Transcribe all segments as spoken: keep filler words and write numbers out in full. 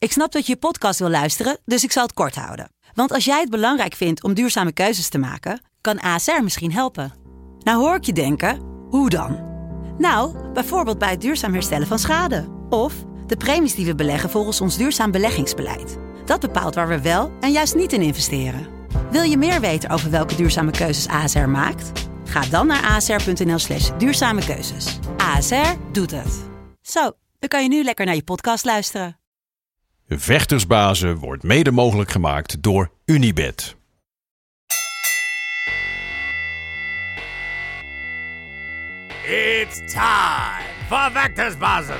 Ik snap dat je je podcast wil luisteren, dus ik zal het kort houden. Want als jij het belangrijk vindt om duurzame keuzes te maken, kan A S R misschien helpen. Nou hoor ik je denken, hoe dan? Nou, bijvoorbeeld bij het duurzaam herstellen van schade. Of de premies die we beleggen volgens ons duurzaam beleggingsbeleid. Dat bepaalt waar we wel en juist niet in investeren. Wil je meer weten over welke duurzame keuzes A S R maakt? Ga dan naar asr.nl slash duurzame keuzes. A S R doet het. Zo, dan kan je nu lekker naar je podcast luisteren. Vechtersbazen wordt mede mogelijk gemaakt door Unibed. It's time for Vechtersbazen.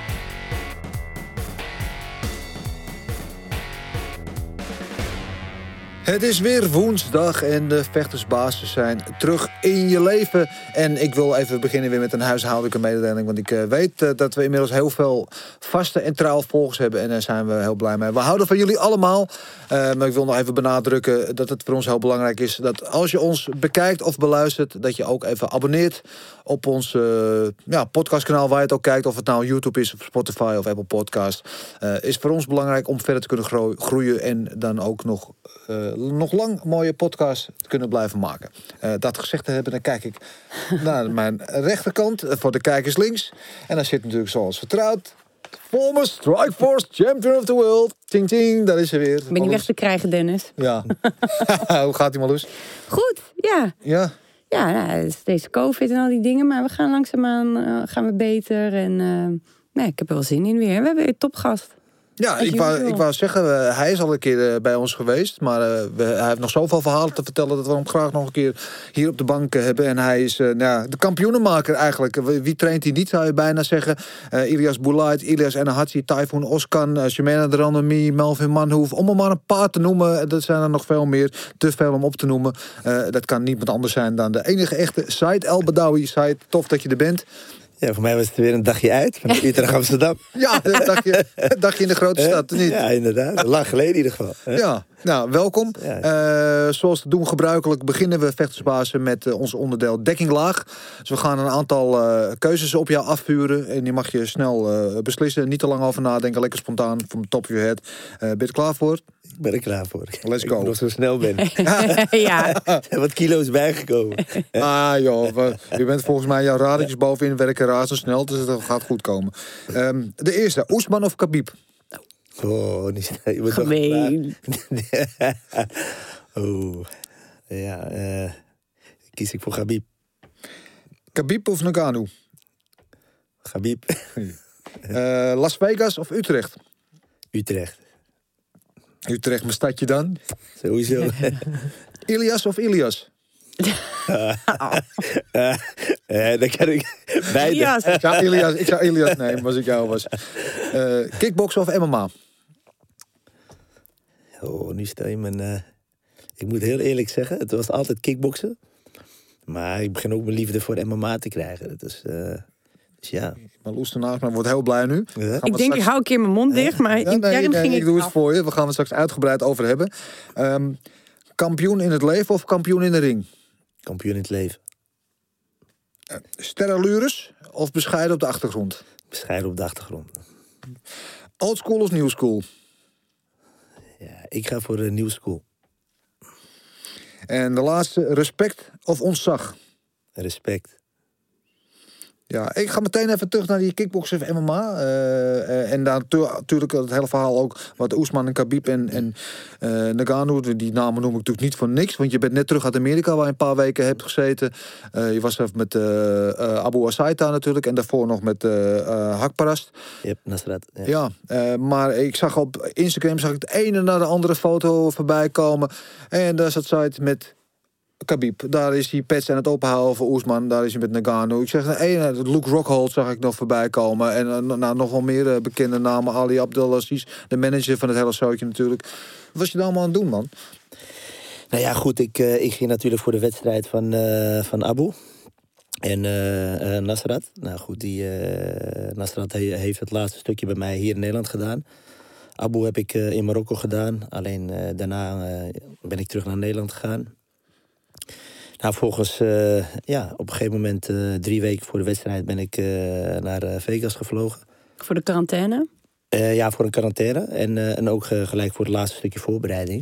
Het is weer woensdag en de vechtersbazen zijn terug in je leven. En ik wil even beginnen weer met een huishoudelijke mededeling. Want ik uh, weet uh, dat we inmiddels heel veel vaste en trouwe volgers hebben. En daar zijn we heel blij mee. We houden van jullie allemaal. Uh, maar ik wil nog even benadrukken dat het voor ons heel belangrijk is... dat als je ons bekijkt of beluistert... dat je ook even abonneert op ons uh, ja, podcastkanaal... waar je het ook kijkt, of het nou YouTube is of Spotify of Apple Podcast. Uh, is voor ons belangrijk om verder te kunnen gro- groeien... en dan ook nog... Uh, nog lang mooie podcast te kunnen blijven maken. Uh, dat gezegd te hebben, dan kijk ik naar mijn rechterkant, uh, voor de kijkers links. En daar zit natuurlijk zoals vertrouwd... former Strikeforce Champion of the World. Ting ting, daar is ze weer. Ben je weg te krijgen, Dennis? Ja. Hoe gaat ie, Marloes? Goed, ja. Ja. Ja, nou, het is deze COVID en al die dingen. Maar we gaan langzaamaan uh, gaan we beter. En uh, nee, ik heb er wel zin in weer. We hebben weer topgast. Ja, ik wou, ik wou zeggen, uh, hij is al een keer uh, bij ons geweest. Maar uh, we, hij heeft nog zoveel verhalen te vertellen... dat we hem graag nog een keer hier op de bank uh, hebben. En hij is uh, nou, de kampioenenmaker eigenlijk. Wie traint hij niet, zou je bijna zeggen. Uh, Ilias Boulait, Ilias Enahatsi, Typhoon Oskan... Uh, Shemena de Randomi, Melvin Manhoef. Om er maar een paar te noemen. Dat zijn er nog veel meer. Te veel om op te noemen. Uh, dat kan niemand anders zijn dan de enige echte Said El Badawi. Said, tof dat je er bent. Ja, voor mij was het weer een dagje uit. Van Utrecht Amsterdam. Ja, een dagje, een dagje in de grote stad, niet? Ja, inderdaad. Lang geleden in ieder geval. Ja, nou, welkom. Ja. Uh, zoals te doen gebruikelijk beginnen we Vechtersbazen met uh, ons onderdeel Dekking Laag. Dus we gaan een aantal uh, keuzes op jou afvuren. En die mag je snel uh, beslissen. Niet te lang over nadenken, lekker spontaan, from top of your head. Uh, ben je er klaar voor? Ik ben er klaar voor. Let's go. Ik nog zo snel ben. Ja. Er zijn wat kilo's bijgekomen. Ah joh, we, je bent volgens mij jouw radertjes bovenin werken razendsnel. Dus het gaat goed komen. Um, de eerste, Oesman of Khabib? Oh, niet je moet Gemeen. Oh, ja, uh, kies ik voor Khabib. Khabib of Ngannou? Khabib. uh, Las Vegas of Utrecht? Utrecht. Utrecht, mijn stadje dan? Sowieso. Ilias of Ilias? Uh, uh, uh, dan kan ik beide. Ilias. Ik zou Ilias, ik zou Ilias nemen als ik jou was. Uh, kickboksen of M M A? Oh, nu stel je me... Uh, ik moet heel eerlijk zeggen, het was altijd kickboksen. Maar ik begin ook mijn liefde voor M M A te krijgen. Dat is... Uh, Dus ja. Marloes ernaast, maar wordt heel blij nu. Ja. Ik denk, straks... ik hou een keer mijn mond dicht, maar ja, intern nee, nee, ging ik ik doe af. het voor je. We gaan het straks uitgebreid over hebben. Um, kampioen in het leven of kampioen in de ring? Kampioen in het leven. Uh, sterrenlures of bescheiden op de achtergrond? Bescheiden op de achtergrond. Old school of new school? Ja, ik ga voor de new school. En de laatste, respect of ontzag? Respect. Ja, ik ga meteen even terug naar die kickboksen of M M A. Uh, uh, en daar natuurlijk het hele verhaal ook... wat Oesman en Khabib en, en uh, Ngannou... die namen noem ik natuurlijk niet voor niks... want je bent net terug uit Amerika waar je een paar weken hebt gezeten. Uh, je was even met uh, uh, Abu Asaita natuurlijk... en daarvoor nog met uh, uh, Hakparast. Yep, Nasrat. Ja, ja uh, maar ik zag op Instagram zag ik het ene naar de andere foto voorbij komen... en daar zat Said met... Khabib, daar is hij pets aan het openhouden voor Oesman. Daar is hij met Ngannou. Ik zeg, hey, Luke Rockhold zag ik nog voorbij komen. En uh, nou, nog wel meer uh, bekende namen. Ali Abdelaziz, de manager van het hele zootje natuurlijk. Wat was je daar allemaal aan het doen, man? Nou ja, goed, ik, uh, ik ging natuurlijk voor de wedstrijd van, uh, van Abu. En uh, uh, Nasrat. Nou goed, die uh, Nasrat he, heeft het laatste stukje bij mij hier in Nederland gedaan. Abu heb ik uh, in Marokko gedaan. Alleen uh, daarna uh, ben ik terug naar Nederland gegaan. Nou, volgens, uh, ja, op een gegeven moment, uh, drie weken voor de wedstrijd... ben ik uh, naar uh, Vegas gevlogen. Voor de quarantaine? Uh, ja, voor een quarantaine. En, uh, en ook uh, gelijk voor het laatste stukje voorbereiding.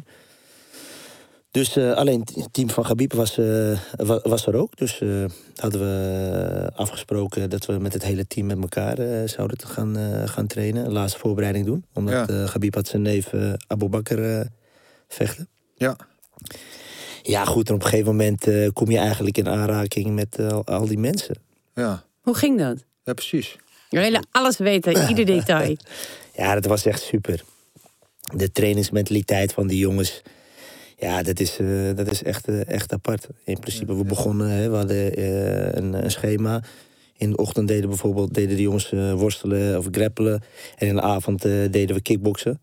Dus uh, alleen het team van Khabib was, uh, was er ook. Dus uh, hadden we afgesproken dat we met het hele team met elkaar uh, zouden te gaan, uh, gaan trainen. Een laatste voorbereiding doen. Omdat ja. uh, Khabib had zijn neef uh, Abu Bakr uh, vechten. Ja. Ja, goed. En op een gegeven moment uh, kom je eigenlijk in aanraking met uh, al die mensen. Ja. Hoe ging dat? Ja, precies. Je willen alles weten, ieder detail. Ja, dat was echt super. De trainingsmentaliteit van die jongens... Ja, dat is, uh, dat is echt, uh, echt apart. In principe, we begonnen, hè, we hadden uh, een, een schema. In de ochtend deden bijvoorbeeld deden de jongens uh, worstelen of grappelen. En in de avond uh, deden we kickboksen.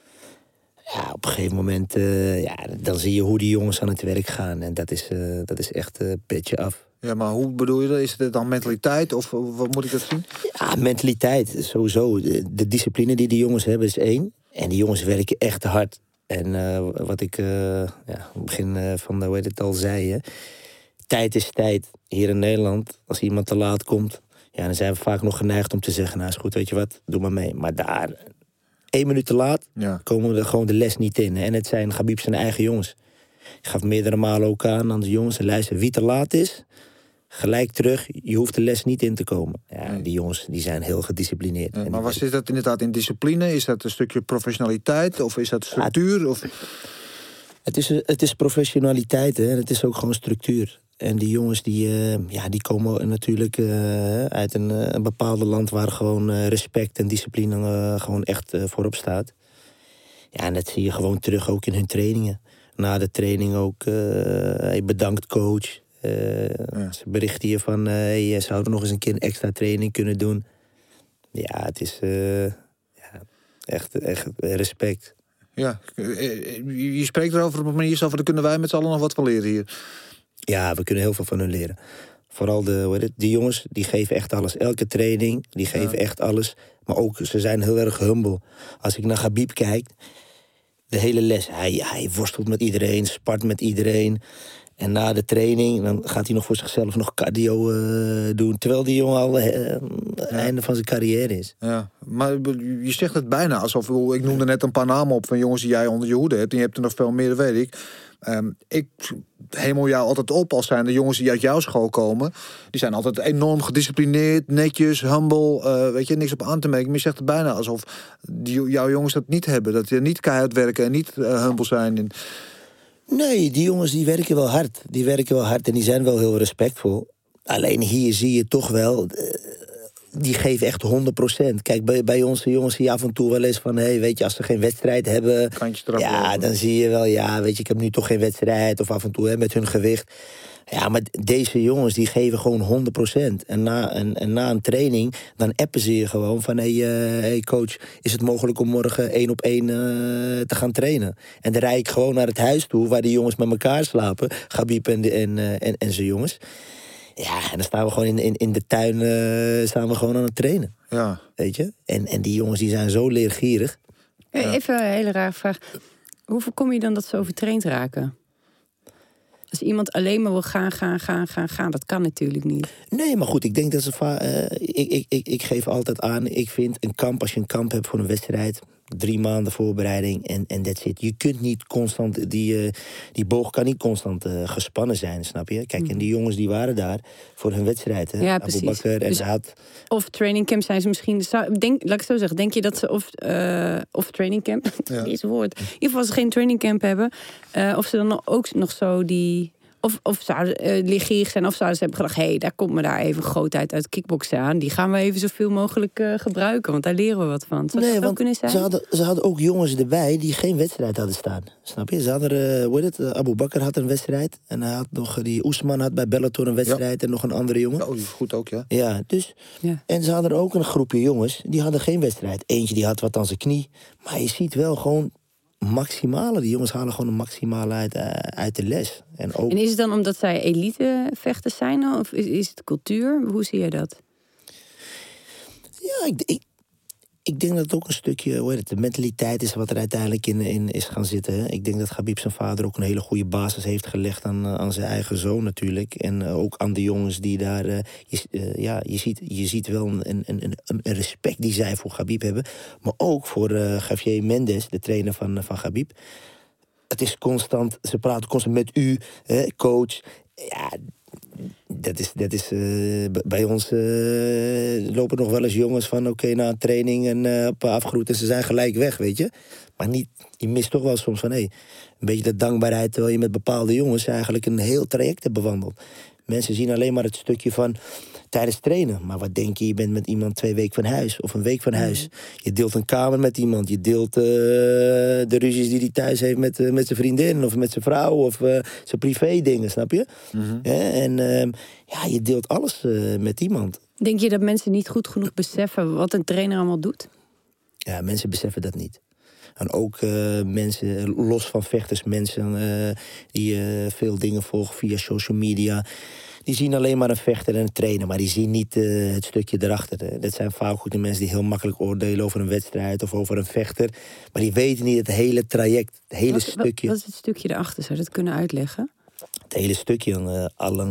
Ja, op een gegeven moment, uh, ja, dan zie je hoe die jongens aan het werk gaan. En dat is, uh, dat is echt uh, petje af. Ja, maar hoe bedoel je dat? Is het dan mentaliteit of wat moet ik dat zien? Ja, mentaliteit, sowieso. De, de discipline die die jongens hebben is één. En die jongens werken echt hard. En uh, wat ik uh, ja, aan het begin uh, van de, hoe heet het al zei... Hè, tijd is tijd. Hier in Nederland, als iemand te laat komt... Ja, dan zijn we vaak nog geneigd om te zeggen... nou is goed, weet je wat, doe maar mee. Maar daar, één minuut te laat, ja. komen we er gewoon de les niet in. Hè. En het zijn Khabib zijn eigen jongens. Ik gaf meerdere malen ook aan aan de jongens... en luister, wie te laat is... gelijk terug, je hoeft de les niet in te komen. Ja, nee. Die jongens die zijn heel gedisciplineerd. Ja, maar was is dat inderdaad in discipline? Is dat een stukje professionaliteit? Of is dat structuur? Of... Het, is, het is professionaliteit, hè. Het is ook gewoon structuur. En die jongens die, uh, ja, die komen natuurlijk uh, uit een, uh, een bepaalde land... waar gewoon uh, respect en discipline uh, gewoon echt uh, voorop staat. Ja, en dat zie je gewoon terug ook in hun trainingen. Na de training ook, uh, hey, bedankt coach... Uh, ja. Ze berichten je van, uh, hey, ze zouden nog eens een keer een extra training kunnen doen. Ja, het is uh, ja, echt, echt respect. Ja, je spreekt erover op een manier zo van, daar kunnen wij met z'n allen nog wat van leren hier. Ja, we kunnen heel veel van hun leren. Vooral de, hoe heet het, die jongens, die geven echt alles. Elke training, die geven ja. echt alles. Maar ook, ze zijn heel erg humble. Als ik naar Khabib kijk, de hele les, hij, hij worstelt met iedereen, spart met iedereen... En na de training, dan gaat hij nog voor zichzelf nog cardio uh, doen. Terwijl die jongen al uh, ja. einde van zijn carrière is. Ja, maar je zegt het bijna alsof... Ik noemde net een paar namen op van jongens die jij onder je hoede hebt. En je hebt er nog veel meer, dat weet ik. Um, ik hemel jou altijd op als zijn de jongens die uit jouw school komen. Die zijn altijd enorm gedisciplineerd, netjes, humble. Uh, weet je, niks op aan te merken. Maar je zegt het bijna alsof die, jouw jongens dat niet hebben. Dat die niet keihard werken en niet uh, humble zijn. En, nee, die jongens die werken wel hard. Die werken wel hard en die zijn wel heel respectvol. Alleen hier zie je toch wel... Uh, die geven echt honderd procent. Kijk, bij, bij onze jongens zie je af en toe wel eens van... Hey, weet je, als ze geen wedstrijd hebben... Ja, lopen. Dan zie je wel, ja, weet je, ik heb nu toch geen wedstrijd. Of af en toe hè, met hun gewicht. Ja, maar deze jongens die geven gewoon honderd procent. En na, en, en na een training, dan appen ze je gewoon van... Hey, uh, hey coach, is het mogelijk om morgen één op één uh, te gaan trainen? En dan rijd ik gewoon naar het huis toe, waar die jongens met elkaar slapen. Khabib en, de, en, uh, en, en zijn jongens. Ja, en dan staan we gewoon in, in, in de tuin uh, staan we gewoon aan het trainen. Ja. Weet je? En, en die jongens die zijn zo leergierig. Ja. Even een hele rare vraag. Hoe voorkom je dan dat ze overtraind raken? Als iemand alleen maar wil gaan, gaan, gaan, gaan, gaan, dat kan natuurlijk niet. Nee, maar goed, ik denk dat ze... Va- uh, ik, ik, ik, ik geef altijd aan, ik vind een kamp, als je een kamp hebt voor een wedstrijd... drie maanden voorbereiding en en that's it. Je kunt niet constant, die, uh, die boog kan niet constant uh, gespannen zijn, snap je? Kijk, en die jongens die waren daar voor hun wedstrijd, hè? Ja, Abu precies. Bakr en dus, had... Of trainingcamp zijn ze misschien... Denk, laat ik zo zeggen, denk je dat ze of, uh, of trainingcamp... Ja. Deze woord. In ieder geval als ze geen trainingcamp hebben... Uh, of ze dan ook nog zo die... Of, of zouden uh, leergierig zijn, of zouden ze hebben gedacht... hé, hey, daar komt me daar even grootheid uit kickboksen aan. Die gaan we even zoveel mogelijk uh, gebruiken, want daar leren we wat van. Zou nee, dat want kunnen zijn? Ze hadden, ze hadden ook jongens erbij die geen wedstrijd hadden staan. Snap je? Ze hadden, uh, hoe heet het, uh, Abu Bakr had een wedstrijd. En hij had nog, uh, die Oesman had bij Bellator een wedstrijd. Ja. En nog een andere jongen. Oh, die is goed ook, ja. Ja, dus... Ja. En ze hadden ook een groepje jongens, die hadden geen wedstrijd. Eentje die had wat aan zijn knie. Maar je ziet wel gewoon... maximale. Die jongens halen gewoon een maximale uit, uh, uit de les. En, ook... en is het dan omdat zij elitevechters zijn? Of is, is het cultuur? Hoe zie je dat? Ja, ik, ik, Ik denk dat het ook een stukje, hoe heet het, de mentaliteit is wat er uiteindelijk in, in is gaan zitten. Hè? Ik denk dat Khabib zijn vader ook een hele goede basis heeft gelegd aan, aan zijn eigen zoon natuurlijk. En uh, ook aan de jongens die daar... Uh, je, uh, ja, je, ziet, je ziet wel een, een, een, een respect die zij voor Khabib hebben. Maar ook voor uh, Javier Mendes, de trainer van, van Khabib. Het is constant, ze praten constant met u, hè, coach. Ja, dat is, dat is uh, bij ons uh, lopen nog wel eens jongens van... oké, okay, na een training en uh, op afgroet en ze zijn gelijk weg, weet je. Maar niet, je mist toch wel soms van, hé, hey, een beetje de dankbaarheid... terwijl je met bepaalde jongens eigenlijk een heel traject hebt bewandeld. Mensen zien alleen maar het stukje van tijdens trainen. Maar wat denk je, je bent met iemand twee weken van huis of een week van huis. Je deelt een kamer met iemand. Je deelt uh, de ruzies die hij thuis heeft met, uh, met zijn vriendin of met zijn vrouw of uh, zijn privé dingen, snap je? Mm-hmm. Ja, en uh, ja, je deelt alles uh, met iemand. Denk je dat mensen niet goed genoeg beseffen wat een trainer allemaal doet? Ja, mensen beseffen dat niet. En ook uh, mensen, los van vechters, mensen uh, die uh, veel dingen volgen via social media... die zien alleen maar een vechter en een trainer, maar die zien niet uh, het stukje erachter. Hè. Dat zijn vaak goed de mensen die heel makkelijk oordelen over een wedstrijd of over een vechter. Maar die weten niet het hele traject, het hele wat, stukje. Wat is het stukje erachter? Zou je dat kunnen uitleggen? Het hele stukje, uh, alle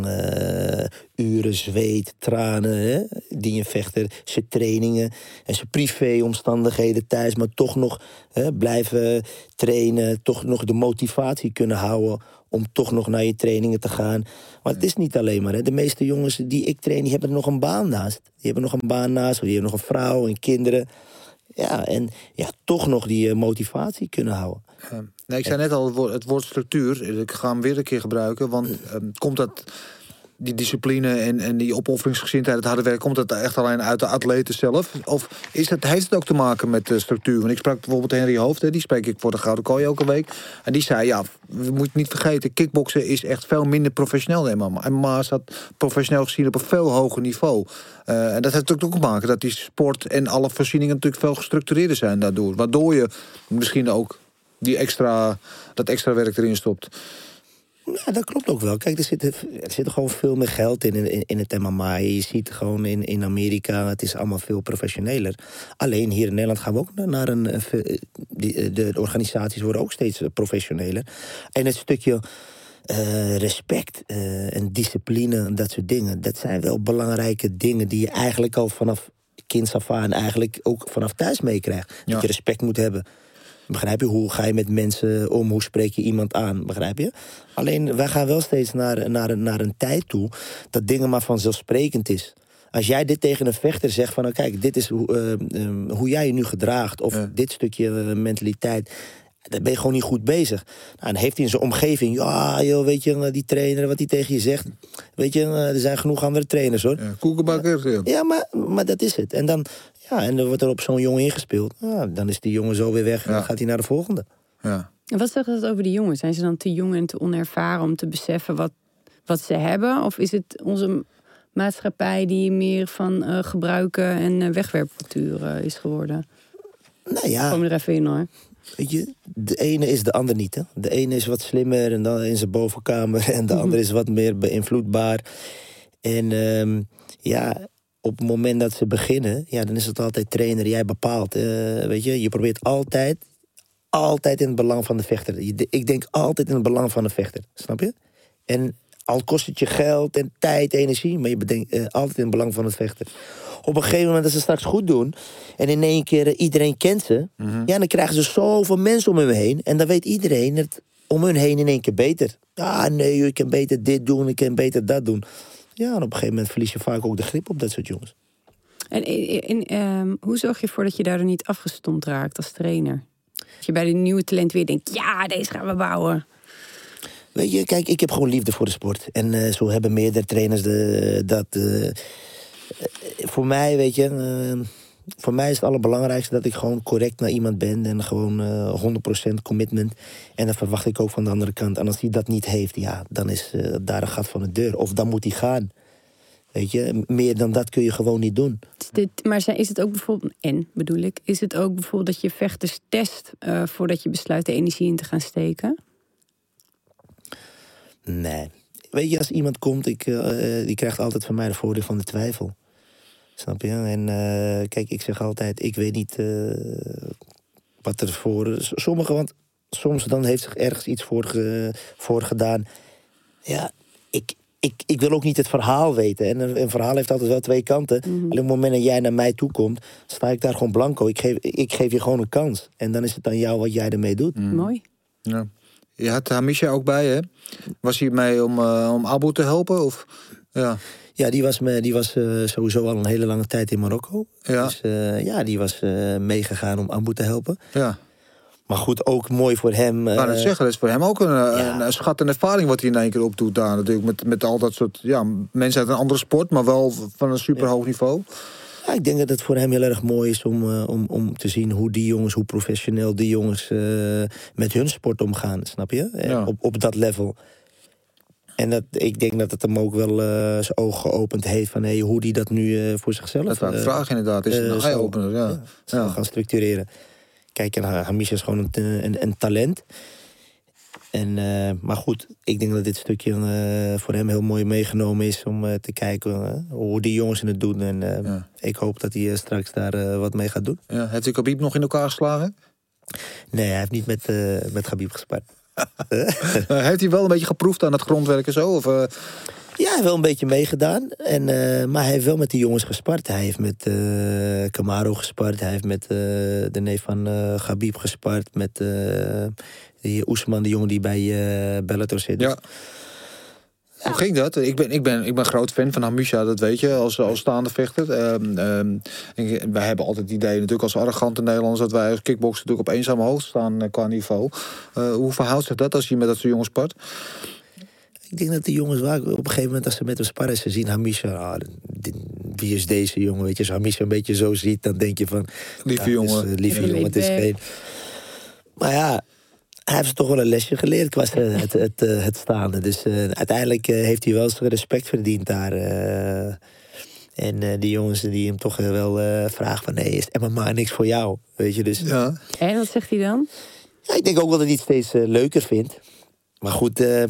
uh, uren zweet, tranen, hè, die een vechter, zijn trainingen en zijn privéomstandigheden thuis, maar toch nog hè, blijven trainen, toch nog de motivatie kunnen houden om toch nog naar je trainingen te gaan. Maar het is niet alleen maar. Hè. De meeste jongens die ik train, die hebben er nog een baan naast. Die hebben nog een baan naast, of die hebben nog een vrouw en kinderen. Ja, en ja, toch nog die uh, motivatie kunnen houden. Uh, nee, ik zei net al, het woord, het woord structuur. Ik ga hem weer een keer gebruiken. Want uh, komt dat, die discipline en, en die opofferingsgezindheid, het harde werk, komt dat echt alleen uit de atleten zelf? Of is het, heeft het ook te maken met de structuur? Want ik sprak bijvoorbeeld Henry Hoofd, hè, die spreek ik voor de Gouden Kooi elke week. En die zei, ja, we moeten niet vergeten, kickboksen is echt veel minder professioneel dan M M A. M M A staat professioneel gezien op een veel hoger niveau. Uh, en dat heeft ook te maken dat die sport en alle voorzieningen natuurlijk veel gestructureerder zijn daardoor. Waardoor je misschien ook die extra, dat extra werk erin stopt. Ja, dat klopt ook wel. Kijk, er zit, er zit gewoon veel meer geld in, in, in het M M A. Je ziet gewoon in, in Amerika, het is allemaal veel professioneler. Alleen hier in Nederland gaan we ook naar een... De, de organisaties worden ook steeds professioneler. En het stukje uh, respect uh, en discipline, dat soort dingen, dat zijn wel belangrijke dingen die je eigenlijk al vanaf kinds af aan eigenlijk ook vanaf thuis meekrijgt. Ja. Dat je respect moet hebben. Begrijp je? Hoe ga je met mensen om? Hoe spreek je iemand aan? Begrijp je? Alleen, wij gaan wel steeds naar, naar, naar een tijd toe dat dingen maar vanzelfsprekend is. Als jij dit tegen een vechter zegt van, nou, kijk, dit is hoe, uh, um, hoe jij je nu gedraagt, of ja. dit stukje uh, mentaliteit, dan ben je gewoon niet goed bezig. Nou, dan heeft hij in zijn omgeving, ja, joh, weet je, die trainer, wat hij tegen je zegt, weet je, uh, er zijn genoeg andere trainers, hoor. Ja, koekenbakker. Ja, ja maar, maar dat is het. En dan... Ja, en dan wordt er op zo'n jongen ingespeeld. Ja, dan is die jongen zo weer weg en ja. dan gaat hij naar de volgende. Ja. En wat zegt dat over die jongens? Zijn ze dan te jong en te onervaren om te beseffen wat, wat ze hebben? Of is het onze maatschappij die meer van uh, gebruiken en uh, wegwerpcultuur uh, is geworden? Nou ja. Kom er even in, hoor. Weet je, de ene is de ander niet, hè. De ene is wat slimmer en dan in zijn bovenkamer. En de mm-hmm. andere is wat meer beïnvloedbaar. En um, ja... Op het moment dat ze beginnen, ja, dan is het altijd trainer, jij bepaalt. Uh, weet je, je probeert altijd, altijd in het belang van de vechter. Ik denk altijd in het belang van de vechter, snap je? En al kost het je geld en tijd, energie, maar je bedenkt uh, altijd in het belang van het vechter. Op een gegeven moment dat ze straks goed doen en in één keer uh, iedereen kent ze, mm-hmm. ja, dan krijgen ze zoveel mensen om hun heen en dan weet iedereen het om hun heen in één keer beter. Ah, nee, ik kan beter dit doen, ik kan beter dat doen. Ja, en op een gegeven moment verlies je vaak ook de grip op dat soort jongens. En, en, en um, hoe zorg je ervoor dat je daardoor niet afgestompt raakt als trainer? Dat je bij de nieuwe talent weer denkt, ja, deze gaan we bouwen. Weet je, kijk, ik heb gewoon liefde voor de sport. En uh, zo hebben meerdere trainers de, dat... Uh, uh, voor mij, weet je... Uh, voor mij is het allerbelangrijkste dat ik gewoon correct naar iemand ben. En gewoon uh, honderd procent commitment. En dat verwacht ik ook van de andere kant. En als hij dat niet heeft, ja, dan is uh, daar een gat van de deur. Of dan moet hij gaan. Weet je, meer dan dat kun je gewoon niet doen. Is dit, maar is het ook bijvoorbeeld, en bedoel ik, is het ook bijvoorbeeld dat je vechters test uh, voordat je besluit de energie in te gaan steken? Nee. Weet je, als iemand komt, ik, uh, die krijgt altijd van mij de voordeel van de twijfel. Snap je? En uh, kijk, ik zeg altijd, ik weet niet uh, wat er voor... Sommigen, want soms dan heeft zich ergens iets voor, ge, voor gedaan. Ja, ik, ik, ik wil ook niet het verhaal weten. En een, een verhaal heeft altijd wel twee kanten. Mm-hmm. Alleen op het moment dat jij naar mij toe komt, sta ik daar gewoon blanco. Ik geef, ik geef je gewoon een kans. En dan is het aan jou wat jij ermee doet. Mm. Mooi. Ja. Je had Hamisha ook bij, hè? Was hij mee om, uh, om Abu te helpen? Of... Ja. Ja, die was, me, die was uh, sowieso al een hele lange tijd in Marokko. Ja. Dus uh, ja, die was uh, meegegaan om Abu te helpen. Ja. Maar goed, ook mooi voor hem. Ik uh, het zeggen, dat is voor hem ook een, ja. een, een schat en ervaring wat hij in één keer opdoet daar natuurlijk. Met, met al dat soort ja, mensen uit een andere sport, maar wel van een super hoog niveau. Ja, ik denk dat het voor hem heel erg mooi is om, uh, om, om te zien hoe die jongens, hoe professioneel die jongens uh, met hun sport omgaan, snap je? Ja. Op, op dat level. En dat, ik denk dat het hem ook wel uh, zijn ogen geopend heeft van hey, hoe die dat nu uh, voor zichzelf... Dat was een uh, vraag inderdaad, is uh, een eye-opener, ja. ja, ja. gaan structureren. Kijk, en Hamisha is gewoon een, een, een talent. En, uh, maar goed, ik denk dat dit stukje uh, voor hem heel mooi meegenomen is om uh, te kijken uh, hoe die jongens het doen. En uh, ja. ik hoop dat hij uh, straks daar uh, wat mee gaat doen. Ja, heeft hij Khabib nog in elkaar geslagen? Nee, hij heeft niet met, uh, met Khabib gespart. Heeft hij wel een beetje geproefd aan het grondwerk en zo? Of, uh... Ja, hij heeft wel een beetje meegedaan. En, uh, maar hij heeft wel met die jongens gespart. Hij heeft met uh, Kamaru gespart. Hij heeft met uh, de neef van uh, Khabib gespart. Met uh, die Ousmane, die jongen die bij uh, Bellator zit. Ja. Hoe ging dat? Ik ben, ik ben, ik ben groot fan van Hamisha, dat weet je, als, als staande vechter. Um, um, wij hebben altijd het idee, natuurlijk als arrogante Nederlanders, dat wij als kickboksen natuurlijk op eenzame hoogte staan uh, qua niveau. Uh, hoe verhoudt zich dat als je met dat soort jongens spart? Ik denk dat de jongens waar op een gegeven moment, als ze met hem sparren, ze zien Hamisha, ah, wie is deze jongen? Weet je, als Hamisha een beetje zo ziet, dan denk je van, lieve ja, jongen. Het is, uh, lieve jongen, het is geen... Maar ja, hij heeft toch wel een lesje geleerd qua het, het, het, het staande. Dus uh, uiteindelijk uh, heeft hij wel zijn respect verdiend daar. Uh, en uh, die jongens die hem toch wel uh, vragen van... nee, is M M A niks voor jou? Weet je, dus... Ja. En wat zegt hij dan? Ja, ik denk ook wel dat hij het steeds uh, leuker vindt. Maar goed, uh,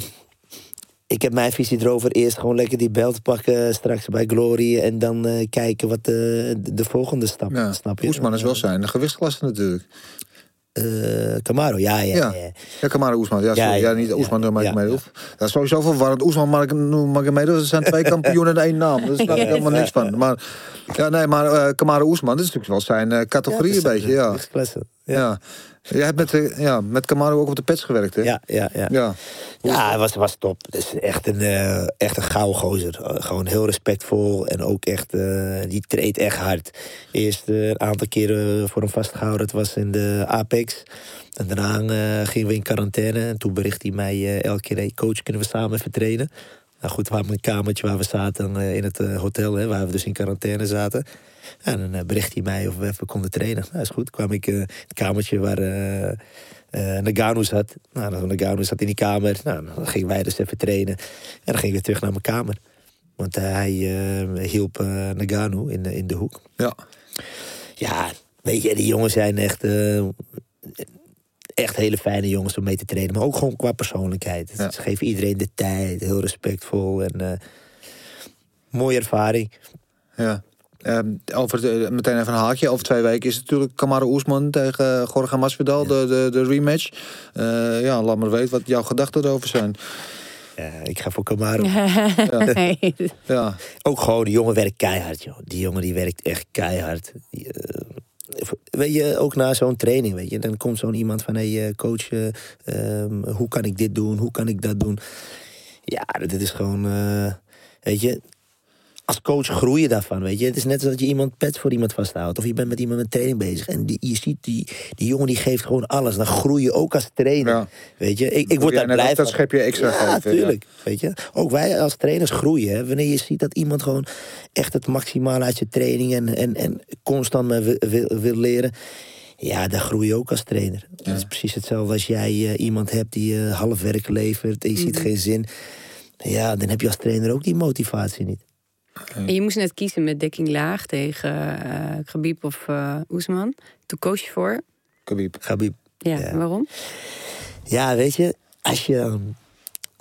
ik heb mijn visie erover. Eerst gewoon lekker die belt pakken straks bij Glory. En dan uh, kijken wat uh, de, de volgende stap ja. snap je? Ousmane is wel zijn de gewichtsklasse natuurlijk. Uh, Kamaru, ja, ja. Ja, ja. ja Kamaru, Ousmane. Ja, ja, ja, niet Ousmane ja, Magomedov. Ja, ja. Dat is sowieso verwarrend. Ousmane Magomedov, dat zijn twee kampioenen in één naam. Daar snap ik helemaal niks van. Maar, ja, nee, maar uh, Kamaru Ousmane, dat is natuurlijk wel zijn uh, categorie ja, een beetje. Ja. Ja. ja. Jij hebt met, uh, ja, met Kamaru ook op de pets gewerkt, hè? Ja, ja, ja. Ja, ja hij was, was top. Dus echt een, uh, echt een gouden gozer. Uh, gewoon heel respectvol en ook echt, uh, die treedt echt hard. Eerst uh, een aantal keren voor hem vastgehouden, dat was in de Apex. En daarna uh, gingen we in quarantaine. En toen bericht hij mij uh, elke keer, hey, coach, kunnen we samen even trainen? Nou goed, we hadden een kamertje waar we zaten uh, in het uh, hotel, hè, waar we dus in quarantaine zaten. En dan uh, bericht hij mij of we even konden trainen. Nou, is goed. Kwam ik uh, in het kamertje waar uh, uh, Ngannou zat. Nou, Ngannou zat in die kamer. Nou, dan gingen wij dus even trainen. En dan gingen we terug naar mijn kamer. Want uh, hij uh, hielp uh, Ngannou in de, in de hoek. Ja. Ja, weet je, die jongens zijn echt... Uh, echt hele fijne jongens om mee te trainen. Maar ook gewoon qua persoonlijkheid. Ja. Ze geven iedereen de tijd. Heel respectvol. En uh, mooie ervaring. Ja. Um, over de, meteen even een haakje. Over twee weken is het natuurlijk Kamaru Ousmane tegen uh, Jorge Masvidal, ja. de, de, de rematch. Uh, ja, laat maar weten wat jouw gedachten erover zijn. Ja, ik ga voor Kamaru. ja. ja. Ook gewoon, die jongen werkt keihard, joh. Die jongen die werkt echt keihard. Die, uh, weet je, ook na zo'n training, weet je, dan komt zo'n iemand van, hé hey, coach, uh, um, hoe kan ik dit doen? Hoe kan ik dat doen? Ja, dit is gewoon, uh, weet je... Als coach groei je daarvan, weet je. Het is net alsof je iemand pets voor iemand vasthoudt. Of je bent met iemand met training bezig. En die, je ziet, die, die jongen die geeft gewoon alles. Dan groei je ook als trainer. Ja. Weet je, ik, ik word daar blij van. Dat schep je extra ja, geven. Tuurlijk, ja, weet je. Ook wij als trainers groeien. Hè. Wanneer je ziet dat iemand gewoon echt het maximale uit je training... en, en, en constant wil, wil, wil leren... Ja, daar groei je ook als trainer. Ja. Dat is precies hetzelfde als jij uh, iemand hebt die uh, half werk levert... en je mm-hmm. ziet geen zin. Ja, dan heb je als trainer ook die motivatie niet. En je moest net kiezen met dekking laag tegen uh, Khabib of uh, Ousmane. Toen koos je voor? Khabib. Khabib. Ja, ja, waarom? Ja, weet je, als je,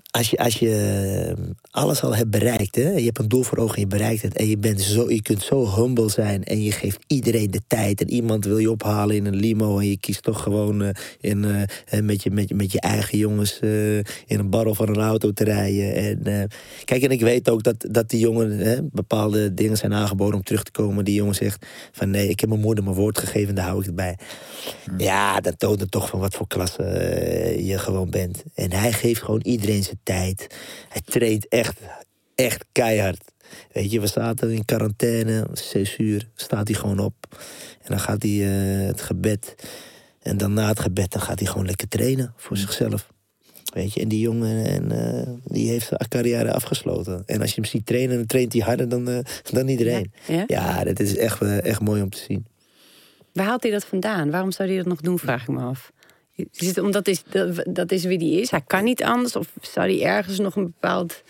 Als je, als je alles al hebt bereikt, hè, je hebt een doel voor ogen en je bereikt het... en je, bent zo, je kunt zo humble zijn en je geeft iedereen de tijd... en iemand wil je ophalen in een limo en je kiest toch gewoon uh, in, uh, met, je, met, je, met je eigen jongens... Uh, in een barrel van een auto te rijden. En, uh, kijk, en ik weet ook dat, dat die jongen hè, bepaalde dingen zijn aangeboden om terug te komen. Die jongen zegt van nee, ik heb mijn moeder mijn woord gegeven, daar hou ik het bij. Hmm. Ja, dat toont het toch van wat voor klasse uh, je gewoon bent. En hij geeft gewoon iedereen zijn tijd. Hij traint echt, echt keihard. Weet je, we zaten in quarantaine, zes uur, staat hij gewoon op. En dan gaat hij uh, het gebed. En dan na het gebed, dan gaat hij gewoon lekker trainen voor zichzelf. Weet je, en die jongen, en, uh, die heeft zijn carrière afgesloten. En als je hem ziet trainen, dan traint hij harder dan, uh, dan iedereen. Ja, ja? ja, dat is echt, uh, echt mooi om te zien. Waar haalt hij dat vandaan? Waarom zou hij dat nog doen, vraag ik me af. Is het omdat is, dat, dat is wie hij is? Hij kan niet anders? Of zou hij ergens nog een bepaald...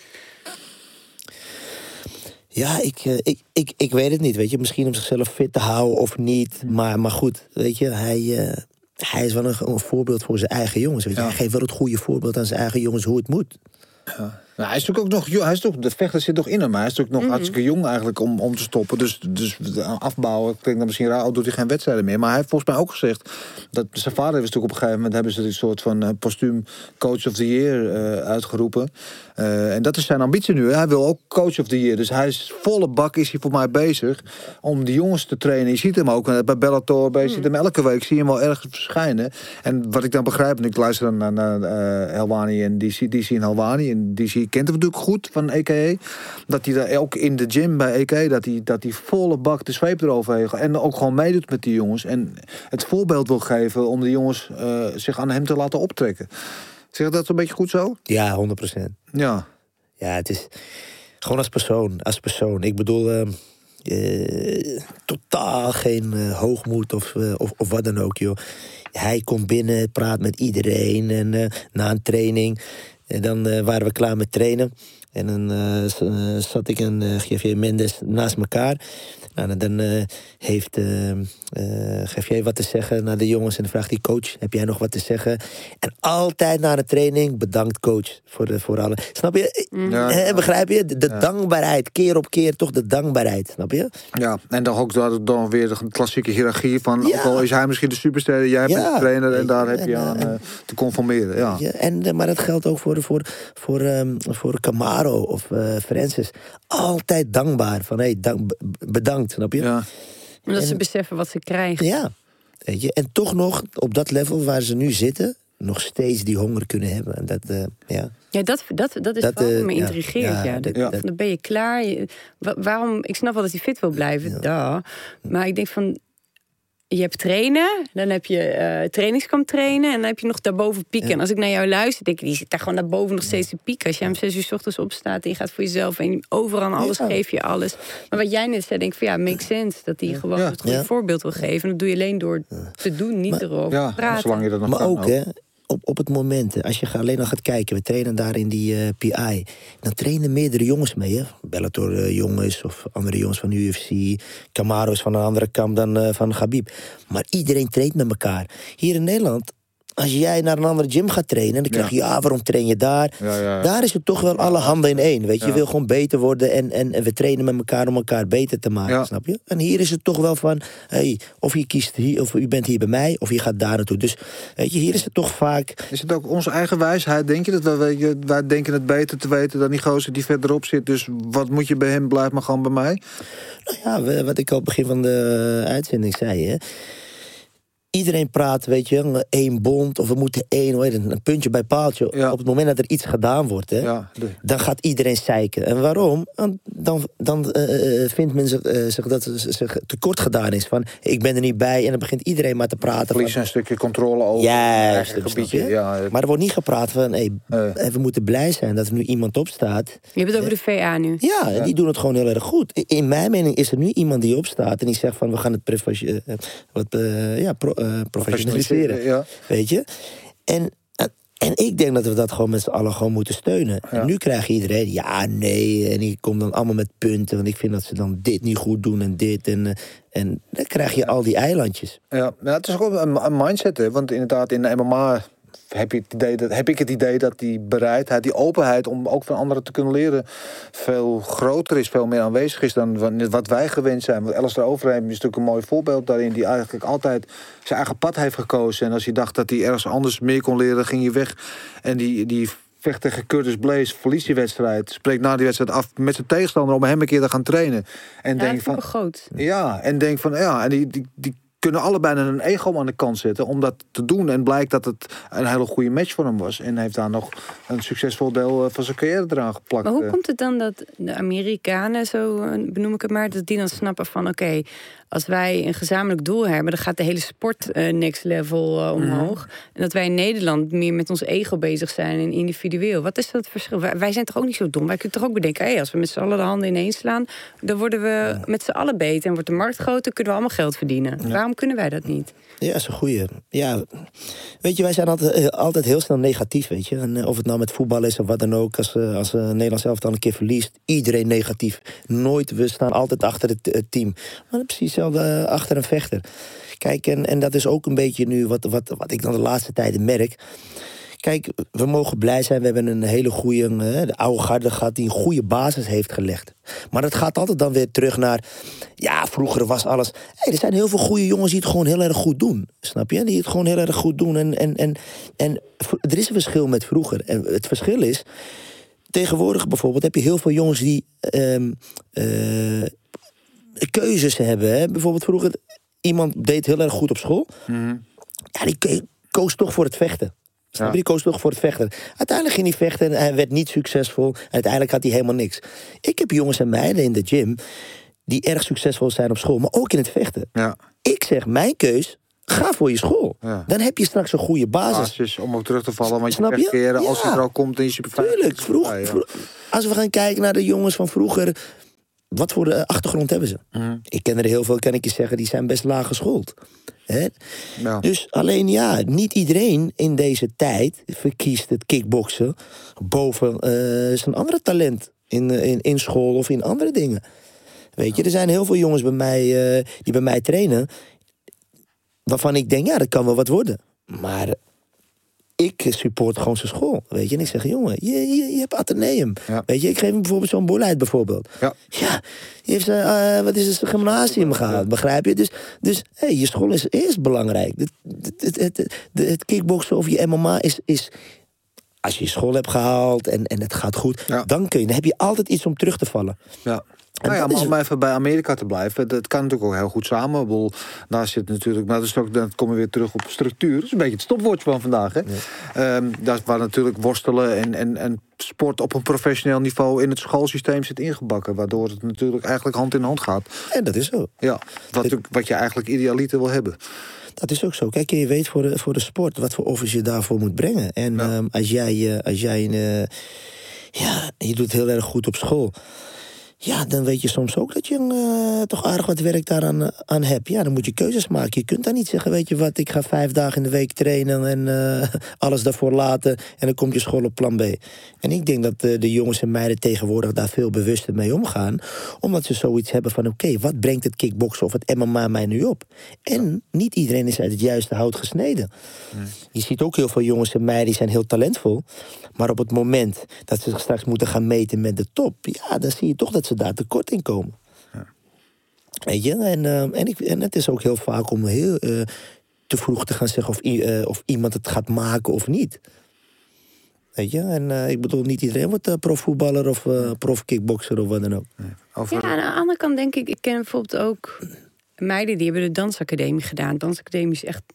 Ja, ik, uh, ik, ik, ik weet het niet, weet je. Misschien om zichzelf fit te houden of niet. Maar, maar goed, weet je, hij... Uh, Hij is wel een, een voorbeeld voor zijn eigen jongens. Weet je? Ja. Hij geeft wel het goede voorbeeld aan zijn eigen jongens hoe het moet. Ja. Nou, hij is natuurlijk ook nog, hij is toch, de vechter zit nog in hem. Hij is natuurlijk nog mm-hmm. hartstikke jong eigenlijk om, om te stoppen. Dus, dus afbouwen, ik denk dat misschien raar, doet hij geen wedstrijden meer. Maar hij heeft volgens mij ook gezegd dat zijn vader heeft natuurlijk op een gegeven moment hebben ze een soort van uh, postuum Coach of the Year uh, uitgeroepen. Uh, en dat is zijn ambitie nu. Hè. Hij wil ook Coach of the Year. Dus hij is volle bak is hij voor mij bezig om die jongens te trainen. Je ziet hem ook bij Bellator, bij, je ziet hem elke week, zie je hem wel ergens verschijnen. En wat ik dan begrijp, en ik luister dan naar, naar uh, Helwani en D C, D C en Helwani en D C kent hem natuurlijk goed van E K E. Dat hij daar ook in de gym bij E K E, dat hij, dat hij volle bak de zweep erover heeft. En ook gewoon meedoet met die jongens. En het voorbeeld wil geven om de jongens uh, zich aan hem te laten optrekken. Zeg je dat zo'n beetje goed zo? Ja, honderd procent. Ja. Ja, het is gewoon als persoon. Als persoon. Ik bedoel, uh, uh, totaal geen uh, hoogmoed of, uh, of, of wat dan ook, joh. Hij komt binnen, praat met iedereen. En uh, na een training... En dan uh, waren we klaar met trainen. En dan uh, zat ik en uh, Javier Mendes naast elkaar. Nou, dan uh, heeft uh, uh, Javier wat te zeggen naar de jongens. En dan vraagt hij, coach, heb jij nog wat te zeggen? En altijd na de training, bedankt coach voor, de, voor alle... Snap je? Ja, ja. Begrijp je? De, de ja. dankbaarheid, keer op keer toch de dankbaarheid. Snap je? Ja, en dan ook dan, dan weer de klassieke hiërarchie van... Ja. Ook al is hij misschien de superster, jij bent ja. de trainer... en daar heb je en, aan uh, te conformeren. Ja. Ja, en, maar dat geldt ook voor, voor, voor, um, voor Camaro of uh, Francis. Altijd dankbaar. Van, hey, dank, bedankt, snap je? Ja. Omdat en, ze beseffen wat ze krijgen. Ja, weet je. En toch nog op dat level waar ze nu zitten... nog steeds die honger kunnen hebben. En dat, uh, ja... Ja, dat, dat, dat is dat, uh, me intrigeert. Ja, ja. Dat, ja. Dan ben je klaar. Je, waarom? Ik snap wel dat hij fit wil blijven. Ja. Daar. Maar ik denk van... Je hebt trainen, dan heb je uh, trainingskamp trainen... en dan heb je nog daarboven pieken. Ja. En als ik naar jou luister, denk ik... die zit daar gewoon daarboven nog steeds te pieken. Als jij om zes uur 's ochtends opstaat en je gaat voor jezelf... en overal alles ja. geef je alles. Maar wat jij net zei, denk ik van ja, makes sense... dat hij ja. gewoon ja. het goede ja. voorbeeld wil geven. En dat doe je alleen door te doen, niet maar, erover ja, praten. Zolang je dat nog maar kan, ook, hè... Op, op het moment, als je alleen al gaat kijken... we trainen daar in die uh, P I... dan trainen meerdere jongens mee, hè. Bellator uh, jongens of andere jongens van U F C... Camaro's van een andere kamp dan uh, van Khabib. Maar iedereen traint met elkaar. Hier in Nederland... Als jij naar een andere gym gaat trainen... dan krijg je, ja, ja waarom train je daar? Ja, ja, ja. Daar is het toch wel alle handen in één. Weet je, ja. je wil gewoon beter worden... En, en, en we trainen met elkaar om elkaar beter te maken, ja. snap je? En hier is het toch wel van... Hey, of je kiest hier, of je bent hier bij mij... of je gaat daar naartoe. Dus weet je, hier is het toch vaak... Is het ook onze eigen wijsheid, denk je? Dat wij, wij denken het beter te weten dan die gozer die verderop zit. Dus wat moet je bij hem, blijf maar gewoon bij mij? Nou ja, wat ik al begin van de uitzending zei... Hè. Iedereen praat, weet je, één bond... of we moeten één, hoe heet het, een puntje bij paaltje. Ja. Op het moment dat er iets gedaan wordt, hè, ja, de... dan gaat iedereen zeiken. En waarom? Dan, dan uh, vindt men zich, uh, zich dat er zich tekort gedaan is. Van, ik ben er niet bij en dan begint iedereen maar te praten. Verlies van, een stukje controle over juist, het gebiedje. Ja, het... Maar er wordt niet gepraat van, hey, uh. we moeten blij zijn dat er nu iemand opstaat. Je hebt het over de V A nu. Ja, ja, die doen het gewoon heel erg goed. In mijn mening is er nu iemand die opstaat en die zegt van, we gaan het prefa- uh, wat, uh, ja, pro, uh, professionaliseren, ja. Weet je? En, en ik denk dat we dat gewoon met z'n allen gewoon moeten steunen. Ja. En nu krijg je iedereen, ja, nee, en die komt dan allemaal met punten, want ik vind dat ze dan dit niet goed doen en dit en... En dan krijg je al die eilandjes. Ja, nou, het is ook een, een mindset, hè? Want inderdaad in de M M A heb, je het idee dat, heb ik het idee dat die bereidheid, die openheid om ook van anderen te kunnen leren veel groter is, veel meer aanwezig is dan wat wij gewend zijn. Want Alistair Overeem is natuurlijk een mooi voorbeeld daarin, die eigenlijk altijd zijn eigen pad heeft gekozen. En als hij dacht dat hij ergens anders meer kon leren, ging hij weg. En die, die vecht tegen Curtis Blaze, verliest die wedstrijd, spreekt na die wedstrijd af met zijn tegenstander om hem een keer te gaan trainen. En ja, denk van, groot. Ja, en denk van, ja, en die, die, die kunnen allebei een ego aan de kant zetten om dat te doen. En blijkt dat het een hele goede match voor hem was. En heeft daar nog een succesvol deel van zijn carrière eraan geplakt. Maar hoe komt het dan dat de Amerikanen, zo benoem ik het maar, dat die dan snappen van oké, okay, als wij een gezamenlijk doel hebben, dan gaat de hele sport uh, next level uh, omhoog. Mm-hmm. En dat wij in Nederland meer met ons ego bezig zijn en individueel. Wat is dat verschil? Wij, wij zijn toch ook niet zo dom? Wij kunnen toch ook bedenken, hey, als we met z'n allen de handen ineens slaan, dan worden we ja. met z'n allen beter en wordt de markt groter, kunnen we allemaal geld verdienen. Ja. Waarom kunnen wij dat niet? Ja, dat is een goeie. Ja, weet je, wij zijn altijd, altijd heel snel negatief, weet je. En of het nou met voetbal is of wat dan ook, als, als Nederland zelf dan een keer verliest, iedereen negatief. Nooit, we staan altijd achter het, het team. Maar precies hetzelfde achter een vechter. Kijk, en, en dat is ook een beetje nu wat, wat, wat ik dan de laatste tijden merk. Kijk, we mogen blij zijn. We hebben een hele goede, de oude garde gehad die een goede basis heeft gelegd. Maar het gaat altijd dan weer terug naar, ja, vroeger was alles. Hey, er zijn heel veel goede jongens die het gewoon heel erg goed doen. Snap je? Die het gewoon heel erg goed doen. En, en, en, en er is een verschil met vroeger. En het verschil is, tegenwoordig bijvoorbeeld heb je heel veel jongens die um, uh, keuzes hebben. Hè? Bijvoorbeeld vroeger, iemand deed heel erg goed op school. Mm-hmm. Ja, die koos toch voor het vechten. Snap je? Die koos toch voor het vechten. Uiteindelijk ging hij vechten en hij werd niet succesvol. En uiteindelijk had hij helemaal niks. Ik heb jongens en meiden in de gym die erg succesvol zijn op school, maar ook in het vechten. Ja. Ik zeg, mijn keus, ga voor je school. Ja. Dan heb je straks een goede basis. basis om ook terug te vallen, want je Snap je? Keren, als ja. je er al komt, dan is je beveiligd. Tuurlijk. Vroeg, ja, ja. vroeg, als we gaan kijken naar de jongens van vroeger, wat voor de achtergrond hebben ze? Mm. Ik ken er heel veel, kan ik je zeggen, die zijn best laag geschoold. He? Ja. Dus alleen ja, niet iedereen in deze tijd verkiest het kickboksen boven uh, zijn andere talent in, in, in school of in andere dingen. Weet je, er zijn heel veel jongens bij mij uh, die bij mij trainen, waarvan ik denk, ja, dat kan wel wat worden. Maar ik support gewoon zijn school, weet je. En ik zeg, jongen, je, je, je hebt ateneum. Ja. Weet je, ik geef hem bijvoorbeeld zo'n Boleid bijvoorbeeld. Ja. Ja, die heeft uh, wat is het, een gymnasium gehaald, begrijp je? Dus, dus hey, je school is eerst belangrijk. Het, het, het, het, het kickboksen of je M M A is, is, als je je school hebt gehaald en, en het gaat goed, ja. dan kun je, dan heb je altijd iets om terug te vallen. Ja. Nou ja, maar om even bij Amerika te blijven, dat kan natuurlijk ook heel goed samen. Ik bedoel, daar zit natuurlijk, maar dus ook, dan komen we weer terug op structuur. Dat is een beetje het stopwoordje van vandaag. Hè? Ja. Um, daar waar natuurlijk worstelen en, en, en sport op een professioneel niveau in het schoolsysteem zit ingebakken. Waardoor het natuurlijk eigenlijk hand in hand gaat. En dat is zo. Ja, wat, ik, wat je eigenlijk idealiter wil hebben. Dat is ook zo. Kijk, je weet voor de, voor de sport wat voor offers je daarvoor moet brengen. En ja. um, als jij, uh, als jij uh, ja, je doet heel erg goed op school, ja, dan weet je soms ook dat je uh, toch aardig wat werk daaraan uh, aan hebt. Ja, dan moet je keuzes maken. Je kunt dan niet zeggen, weet je wat, ik ga vijf dagen in de week trainen en uh, alles daarvoor laten en dan komt je school op plan B. En ik denk dat uh, de jongens en meiden tegenwoordig daar veel bewuster mee omgaan, omdat ze zoiets hebben van, oké, okay, wat brengt het kickboksen of het M M A mij nu op? En niet iedereen is uit het juiste hout gesneden. Nee. Je ziet ook heel veel jongens en meiden die zijn heel talentvol, maar op het moment dat ze zich straks moeten gaan meten met de top, ja, dan zie je toch dat ze daar tekort in komen. Ja. Weet je? En, uh, en, ik, en het is ook heel vaak om heel uh, te vroeg te gaan zeggen of, uh, of iemand het gaat maken of niet. Weet je? En uh, ik bedoel, niet iedereen wordt uh, profvoetballer of uh, profkickbokser of wat dan ook. Ja, over... ja, aan de andere kant denk ik, ik ken bijvoorbeeld ook meiden die hebben de dansacademie gedaan. De dansacademie is echt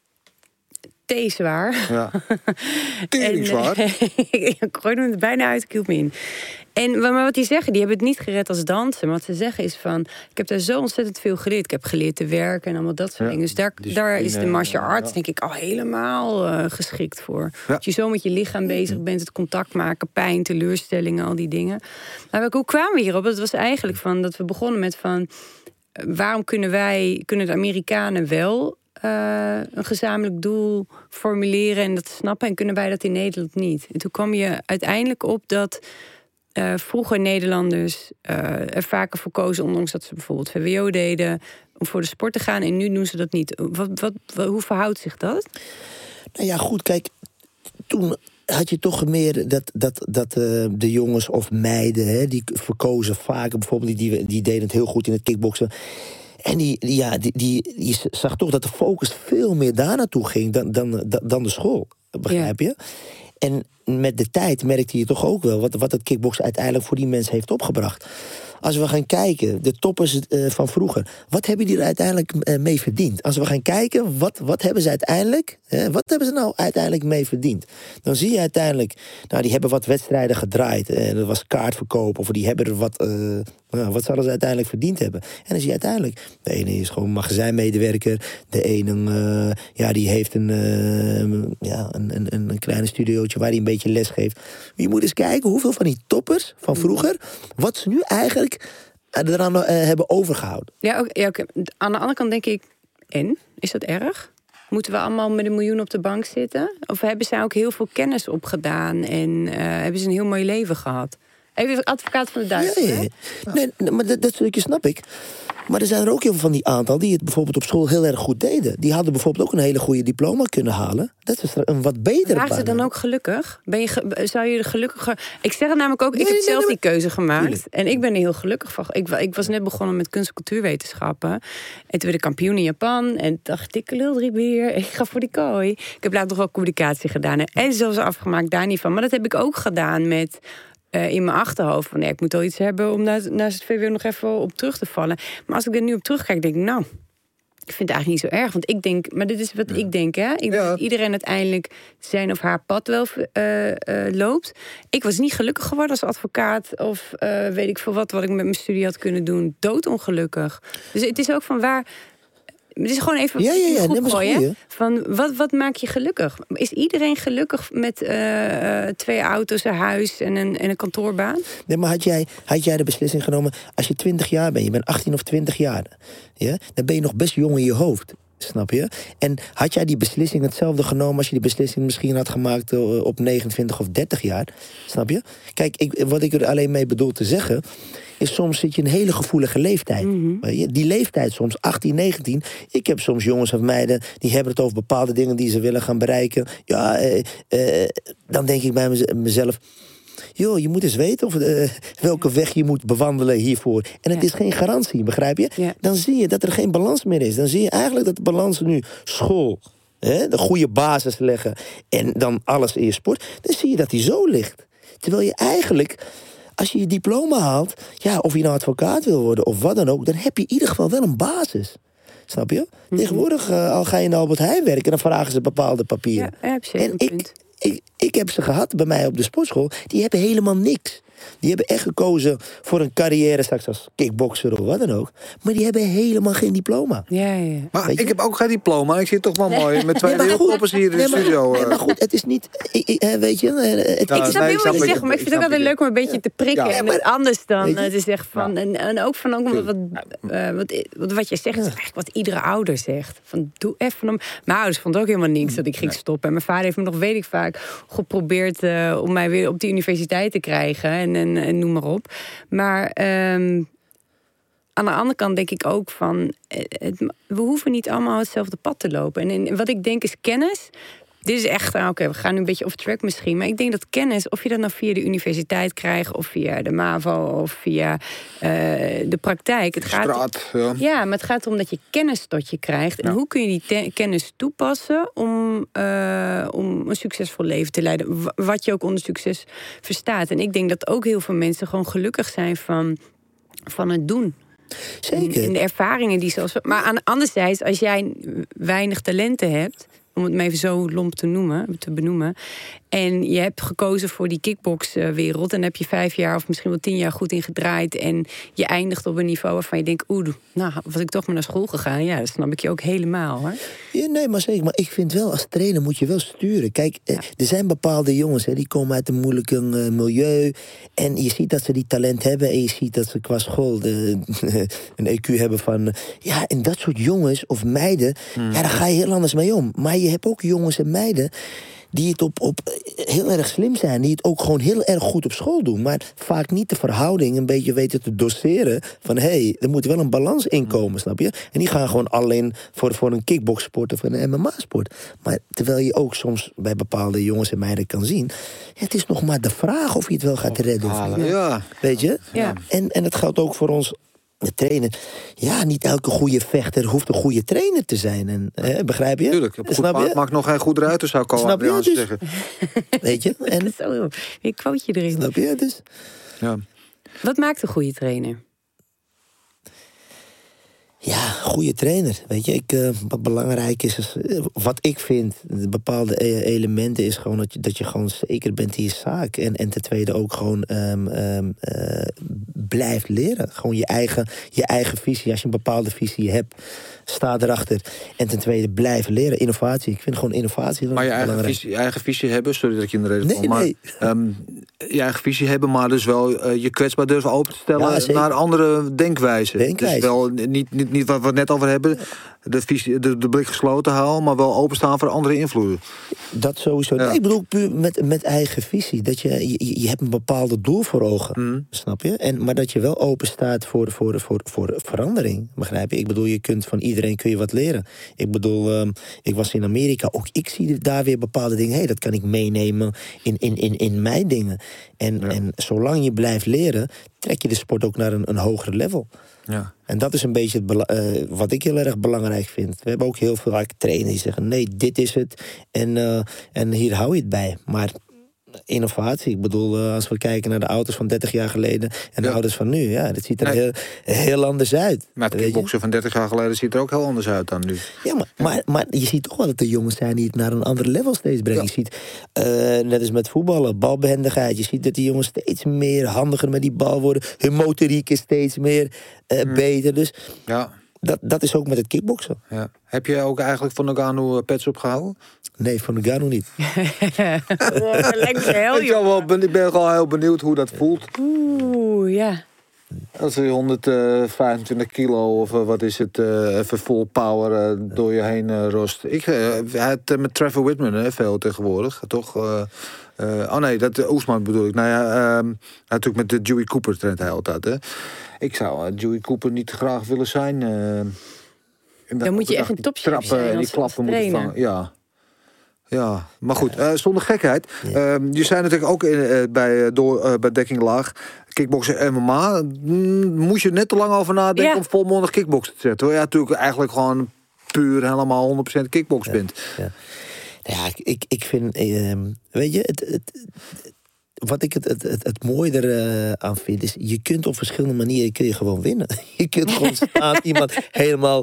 te zwaar. Ja. Tering zwaar. Ik gooi hem er bijna uit, ik hield me in. En maar wat die zeggen, die hebben het niet gered als dansen. Maar wat ze zeggen is van, ik heb daar zo ontzettend veel geleerd. Ik heb geleerd te werken en allemaal dat soort ja, dingen. Dus daar, daar is de martial arts, ja. denk ik, al helemaal uh, geschikt voor. Ja. Als je zo met je lichaam bezig bent, het contact maken, pijn, teleurstellingen, al die dingen. Maar hoe kwamen we hierop? Het was eigenlijk van, dat we begonnen met van, waarom kunnen wij, kunnen de Amerikanen wel Uh, een gezamenlijk doel formuleren en dat snappen, en kunnen wij dat in Nederland niet? En toen kwam je uiteindelijk op dat uh, vroeger Nederlanders uh, er vaker voor kozen, ondanks dat ze bijvoorbeeld V W O deden, om voor de sport te gaan, en nu doen ze dat niet. Wat, wat, wat, hoe verhoudt zich dat? Nou ja, goed, kijk, toen had je toch meer dat, dat, dat uh, de jongens of meiden, hè, die verkozen vaker, bijvoorbeeld, die, die deden het heel goed in het kickboksen. En die, die, ja, die, die, die zag toch dat de focus veel meer daar naartoe ging dan, dan, dan de school, begrijp je? En met de tijd merkte je toch ook wel wat, wat het kickboksen uiteindelijk voor die mensen heeft opgebracht. Als we gaan kijken, de toppers uh, van vroeger, wat hebben die er uiteindelijk uh, mee verdiend? Als we gaan kijken, wat, wat hebben ze uiteindelijk, hè, wat hebben ze nou uiteindelijk mee verdiend? Dan zie je uiteindelijk, nou, die hebben wat wedstrijden gedraaid. En dat was kaartverkoop, of die hebben er wat, uh, nou, wat zouden ze uiteindelijk verdiend hebben? En dan zie je uiteindelijk, de ene is gewoon magazijnmedewerker, de ene, uh, ja, die heeft een, uh, ja, een, een, een kleine studiootje waar hij een beetje les geeft. Je moet eens kijken hoeveel van die toppers van vroeger, wat ze nu eigenlijk eraan uh, hebben overgehouden. Ja, ook, ja, okay. Aan de andere kant denk ik, en? Is dat erg? Moeten we allemaal met een miljoen op de bank zitten? Of hebben zij ook heel veel kennis opgedaan en uh, hebben ze een heel mooi leven gehad? Even advocaat van de duivel. Ja, ja, ja. Nee, nee, maar dat, dat stukje snap ik. Maar er zijn er ook heel veel van die aantal die het bijvoorbeeld op school heel erg goed deden. Die hadden bijvoorbeeld ook een hele goede diploma kunnen halen. Dat is een wat betere baan. Waren ze dan ook gelukkig? Ben je ge- zou je er gelukkiger... Ik zeg het namelijk ook, Nee, ik heb nee, zelf nee, die keuze gemaakt. Tuurlijk. En ik ben er heel gelukkig van. Ik, ik was net begonnen met kunst- en cultuurwetenschappen. En toen werd ik kampioen in Japan. En dacht ik, lul drie bier, ik ga voor die kooi. Ik heb later nog wel communicatie gedaan. En zelfs afgemaakt, daar niet van. Maar dat heb ik ook gedaan met... Uh, in mijn achterhoofd van, nee, ik moet wel iets hebben om naast, naast het V W O nog even op terug te vallen. Maar als ik er nu op terugkijk, denk ik, nou, ik vind het eigenlijk niet zo erg. Want ik denk, maar dit is wat ja. ik denk, hè. Ik ja. denk dat iedereen uiteindelijk zijn of haar pad wel uh, uh, loopt. Ik was niet gelukkig geworden als advocaat of uh, weet ik veel wat, wat ik met mijn studie had kunnen doen. Doodongelukkig. Dus het is ook van waar... Het is gewoon even ja, ja, ja, goed nee, gooien. Van wat, wat maakt je gelukkig? Is iedereen gelukkig met uh, uh, twee auto's, een huis en een, en een kantoorbaan? Nee, maar had jij, had jij de beslissing genomen... als je twintig jaar bent, je bent achttien of twintig jaar... Ja, dan ben je nog best jong in je hoofd. Snap je? En had jij die beslissing hetzelfde genomen... als je die beslissing misschien had gemaakt uh, op negenentwintig of dertig jaar? Snap je? Kijk, ik, wat ik er alleen mee bedoel te zeggen... is soms zit je in een hele gevoelige leeftijd. Mm-hmm. Die leeftijd soms, achttien, negentien... Ik heb soms jongens of meiden... die hebben het over bepaalde dingen die ze willen gaan bereiken. Ja, eh, eh, dan denk ik bij mez- mezelf... joh, je moet eens weten of, uh, welke weg je moet bewandelen hiervoor. En het ja. is geen garantie, begrijp je? Ja. Dan zie je dat er geen balans meer is. Dan zie je eigenlijk dat de balans nu school... Hè, de goede basis leggen en dan alles in je sport... dan zie je dat die zo ligt. Terwijl je eigenlijk... als je je diploma haalt, ja, of je nou advocaat wil worden of wat dan ook... dan heb je in ieder geval wel een basis. Snap je? Mm-hmm. Tegenwoordig, uh, al ga je in de Albert Heijn werken... dan vragen ze bepaalde papieren. Ja, heb je en ik, punt. Ik, ik heb ze gehad bij mij op de sportschool. Die hebben helemaal niks. Die hebben echt gekozen voor een carrière straks als kickbokser of wat dan ook. Maar die hebben helemaal geen diploma. Ja, ja. Maar ik heb ook geen diploma. Ik zit toch wel mooi met twee nee, wereldtoppers hier in de nee, studio. Maar, nee, maar goed, het is niet... Ik, ik, weet je... Het, ja, ik snap heel wat je zegt, maar ik vind het ook altijd leuk om een beetje te prikken. Ja, en het anders dan uh, te zeggen van... Ja. En, en ook van ook wat, uh, wat, wat, wat je zegt, is eigenlijk wat iedere ouder zegt. Van doe even... Om... Mijn ouders vonden ook helemaal niks dat ik ging stoppen. En mijn vader heeft me nog, weet ik vaak, geprobeerd uh, om mij weer op de universiteit te krijgen. En, en, en noem maar op. Maar um, aan de andere kant denk ik ook van... Het, we hoeven niet allemaal hetzelfde pad te lopen. En, en wat ik denk is kennis... Dit is echt, oké, okay, we gaan nu een beetje off track misschien... maar ik denk dat kennis, of je dat nou via de universiteit krijgt... of via de MAVO, of via uh, de praktijk... Het gaat, Straat, ja. ja, maar het gaat erom dat je kennis tot je krijgt. En ja. hoe kun je die te- kennis toepassen... Om, uh, om een succesvol leven te leiden? W- wat je ook onder succes verstaat. En ik denk dat ook heel veel mensen gewoon gelukkig zijn van, van het doen... Zeker. En de ervaringen die zelfs... Maar aan, anderzijds, als jij weinig talenten hebt... om het maar even zo lomp te noemen, te benoemen... en je hebt gekozen voor die kickboxwereld... en heb je vijf jaar of misschien wel tien jaar goed in gedraaid... en je eindigt op een niveau waarvan je denkt... oeh, nou, was ik toch maar naar school gegaan? Ja, dat snap ik je ook helemaal, hoor. Ja, nee, maar zeker. Maar ik vind wel, als trainer moet je wel sturen. Kijk, ja. er zijn bepaalde jongens, hè, die komen uit een moeilijk uh, milieu... en je ziet dat ze die talent hebben... en je ziet dat ze qua school de, een E Q hebben van... Uh, ja, en dat soort jongens of meiden... Hmm. ja, daar ga je heel anders mee om. Maar je hebt ook jongens en meiden... die het op, op heel erg slim zijn. Die het ook gewoon heel erg goed op school doen. Maar vaak niet de verhouding een beetje weten te doseren. Van, hé, hey, er moet wel een balans in komen, snap je? En die gaan gewoon alleen voor, voor een kickboxsport of een M M A-sport. Maar terwijl je ook soms bij bepaalde jongens en meiden kan zien... Ja, het is nog maar de vraag of je het wel gaat redden of niet. Ja. Weet je? Ja. En, en dat geldt ook voor ons... De trainer, ja, niet elke goede vechter hoeft een goede trainer te zijn. En, hè, begrijp je? Tuurlijk, op goed Snap paard je? maakt nog geen goed ruiter, zou ik al Snap je? aan Dus- zeggen. Weet je? En, Zo, weer een quoteje erin. snap je? Dus, Ja. Wat maakt een goede trainer? ja, goede trainer. Weet je, ik, uh, wat belangrijk is, is uh, wat ik vind, de bepaalde e- elementen is gewoon dat je, dat je gewoon zeker bent in je zaak. En, en ten tweede ook gewoon um, um, uh, blijft leren. Gewoon je eigen, je eigen visie. Als je een bepaalde visie hebt, sta erachter. En ten tweede blijven leren. Innovatie. Ik vind gewoon innovatie Maar je eigen belangrijk. visie, je eigen visie hebben, sorry dat ik je in de reden Nee, val, maar nee. um, je eigen visie hebben, maar dus wel uh, je kwetsbaar durven open te stellen Ja, zeker. naar andere denkwijzen. Denkwijze. Dus wel niet, niet, niet wat we het net over hebben, de, visie, de, de blik gesloten houden, maar wel openstaan voor andere invloeden. Dat sowieso. Ja. Nee, ik bedoel puur met, met eigen visie. Dat je, je, je hebt een bepaalde doel voor ogen. Mm. Snap je? En, maar dat je wel open staat voor, voor, voor, voor verandering. Begrijp je? Ik bedoel, je kunt van iedereen kun je wat leren. Ik bedoel, um, ik was in Amerika. Ook ik zie daar weer bepaalde dingen. Hé, hey, dat kan ik meenemen in, in, in, in mijn dingen. En, Ja. en zolang je blijft leren, trek je de sport ook naar een, een hoger level. Ja. En dat is een beetje het bela- uh, wat ik heel erg belangrijk vind. We hebben ook heel veel trainers die zeggen... nee, dit is het en, uh, en hier hou je het bij. Maar innovatie, ik bedoel, uh, als we kijken naar de auto's van dertig jaar geleden... en de Ja. auto's van nu, ja, dat ziet er Nee. heel, heel anders uit. Maar het weet je? kickboksen van dertig jaar geleden ziet er ook heel anders uit dan nu. Ja, maar, maar, maar je ziet toch wel dat er jongens zijn die het naar een ander level steeds brengen. Ja. Je ziet, uh, net als met voetballen, balbehendigheid. Je ziet dat die jongens steeds meer handiger met die bal worden. Hun motoriek is steeds meer uh, Mm. beter. Dus Ja. dat, dat is ook met het kickboksen. Ja. Heb je ook eigenlijk van Nagano pets opgehouden? Nee, van Nagano niet. Lekker heel, Ik, zou wel, ben, ik ben gewoon heel benieuwd hoe dat voelt. Oeh, ja. Als je honderdvijfentwintig kilo of uh, wat is het, uh, even full power uh, door je heen uh, rost. Ik uh, hij had uh, met Trevor Whitman uh, veel tegenwoordig, toch? Uh, uh, oh nee, dat uh, Oesman bedoel ik. Nou ja, uh, natuurlijk met de Dewey Cooper traint hij altijd. Hè. Ik zou uh, Dewey Cooper niet graag willen zijn. Uh, Dan moet je echt een topchef trappen zijn en die als- klappen als moeten trainer. vangen. Ja. Ja, maar goed, uh, zonder gekheid. Uh, je zei natuurlijk ook in, uh, bij, uh, door, uh, bij Dekking Laag, kickboksen M M A. Mm, moest je net te lang over nadenken Ja. om volmondig kickboksen te zetten. Hoor. Ja, natuurlijk eigenlijk gewoon puur helemaal honderd procent kickbox bent. Ja, nou ja ik, ik, ik vind, eh, weet je, het, het, wat ik het, het, het, het mooie er uh, aan vind, is je kunt op verschillende manieren kun je gewoon winnen. Je kunt gewoon staan, iemand helemaal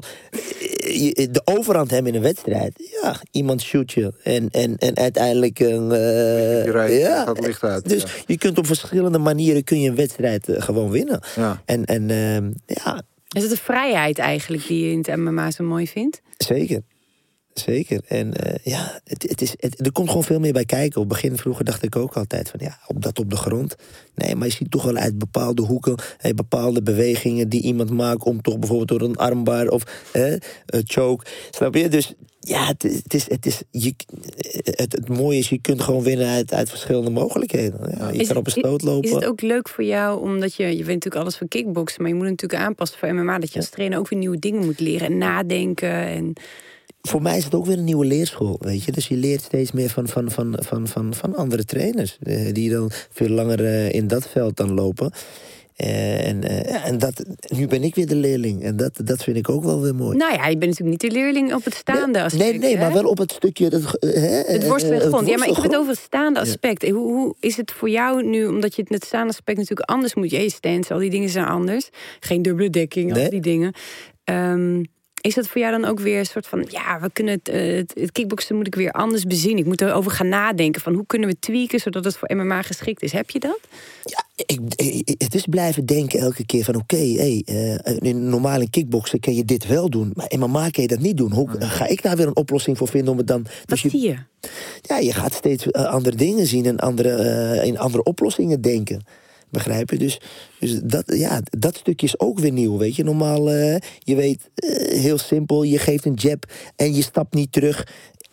uh, de overhand hebben in een wedstrijd. Ja, iemand shoot je en, en, en uiteindelijk een... Uh, Je rijdt, ja, gaat licht uit. dus Ja. je kunt op verschillende manieren kun je een wedstrijd uh, gewoon winnen. Ja. En, en uh, ja, Is het de vrijheid eigenlijk die je in het M M A zo mooi vindt? zeker. Zeker. En uh, ja, het, het is, het, er komt gewoon veel meer bij kijken. Op het begin vroeger dacht ik ook altijd van ja, op dat op de grond. Nee, maar je ziet toch wel uit bepaalde hoeken, hey, bepaalde bewegingen die iemand maakt om toch bijvoorbeeld door een armbar of eh, een choke. Snap je? Dus ja, het, het is, het, is je, het, het mooie is, je kunt gewoon winnen uit, uit verschillende mogelijkheden. Ja, je Is kan het- op een stoot lopen. Is het ook leuk voor jou, omdat je, je weet natuurlijk alles van kickboksen, maar je moet het natuurlijk aanpassen voor M M A, dat je als trainer ook weer nieuwe dingen moet leren en nadenken. En Voor mij is het ook weer een nieuwe leerschool, weet je. Dus je leert steeds meer van, van, van, van, van, van andere trainers. eh, die dan veel langer eh, in dat veld dan lopen. Eh, en eh, ja, en dat, nu ben ik weer de leerling. En dat, dat vind ik ook wel weer mooi. nou ja, je bent natuurlijk niet de leerling op het staande nee, aspect. nee, nee, hè? maar wel op het stukje... Dat, eh, hè, Het worstelen eh, grond. Ja, maar ik heb het worstelgrond. over het staande aspect. Hoe, hoe is het voor jou nu, omdat je het met staande aspect natuurlijk anders moet? Je stance, al die dingen zijn anders. Geen dubbele dekking, Nee. al die dingen. Um, is dat voor jou dan ook weer een soort van, ja, we kunnen het, uh, het, het kickboksen moet ik weer anders bezien. Ik moet erover gaan nadenken van hoe kunnen we tweaken zodat het voor M M A geschikt is. Heb je dat? Ja, ik, ik- het is blijven denken elke keer van... oké, hey, eh, in normaal in kickboksen kun je dit wel doen... maar in M M A kun je dat niet doen. Hoe ga ik daar weer een oplossing voor vinden om het dan... Wat Dus je, zie je? ja, je gaat steeds eh, andere dingen zien... en andere, eh, in andere oplossingen denken. Begrijp je? Dus, dus dat, ja, dat stukje is ook weer nieuw, weet je. Normaal, eh, je weet, eh, heel simpel, je geeft een jab... en je stapt niet terug...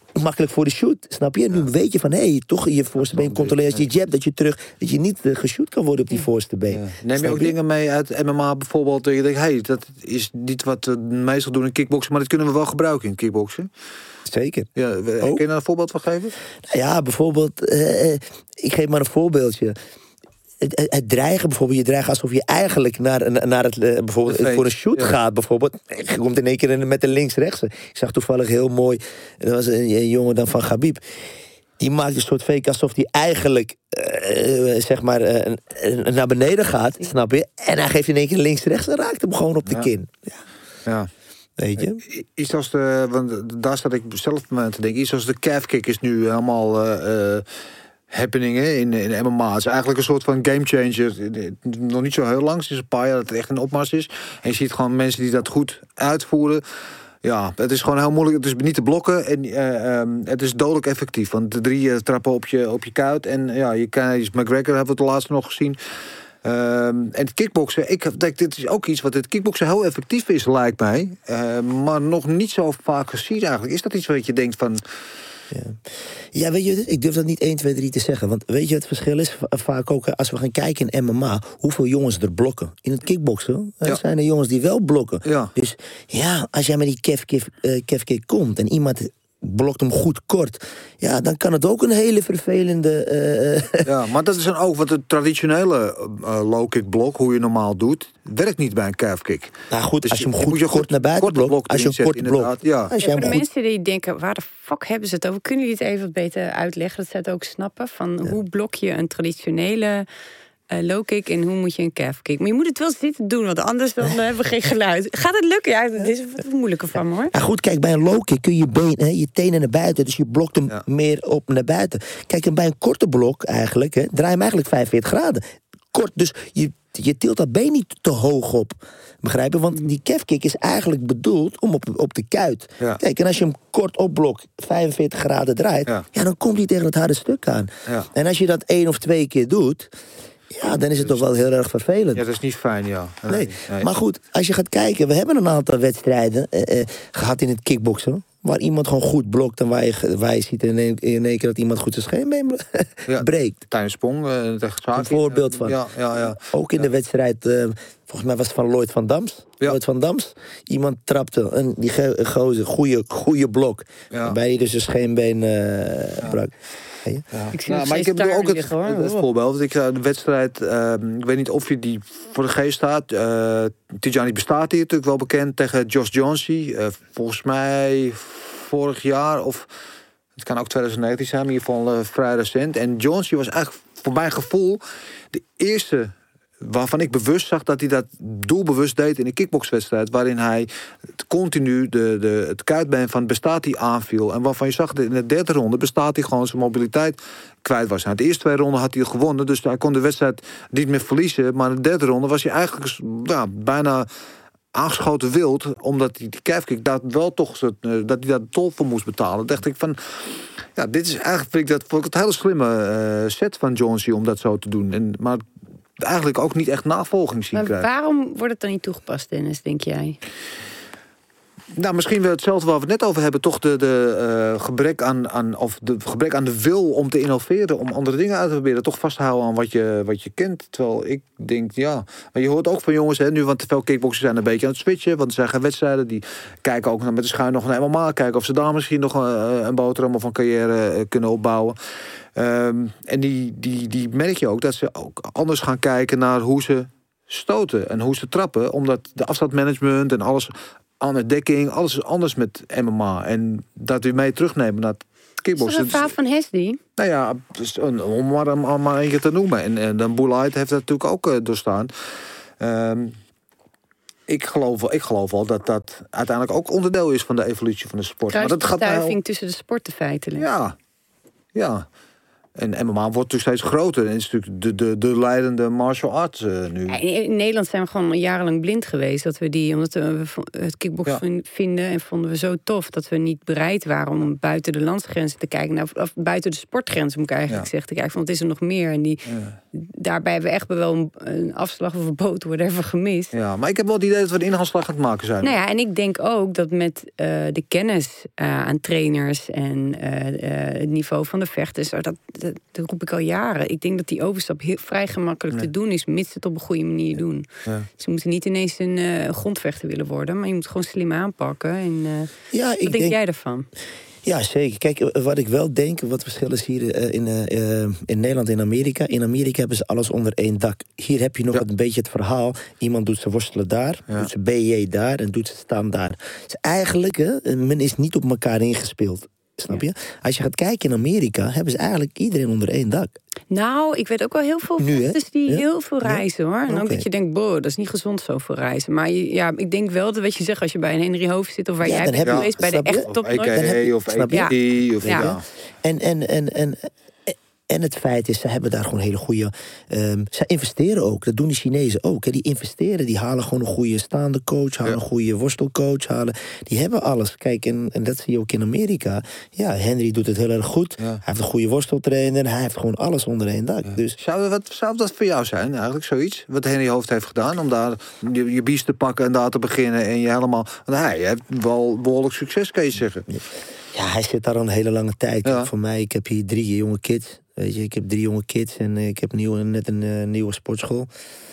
makkelijk voor de shoot, snap je? Nu ja. weet je van, hé, hey, toch je voorste been controleert je jab, dat je terug, dat je niet uh, geshoot kan worden op die voorste been. Ja. Neem je snap ook je? dingen mee uit M M A bijvoorbeeld, dat je denkt, hé, hey, dat is niet wat we meestal doen in kickboksen, maar dat kunnen we wel gebruiken in kickboksen? Zeker. Ja, kun je daar een voorbeeld van geven? Nou ja, bijvoorbeeld, uh, ik geef maar een voorbeeldje. Het, het dreigen bijvoorbeeld, je dreigt alsof je eigenlijk naar, naar het, uh, bijvoorbeeld het voor een shoot ja. gaat bijvoorbeeld. Je komt in één keer met de links-rechtse. Ik zag toevallig heel mooi, dat was een, een jongen dan van Khabib. Die maakt een soort fake alsof hij eigenlijk, uh, zeg maar, uh, naar beneden gaat, snap je? En hij geeft in één keer links-rechts en raakt hem gewoon op de ja. kin. Ja. ja. Weet je? Iets als de, want daar staat ik zelf aan te denken, iets als de calf kick is nu helemaal Uh, uh, happeningen in, in M M A. Het is eigenlijk een soort van gamechanger. Nog niet zo heel lang, het is een paar jaar dat het echt een opmars is. En je ziet gewoon mensen die dat goed uitvoeren. Ja, het is gewoon heel moeilijk. Het is niet te blokken en uh, um, het is dodelijk effectief. Want de drie uh, trappen op je, op je kuit. En ja, je kan, McGregor hebben we het laatst nog gezien. Um, en het kickboksen, ik denk, dit is ook iets wat het kickboksen heel effectief is, lijkt mij. Uh, maar nog niet zo vaak gezien eigenlijk. Is dat iets wat je denkt van... Ja. ja, weet je, ik durf dat niet één, twee, drie te zeggen. Want weet je, het verschil is vaak ook, als we gaan kijken in M M A, hoeveel jongens er blokken. In het kickboksen ja. zijn er jongens die wel blokken. Ja. Dus ja, als jij met die calf kick uh, komt en iemand blokt hem goed kort, ja, dan kan het ook een hele vervelende... Uh... Ja, maar dat is dan ook wat de traditionele uh, low kick blok, hoe je normaal doet, werkt niet bij een calf kick. Nou goed, dus als je hem goed je kort goed, naar buiten blokt, blok als je hem kort blokt. Ja. Als je ja, voor de goed... mensen die denken, waar de fuck hebben ze het over? Kunnen jullie het even wat beter uitleggen, dat ze het ook snappen? Van ja. hoe blok je een traditionele uh, low kick en hoe moet je een calf kick? Maar je moet het wel zitten doen, want anders dan hebben we geen geluid. Gaat het lukken? Ja, dit is wat moeilijker van me, hoor. Ja, goed, kijk, bij een low kick kun je been, hè, je tenen naar buiten, dus je blokt hem ja. meer op naar buiten. Kijk, en bij een korte blok eigenlijk, hè, draai hem eigenlijk vijfenveertig graden. Kort, dus je, je tilt dat been niet te hoog op. Begrijp je? Want die calfkick is eigenlijk bedoeld om op, op de kuit. Ja. Kijk, en als je hem kort opblokt, vijfenveertig graden draait, ja. ja, dan komt hij tegen het harde stuk aan. Ja. En als je dat één of twee keer doet, ja, dan is het toch wel heel erg vervelend. Ja, dat is niet fijn, ja. Nee, nee. nee. Maar goed, als je gaat kijken, we hebben een aantal wedstrijden uh, uh, gehad in het kickboksen, waar iemand gewoon goed blokt en waar je, waar je ziet in één, in één keer dat iemand goed zijn scheenbeen ja, breekt. Tijdens Sprong, uh, een voorbeeld van. Ja, ja, ja. Ook in ja. de wedstrijd, uh, volgens mij was het van Lloyd van Dams. Ja. Lloyd van Dams. Iemand trapte een die ge- gozer, goede, goede blok. Ja. Waarbij hij dus zijn scheenbeen uh, ja. brak. Ja. Ik zie nou, maar ik heb ook het, liggen, het, het voorbeeld. Ik de wedstrijd, uh, ik weet niet of je die voor de geest staat. Uh, Tijani bestaat hier natuurlijk wel bekend tegen Josh Jonesy. Uh, volgens mij vorig jaar of het kan ook twintig negentien zijn, maar in ieder geval uh, vrij recent. En Jonesy was eigenlijk voor mijn gevoel de eerste waarvan ik bewust zag dat hij dat doelbewust deed in een kickboxwedstrijd, waarin hij continu de, de, het kuitbeen van Bestati aanviel. En waarvan je zag dat in de derde ronde Bestati gewoon zijn mobiliteit kwijt was. Nou, de eerste twee ronden had hij gewoon, dus hij kon de wedstrijd niet meer verliezen. Maar in de derde ronde was hij eigenlijk ja, bijna aangeschoten wild, omdat hij die calfkick dat wel toch dat hij daar de tol voor moest betalen. Dacht ik van, ja, dit is eigenlijk vind ik dat vond ik het hele slimme uh, set van Jonesy om dat zo te doen. En maar eigenlijk ook niet echt navolging zien maar krijgen. Waarom wordt het dan niet toegepast, Dennis, denk jij? Nou, misschien wel hetzelfde waar we het net over hebben. Toch de, de uh, gebrek aan, aan of de gebrek aan de wil om te innoveren, om andere dingen uit te proberen. Toch vasthouden aan wat je, wat je kent. Terwijl ik denk, ja. Maar je hoort ook van jongens, hè, nu, want veel kickboxers zijn een beetje aan het switchen. Want er zijn geen wedstrijden. Die kijken ook met de schuin nog naar M M A. Kijken of ze daar misschien nog een, een boterham of een carrière uh, kunnen opbouwen. Um, en die, die, die merk je ook dat ze ook anders gaan kijken naar hoe ze stoten en hoe ze trappen. Omdat de afstandmanagement en alles, andere dekking, alles is anders met M M A. En dat we mee terugnemen naar het kickboksen. Is dat een verhaal van Hesdy? Nou ja, om maar, om maar een keer te noemen. En, en dan Boelight heeft dat natuurlijk ook uh, doorstaan. Um, Ik geloof, wel, ik geloof wel dat dat uiteindelijk ook onderdeel is van de evolutie van de sport. Maar dat gaat tussen de sporten feitelijk. Ja, ja. En M M A wordt natuurlijk steeds groter. En het is natuurlijk de, de, de leidende martial arts uh, nu. Ja, in, in Nederland zijn we gewoon jarenlang blind geweest. Dat we die, omdat we het kickboksen ja. vinden en vonden we zo tof dat we niet bereid waren om buiten de landsgrenzen te kijken. Nou, of buiten de sportgrenzen moet ik eigenlijk ja. zeggen. Te kijken, want wat is er nog meer? En die, ja. daarbij hebben we echt wel een, een afslag of een boot worden even gemist. Ja, maar ik heb wel het idee dat we een inhaalslag aan het maken zijn. Nou ja, en ik denk ook dat met uh, de kennis uh, aan trainers en uh, uh, het niveau van de vechters, dat, dat, dat roep ik al jaren. Ik denk dat die overstap heel, vrij gemakkelijk nee. te doen is, mits het op een goede manier doen. Ja. Ze moeten niet ineens een uh, grondvechter willen worden, maar je moet gewoon slim aanpakken. En, uh, ja, wat denk, denk jij daarvan? Ja, zeker. Kijk, wat ik wel denk, wat verschil is hier uh, in, uh, in Nederland en Amerika. In Amerika hebben ze alles onder één dak. Hier heb je nog ja. een beetje het verhaal. Iemand doet ze worstelen daar, ja. doet ze B J daar en doet ze staan daar. Dus eigenlijk, uh, men is niet op elkaar ingespeeld. Snap je? Ja. Als je gaat kijken in Amerika, hebben ze eigenlijk iedereen onder één dak. Nou, ik weet ook wel heel veel vechters die ja? heel veel reizen, hoor. En okay. ook dat je denkt, boh, dat is niet gezond zoveel reizen. Maar je, ja, ik denk wel dat wat je zegt, als je bij een Henry Hoofd zit of waar ja, jij bent geweest, bij de echte top. Of A K A of A K I. Of ja. Ja. En, en, en, en, en het feit is, ze hebben daar gewoon hele goede... Um, ze investeren ook, dat doen de Chinezen ook. Hè. Die investeren, die halen gewoon een goede staande coach, halen ja. een goede worstelcoach, halen... Die hebben alles. Kijk, en, en dat zie je ook in Amerika. Ja, Henry doet het heel erg goed. Ja. Hij heeft een goede worsteltrainer. Hij heeft gewoon alles onder één dak. Ja. Dus... Zou, wat, zou dat voor jou zijn, eigenlijk, zoiets? Wat Henry Hoofd heeft gedaan, om daar je, je bies te pakken en daar te beginnen en je helemaal... Want hij heeft wel behoorlijk succes, kan je zeggen. Ja, ja hij zit daar al een hele lange tijd. Ja. Voor mij, ik heb hier drie jonge kids... Weet je, ik heb drie jonge kids en ik heb nieuw, net een uh, nieuwe sportschool.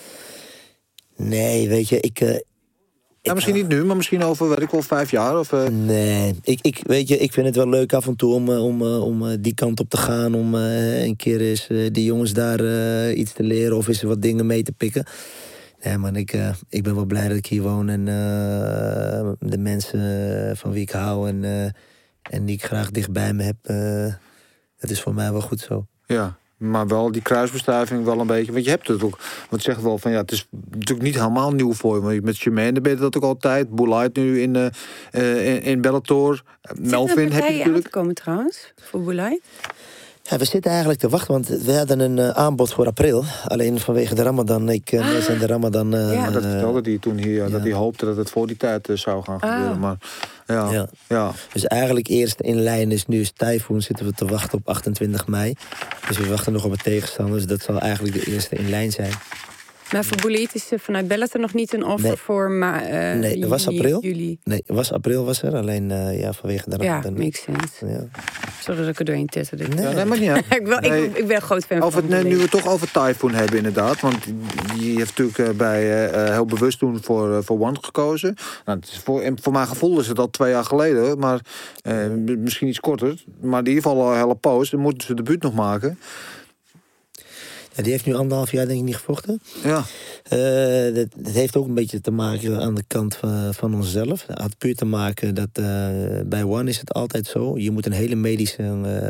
Nee, weet je, ik... Uh, ja, ik misschien niet nu, maar misschien over, weet ik wel, vijf jaar? Of, uh... Nee, ik, ik, weet je, ik vind het wel leuk af en toe om, om, om die kant op te gaan. Om uh, een keer eens uh, die jongens daar uh, iets te leren of eens wat dingen mee te pikken. Nee, man, ik, uh, ik ben wel blij dat ik hier woon. En uh, de mensen van wie ik hou en, uh, en die ik graag dichtbij me heb... Uh, dat is voor mij wel goed zo. Ja, maar wel die kruisbestuiving wel een beetje. Want je hebt het ook. Want je zegt wel van ja, het is natuurlijk niet helemaal nieuw voor je. Maar met Jermaine ben je dat ook altijd. Boulait nu in, uh, in, in Bellator. Melvin heb je natuurlijk. Aan te komen trouwens voor Boulait? Ja, we zitten eigenlijk te wachten, want we hadden een uh, aanbod voor april. Alleen vanwege de Ramadan. Ik uh, ah. zijn de Ramadan. Uh, ja, dat vertelde hij toen hier. Ja. Dat hij hoopte dat het voor die tijd uh, zou gaan gebeuren. Ah. Maar ja, ja. ja. Dus eigenlijk eerst in lijn is nu is Typhoon. Zitten we te wachten op achtentwintig mei. Dus we wachten nog op een tegenstander. Dus dat zal eigenlijk de eerste in lijn zijn. Maar voor Boulait is er vanuit Bellator nog niet een offer nee. voor ma- uh, Nee, het was april. Juli. Nee, het was april was er. Alleen uh, ja, vanwege de Ramadan. Ja, makes sense. Ja. Sorry dat ik er doorheen tetterde. Nee, ja, nee, maar niet uit. ik, wil, nee. ik, ik ben een groot fan over van het, Nu we het toch over Typhoon hebben inderdaad. Want die heeft natuurlijk uh, bij uh, heel bewust toen voor, uh, voor One gekozen. Nou, het is voor, voor mijn gevoel is het al twee jaar geleden. Maar uh, misschien iets korter. Maar in ieder geval al een hele poos. Dan moeten ze de debuut nog maken. Ja, die heeft nu anderhalf jaar denk ik niet gevochten. Ja. Uh, dat, dat heeft ook een beetje te maken aan de kant van, van onszelf. Het had puur te maken dat uh, bij One is het altijd zo. Je moet een hele medische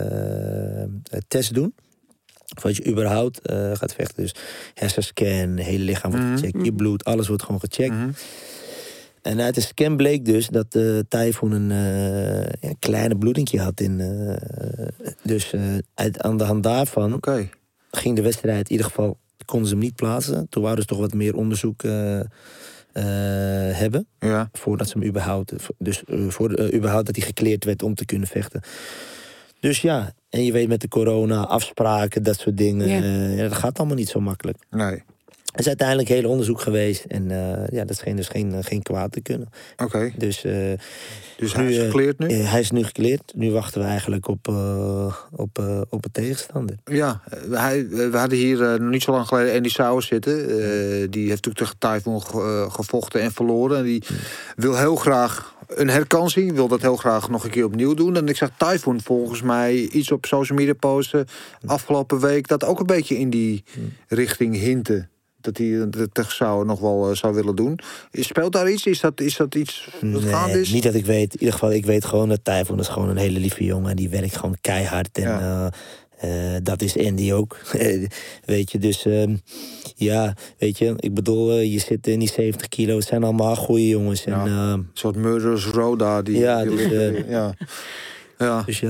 uh, test doen. Voordat je überhaupt uh, gaat vechten. Dus hersenscan, hele lichaam wordt mm-hmm. gecheckt. Je bloed, alles wordt gewoon gecheckt. Mm-hmm. En uit de scan bleek dus dat uh, Typhoon een uh, ja, kleine bloedingje had. In, uh, dus uh, uit, aan de hand daarvan... Okay. ging de wedstrijd, in ieder geval konden ze hem niet plaatsen. Toen wouden ze toch wat meer onderzoek uh, uh, hebben. Ja. Voordat ze hem überhaupt... Dus uh, voor, uh, überhaupt dat hij gekleerd werd om te kunnen vechten. Dus ja, en je weet met de corona, afspraken, dat soort dingen. Ja. Uh, ja, dat gaat allemaal niet zo makkelijk. Nee. Er is uiteindelijk heel onderzoek geweest. En uh, ja, dat scheen dus geen, geen kwaad te kunnen. Oké. Okay. Dus, uh, dus hij nu, is gekleerd nu? Uh, hij is nu gekleerd. Nu wachten we eigenlijk op, uh, op, uh, op een tegenstander. Ja, hij, we hadden hier uh, nog niet zo lang geleden Andy Sauers zitten. Uh, die heeft natuurlijk tegen Typhoon uh, gevochten en verloren. En die hmm. wil heel graag een herkansing. Wil dat heel graag nog een keer opnieuw doen. En ik zag Typhoon volgens mij iets op social media posten afgelopen week. Dat ook een beetje in die hmm. richting hinten. Dat hij het zou nog wel uh, zou willen doen. Speelt daar iets? Is dat, is dat iets wat nee, gaande is? Niet dat ik weet. In ieder geval, ik weet gewoon dat Typhoon is gewoon een hele lieve jongen. En die werkt gewoon keihard. En ja. uh, uh, dat is Andy ook. Weet je, dus uh, ja, weet je. Ik bedoel, uh, je zit in die zeventig kilo. Het zijn allemaal goede jongens. Ja, en, uh, een soort Murderers Row daar. Die, ja, die dus, liggen, uh, ja. ja. Dus ja.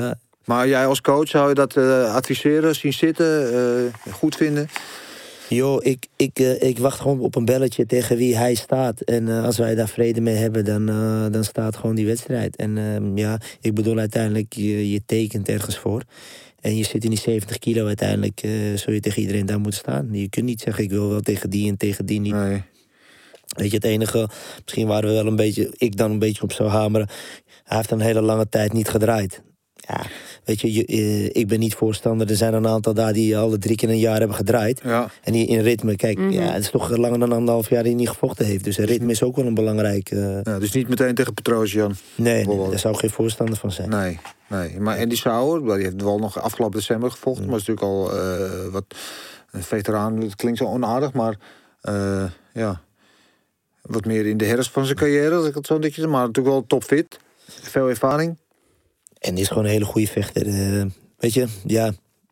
Maar jij als coach, zou je dat uh, adviseren, zien zitten, uh, goed vinden? Joh, ik, ik, uh, ik wacht gewoon op een belletje tegen wie hij staat. En uh, als wij daar vrede mee hebben, dan, uh, dan staat gewoon die wedstrijd. En uh, ja, ik bedoel uiteindelijk, je, je tekent ergens voor. En je zit in die zeventig kilo uiteindelijk, uh, zul je tegen iedereen daar moeten staan. Je kunt niet zeggen, ik wil wel tegen die en tegen die niet. Nee. Weet je, het enige, misschien waren we wel een beetje, ik dan een beetje op zou hameren. Hij heeft een hele lange tijd niet gedraaid. Ja, weet je, je uh, ik ben niet voorstander. Er zijn een aantal daar die alle drie keer een jaar hebben gedraaid. Ja. En die in ritme, kijk, mm-hmm. ja, het is toch langer dan anderhalf jaar die niet gevochten heeft. Dus ritme is ook wel een belangrijk... Uh... Ja, dus niet meteen tegen Petrosian? Nee, nee, daar zou ik geen voorstander van zijn. Nee, nee. Maar Andy Souwer, die heeft wel nog afgelopen december gevochten. Mm. Maar is natuurlijk al uh, wat een veteraan. Het klinkt zo onaardig, maar uh, ja... Wat meer in de herfst van zijn carrière, als ik het zo ditje, maar natuurlijk wel topfit. Veel ervaring. En die is gewoon een hele goede vechter. Uh, weet je, ja.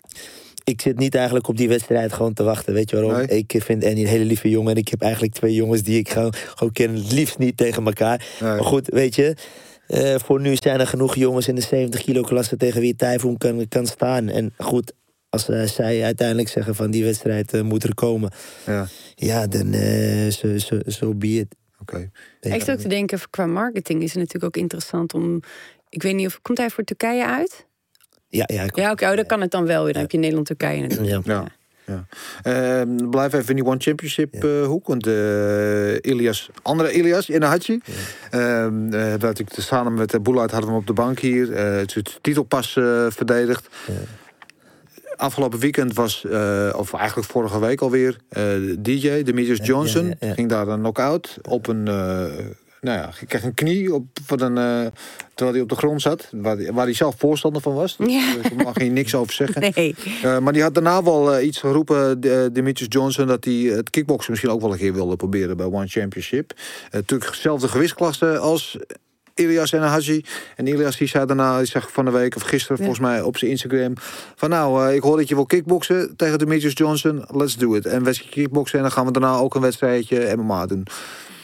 Ik zit niet eigenlijk op die wedstrijd gewoon te wachten. Weet je waarom? Nee. Ik vind Andy een hele lieve jongen. En ik heb eigenlijk twee jongens die ik gewoon, gewoon ken. Het liefst niet tegen elkaar. Nee. Maar goed, weet je. Uh, voor nu zijn er genoeg jongens in de zeventig kilo klasse tegen wie Taifoen kan, kan staan. En goed, als uh, zij uiteindelijk zeggen van die wedstrijd uh, moet er komen. Ja, ja dan uh, zo so, so, so be it. Oké. Okay. Ik zat ook te denken, qua marketing is het natuurlijk ook interessant om... Ik weet niet of... Komt hij voor Turkije uit? Ja, ja. Ja, oké, okay, oh, dan kan het dan wel weer. Dan heb je Nederland-Turkije natuurlijk. Ja. ja. ja. Uh, blijf even in die One Championship ja. uh, hoek. Want uh, Ilias, andere Ilias, Enahachi. Ja. Uh, uh, natuurlijk samen met uh, Boulait hadden we hem op de bank hier. Uh, het titelpas uh, verdedigd. Ja. Afgelopen weekend was, uh, of eigenlijk vorige week alweer, uh, D J, Demetrius Johnson. Ja, ja, ja. Ging daar een knock-out op een... Uh, nou ja, kreeg een knie op, van een, uh, terwijl hij op de grond zat. Waar, waar hij zelf voorstander van was. Ja. Dus daar mag je niks over zeggen. Nee. Uh, maar die had daarna wel uh, iets geroepen, uh, Demetrius Johnson... dat hij het kickboksen misschien ook wel een keer wilde proberen bij One Championship. Uh, natuurlijk dezelfde gewichtsklasse als... Ilias Enahachi. En Ilias die zei daarna, die zag van de week of gisteren ja. volgens mij op zijn Instagram... van nou, uh, ik hoor dat je wil kickboksen tegen Demetrius Johnson. Let's do it. En wedstrijd kickboksen en dan gaan we daarna ook een wedstrijdje M M A doen.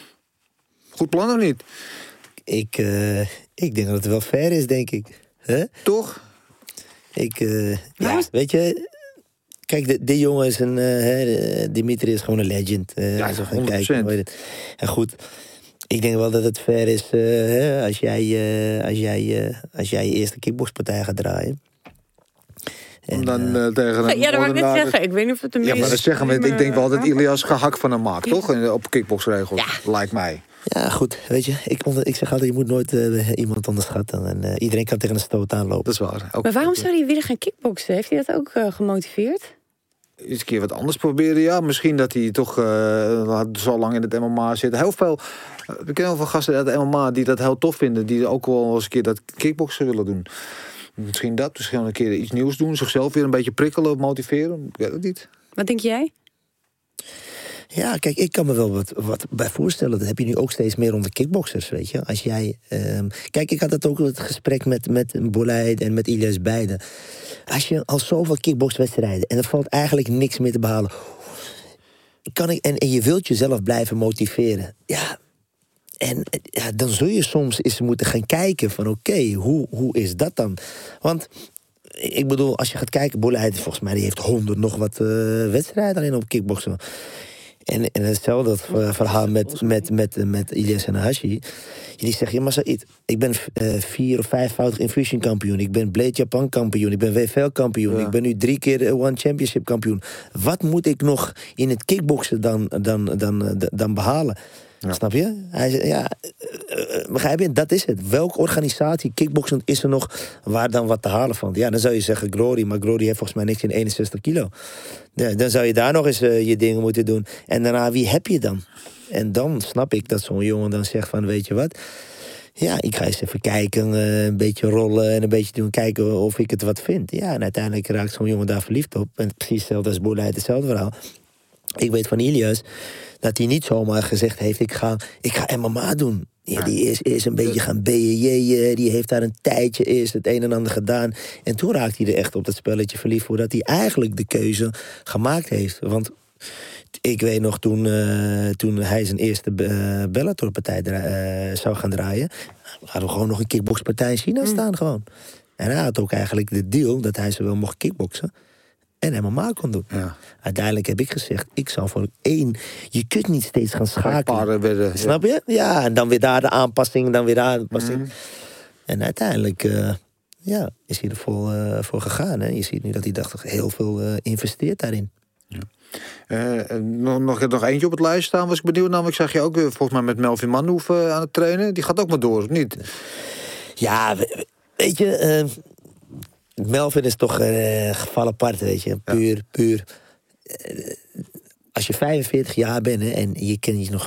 Goed plan of niet? Ik, uh, ik denk dat het wel fair is, denk ik. Huh? Toch? Ik, uh, ja, weet je... Kijk, de, die jongen is een... Uh, Dimitri is gewoon een legend. Uh, ja, zo gaan kijken. En goed... Ik denk wel dat het fair is uh, hè, als, jij, uh, als, jij, uh, als jij je eerste kickboxpartij gaat draaien. En, Om dan uh, tegen een... Ja, dat wou ik net zeggen. Ik weet niet of het een Ja, maar dat zeggen we, ik denk wel dat Ilias gehakt van hem maakt, toch? Op kickboxregels, ja. Lijkt mij. Ja, goed. Weet je, ik, onder, ik zeg altijd, je moet nooit uh, iemand onderschatten. En uh, iedereen kan tegen een stoot aanlopen. Dat is waar. Ook, maar waarom zou hij willen gaan kickboksen? Heeft hij dat ook uh, gemotiveerd? Eens een keer wat anders proberen, ja. Misschien dat hij toch uh, zo lang in het M M A zit. Heel veel, uh, we kennen heel veel gasten uit het M M A die dat heel tof vinden. Die ook wel eens een keer dat kickboksen willen doen. Misschien dat, misschien een keer iets nieuws doen. Zichzelf weer een beetje prikkelen, motiveren. Ik weet het niet. Wat denk jij? Ja, kijk, ik kan me wel wat, wat bij voorstellen. Dat heb je nu ook steeds meer onder kickboxers, weet je. Als jij... Um, kijk, ik had het ook het gesprek met, met Boulait en met Ilias beiden. Als je al zoveel kickboxwedstrijden... en er valt eigenlijk niks meer te behalen... Kan ik, en, en je wilt jezelf blijven motiveren. Ja, en ja, dan zul je soms eens moeten gaan kijken van... oké, okay, hoe, hoe is dat dan? Want... Ik bedoel, als je gaat kijken... Boulait, volgens mij, die heeft honderd nog wat uh, wedstrijden alleen op kickboksen. En, en hetzelfde verhaal met, met, met, met Ilias Enahachi. Die zegt, ja, maar Said, ik ben uh, vier- of vijfvoudig Infusion kampioen. Ik ben Blade Japan kampioen. Ik ben W F L kampioen. Ja. Ik ben nu drie keer One Championship kampioen. Wat moet ik nog in het kickboksen dan, dan, dan, dan, dan behalen? Ja. Snap je? Hij zei, ja, uh, begrijp je? Dat is het. Welke organisatie, kickboksen, is er nog waar dan wat te halen van? Ja, dan zou je zeggen Glory, maar Glory heeft volgens mij niks in eenenzestig kilo. Ja, dan zou je daar nog eens uh, je dingen moeten doen. En daarna, wie heb je dan? En dan snap ik dat zo'n jongen dan zegt van, weet je wat? Ja, ik ga eens even kijken, uh, een beetje rollen en een beetje doen, kijken of ik het wat vind. Ja, en uiteindelijk raakt zo'n jongen daar verliefd op. En precies hetzelfde als Boulait, hetzelfde verhaal. Ik weet van Ilias dat hij niet zomaar gezegd heeft, ik ga, ik ga M M A doen. Ja, die is, is een beetje gaan B J J'en, die heeft daar een tijdje eerst het een en ander gedaan. En toen raakte hij er echt op dat spelletje verliefd, voordat hij eigenlijk de keuze gemaakt heeft. Want ik weet nog, toen, uh, toen hij zijn eerste uh, Bellator-partij uh, zou gaan draaien, hadden we gewoon nog een kickboxpartij in China staan, mm. gewoon. En hij had ook eigenlijk de deal dat hij zowel mocht kickboksen en M M A kon doen. Ja. Uiteindelijk heb ik gezegd, ik zou voor één... Je kunt niet steeds gaan schakelen. Werden, Snap je? Ja, en dan weer daar de aanpassing, dan weer daar de aanpassing. Mm. En uiteindelijk uh, ja, is hij er vol, uh, voor gegaan. Hè? Je ziet nu dat hij dacht, heel veel uh, investeert daarin. Ja. Uh, nog, nog, nog eentje op het lijst staan, was ik benieuwd. Namelijk zag je ook uh, volgens mij met Melvin Manhoef uh, aan het trainen. Die gaat ook maar door, of niet? Ja, weet je... Uh, Melvin is toch een uh, geval apart, weet je. Puur, ja. puur. Uh, als je vijfenveertig jaar bent hè, en je kan je nog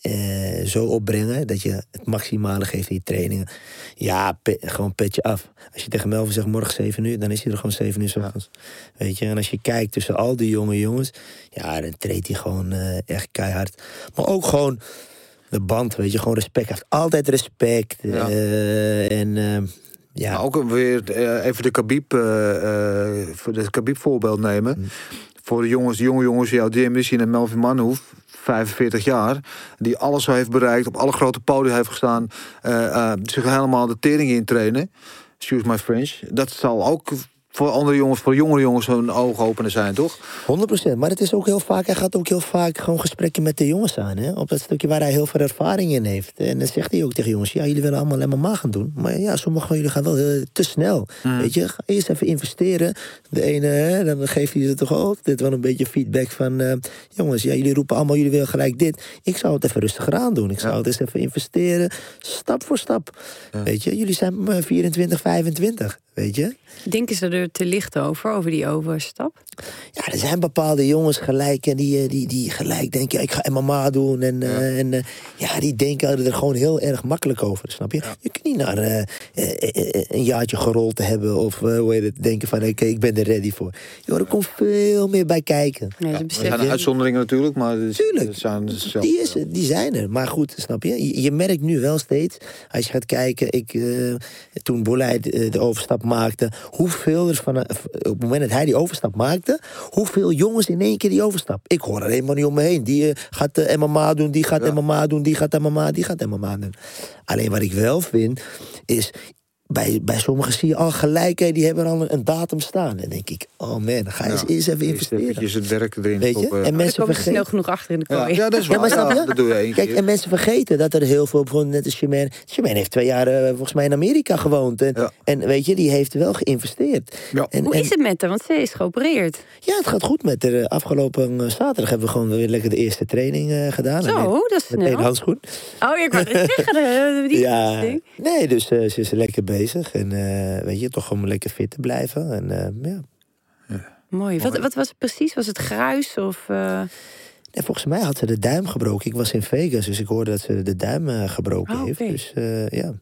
uh, zo opbrengen dat je het maximale geeft in je trainingen. Ja, pe- gewoon petje af. Als je tegen Melvin zegt morgen zeven uur, dan is hij er gewoon zeven uur 's ochtends. Ja. Weet je, en als je kijkt tussen al die jonge jongens, ja, dan treedt hij gewoon uh, echt keihard. Maar ook gewoon de band, weet je, gewoon respect. Hij heeft altijd respect. Ja. Uh, en... Uh, Ja. Maar ook weer uh, even de Khabib, uh, uh, voor de Khabib voorbeeld nemen. Mm. Voor de jongens, de jonge jongens, jouw D M is hier en Melvin Manhoef, vijfenveertig jaar, die alles zo heeft bereikt, op alle grote podia heeft gestaan, uh, uh, zich helemaal de tering in trainen. Excuse my French. Dat zal ook voor andere jongens, voor jongere jongens hun ogen openen zijn, toch? honderd procent. Maar het is ook heel vaak, hij gaat ook heel vaak gewoon gesprekken met de jongens aan. Hè? Op dat stukje waar hij heel veel ervaring in heeft. En dan zegt hij ook tegen jongens, ja, jullie willen allemaal M M A gaan doen. Maar ja, sommigen van jullie gaan wel uh, te snel. Mm. Weet je, ga eerst even investeren. De ene, hè, dan geeft hij ze toch ook dit wel een beetje feedback van, uh, jongens, ja, jullie roepen allemaal, jullie willen gelijk dit. Ik zou het even rustiger aan doen. Ik zou ja. het eens even investeren, stap voor stap. Ja. Weet je, jullie zijn vierentwintig, vijfentwintig. Weet je? Denken ze er te licht over, over die overstap? Ja, er zijn bepaalde jongens gelijk en die, die, die gelijk denken, ja, ik ga M M A doen. En, ja. Uh, en uh, ja, die denken er gewoon heel erg makkelijk over, snap je? Ja. Je kunt niet naar uh, uh, uh, een jaartje gerold te hebben of uh, hoe heet het, denken van, oké, okay, ik ben er ready voor. Joh, er komt veel meer bij kijken. Ja, ja, er zijn uitzonderingen natuurlijk, maar er Tuurlijk, zijn zelf, die, is, die zijn er. Maar goed, snap je? Je, je merkt nu wel steeds, als je gaat kijken, ik, uh, toen Boulay de, de overstap maakte, hoeveel er van, op het moment dat hij die overstap maakte, hoeveel jongens in één keer die overstap. Ik hoor er helemaal niet om me heen. Die uh, gaat uh, M M A doen, die gaat ja. M M A doen, die gaat M M A, die gaat M M A doen. Alleen wat ik wel vind, is bij, bij sommigen zie je al gelijk, hè, die hebben al een, een datum staan. Dan denk ik, oh man, dan ga je ja. eens even investeren. Eventjes het werk erin. Weet je? Op, uh... En mensen komen vergeten snel genoeg achter in de kooi. Ja, ja, dat is waar. Ja, maar snap je? Ja, dat doe je één Kijk, keer. en mensen vergeten dat er heel veel, bijvoorbeeld net als Chimène. Chimène heeft twee jaar uh, volgens mij in Amerika gewoond. En, ja. en weet je, die heeft wel geïnvesteerd. Ja. En, Hoe en, is het met haar? Want ze is geopereerd. Ja, het gaat goed met haar. Afgelopen uh, zaterdag hebben we gewoon weer lekker de eerste training uh, gedaan. Zo, met, dat is snel. Met één handschoen. Oh, ik wou het zeggen. Die ja, nee, dus uh, ze is lekker bezig. En uh, weet je, toch om lekker fit te blijven. En, uh, ja. Ja. Mooi. Wat, wat was het precies? Was het gruis of... Uh... Nee, volgens mij had ze de duim gebroken. Ik was in Vegas, dus ik hoorde dat ze de duim uh, gebroken oh, okay. heeft. Dus uh, ja.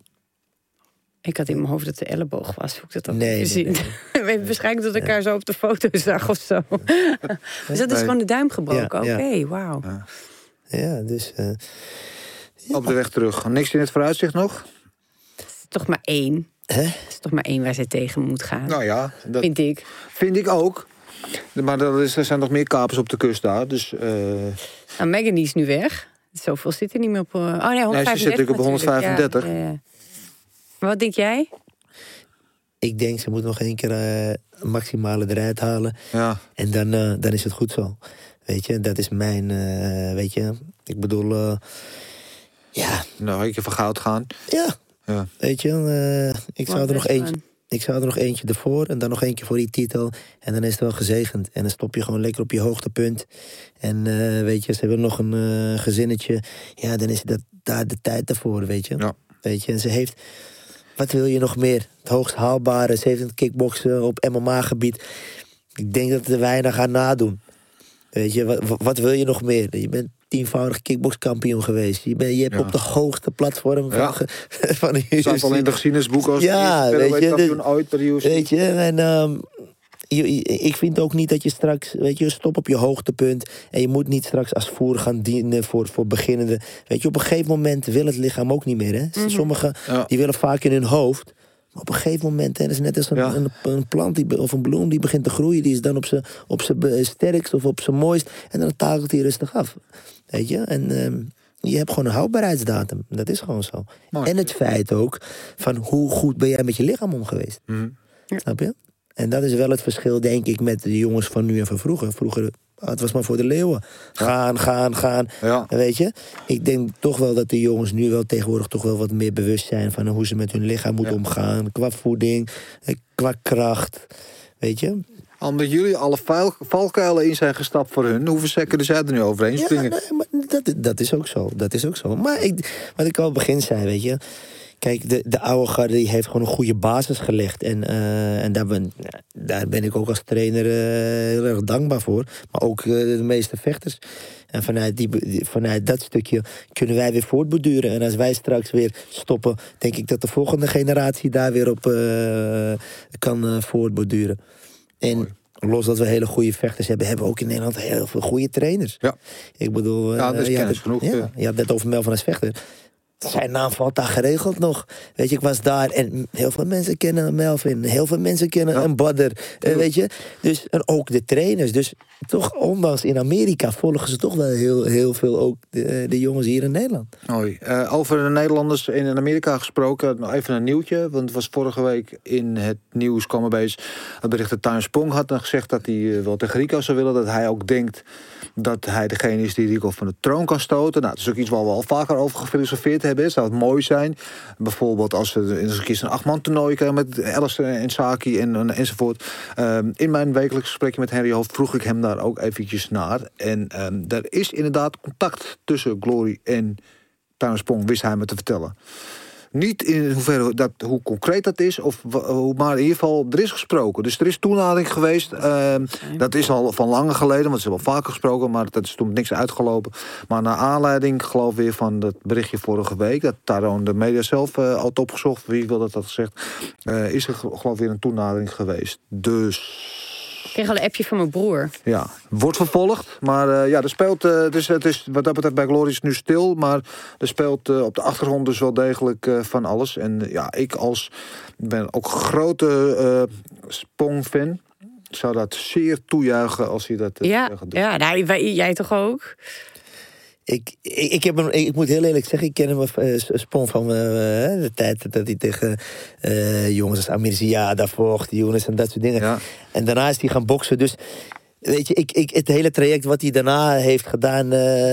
Ik had in mijn hoofd dat het de elleboog was. Hoe ik dat ook nee, gezien. Nee, nee. We waarschijnlijk dat ik elkaar zo op de foto zag of zo. Dus dat is gewoon de duim gebroken. Ja, Oké, okay, ja. wauw. Ja. ja, dus... Uh, ja. Op de weg terug. Niks in het vooruitzicht nog? Het is toch maar één. Hè? Het is toch maar één waar ze tegen moet gaan. Nou ja. Dat vind ik. Vind ik ook. Maar er, is, er zijn nog meer kapers op de kust daar. Dus, uh... nou, Megan is nu weg. Zoveel zit er niet meer op... Uh... Oh nee, honderdvijfendertig. Nee, ze zit natuurlijk op honderdvijfendertig. Ja, ja, ja. Maar wat denk jij? Ik denk, ze moet nog één keer uh, maximale eruit halen. Ja. En dan, uh, dan is het goed zo. Weet je, dat is mijn... Uh, weet je, ik bedoel... Uh, ja. Nou, een keer voor goud gaan. Ja. Ja. Weet je, uh, ik zou er nog eentje... Ik zou er nog eentje ervoor en dan nog eentje voor die titel. En dan is het wel gezegend. En dan stop je gewoon lekker op je hoogtepunt. En uh, weet je, ze hebben nog een uh, gezinnetje. Ja, dan is dat daar de tijd ervoor, weet je. Ja. Weet je, en ze heeft... Wat wil je nog meer? Het hoogst haalbare. Ze heeft het kickboksen op M M A-gebied. Ik denk dat het er weinig aan nadoen. Weet je, wat, wat wil je nog meer? Je bent tienvoudig kickbokskampioen geweest. Je, ben, je hebt ja. op de hoogste platform van, ja. van de U F C. Zat al in de geschiedenisboek als ja, weet je, kampioen ooit bij de U F C. Weet je, en um, je, ik vind ook niet dat je straks, weet je, stop op je hoogtepunt. En je moet niet straks als voer gaan dienen voor, voor beginnenden. Weet je, op een gegeven moment wil het lichaam ook niet meer. Hè? Mm-hmm. Sommigen ja. die willen vaak in hun hoofd. Maar op een gegeven moment, hè, dat is net als een, ja. een, een plant die, of een bloem die begint te groeien. Die is dan op zijn op zijn sterkst of op zijn mooist. En dan takelt hij rustig af. Weet je? En, um, je hebt gewoon een houdbaarheidsdatum. Dat is gewoon zo. Mooi. En het feit ook van hoe goed ben jij met je lichaam om geweest. Mm. Ja. Snap je? En dat is wel het verschil, denk ik, met de jongens van nu en van vroeger. Vroeger, het was maar voor de leeuwen. Gaan, gaan, gaan. Ja. Weet je? Ik denk toch wel dat de jongens nu wel tegenwoordig toch wel wat meer bewust zijn van hoe ze met hun lichaam moeten Ja. omgaan. Qua voeding, qua kracht. Weet je? Omdat jullie alle vuil, valkuilen in zijn gestapt voor hun, hoeveel seconden zij er nu overheen Ja, springen? nee, maar dat, dat is ook zo. Dat is ook zo. Maar ik, wat ik al begin zei, weet je. Kijk, de, de oude garde die heeft gewoon een goede basis gelegd. En, uh, en daar, ben, daar ben ik ook als trainer uh, heel erg dankbaar voor. Maar ook uh, de meeste vechters. En vanuit, die, vanuit dat stukje kunnen wij weer voortborduren. En als wij straks weer stoppen, denk ik dat de volgende generatie daar weer op uh, kan uh, voortborduren. En Mooi. Los dat we hele goede vechters hebben, hebben we ook in Nederland heel veel goede trainers. Ja. Ik bedoel, uh, ja, dat is ja, kennis genoeg. Ja, Ja. je had net over Melvin als vechter. Zijn naam valt daar geregeld nog. Weet je, ik was daar en heel veel mensen kennen Melvin. Heel veel mensen kennen ja. een Badr. Uh, weet je, dus en ook de trainers. Dus toch, ondanks in Amerika volgen ze toch wel heel, heel veel ook de, de jongens hier in Nederland. Mooi. Uh, over de Nederlanders in Amerika gesproken, nog even een nieuwtje. Want het was vorige week in het nieuws kwam opeens het bericht dat Tuin Spong had dan gezegd dat hij uh, wel tegen Rico zou willen. Dat hij ook denkt dat hij degene is die Rico van de troon kan stoten. Nou, dat is ook iets waar we al vaker over gefilosofeerd hebben. Zou het mooi zijn. Bijvoorbeeld als we eens een keer een achtman toernooi krijgen met Alistair en Saki en, en, enzovoort. Um, in mijn wekelijks gesprekje met Henry Hoofd vroeg ik hem daar ook eventjes naar. En um, er is inderdaad contact tussen Glory en Tuin Spong, wist hij me te vertellen. Niet in hoeverre dat, hoe concreet dat is, of, maar in ieder geval, er is gesproken. Dus er is toenadering geweest. Uh, dat is al van langer geleden, want ze hebben al vaker gesproken, maar dat is toen niks uitgelopen. Maar naar aanleiding, geloof ik weer van dat berichtje vorige week, dat Taron de media zelf uh, al had opgezocht, wie wil dat dat gezegd, uh, is er geloof ik weer een toenadering geweest. Dus... Ik kreeg al een appje van mijn broer. Ja, wordt vervolgd. Maar uh, ja, er speelt, uh, dus het is, wat dat betreft bij Glory is het nu stil. Maar er speelt uh, op de achtergrond dus wel degelijk uh, van alles. En uh, ja, ik als ben ook grote uh, Spong-fan. Zou dat zeer toejuichen als hij dat uh, ja, gaat doen. Ja, nou, wij, jij toch ook? Ik, ik, ik, heb hem, ik moet heel eerlijk zeggen, ik ken hem uh, Spong van uh, de tijd dat hij tegen uh, jongens als Amirziada vocht, jongens en dat soort dingen. Ja. En daarna is hij gaan boksen. Dus weet je, ik, ik, het hele traject wat hij daarna heeft gedaan,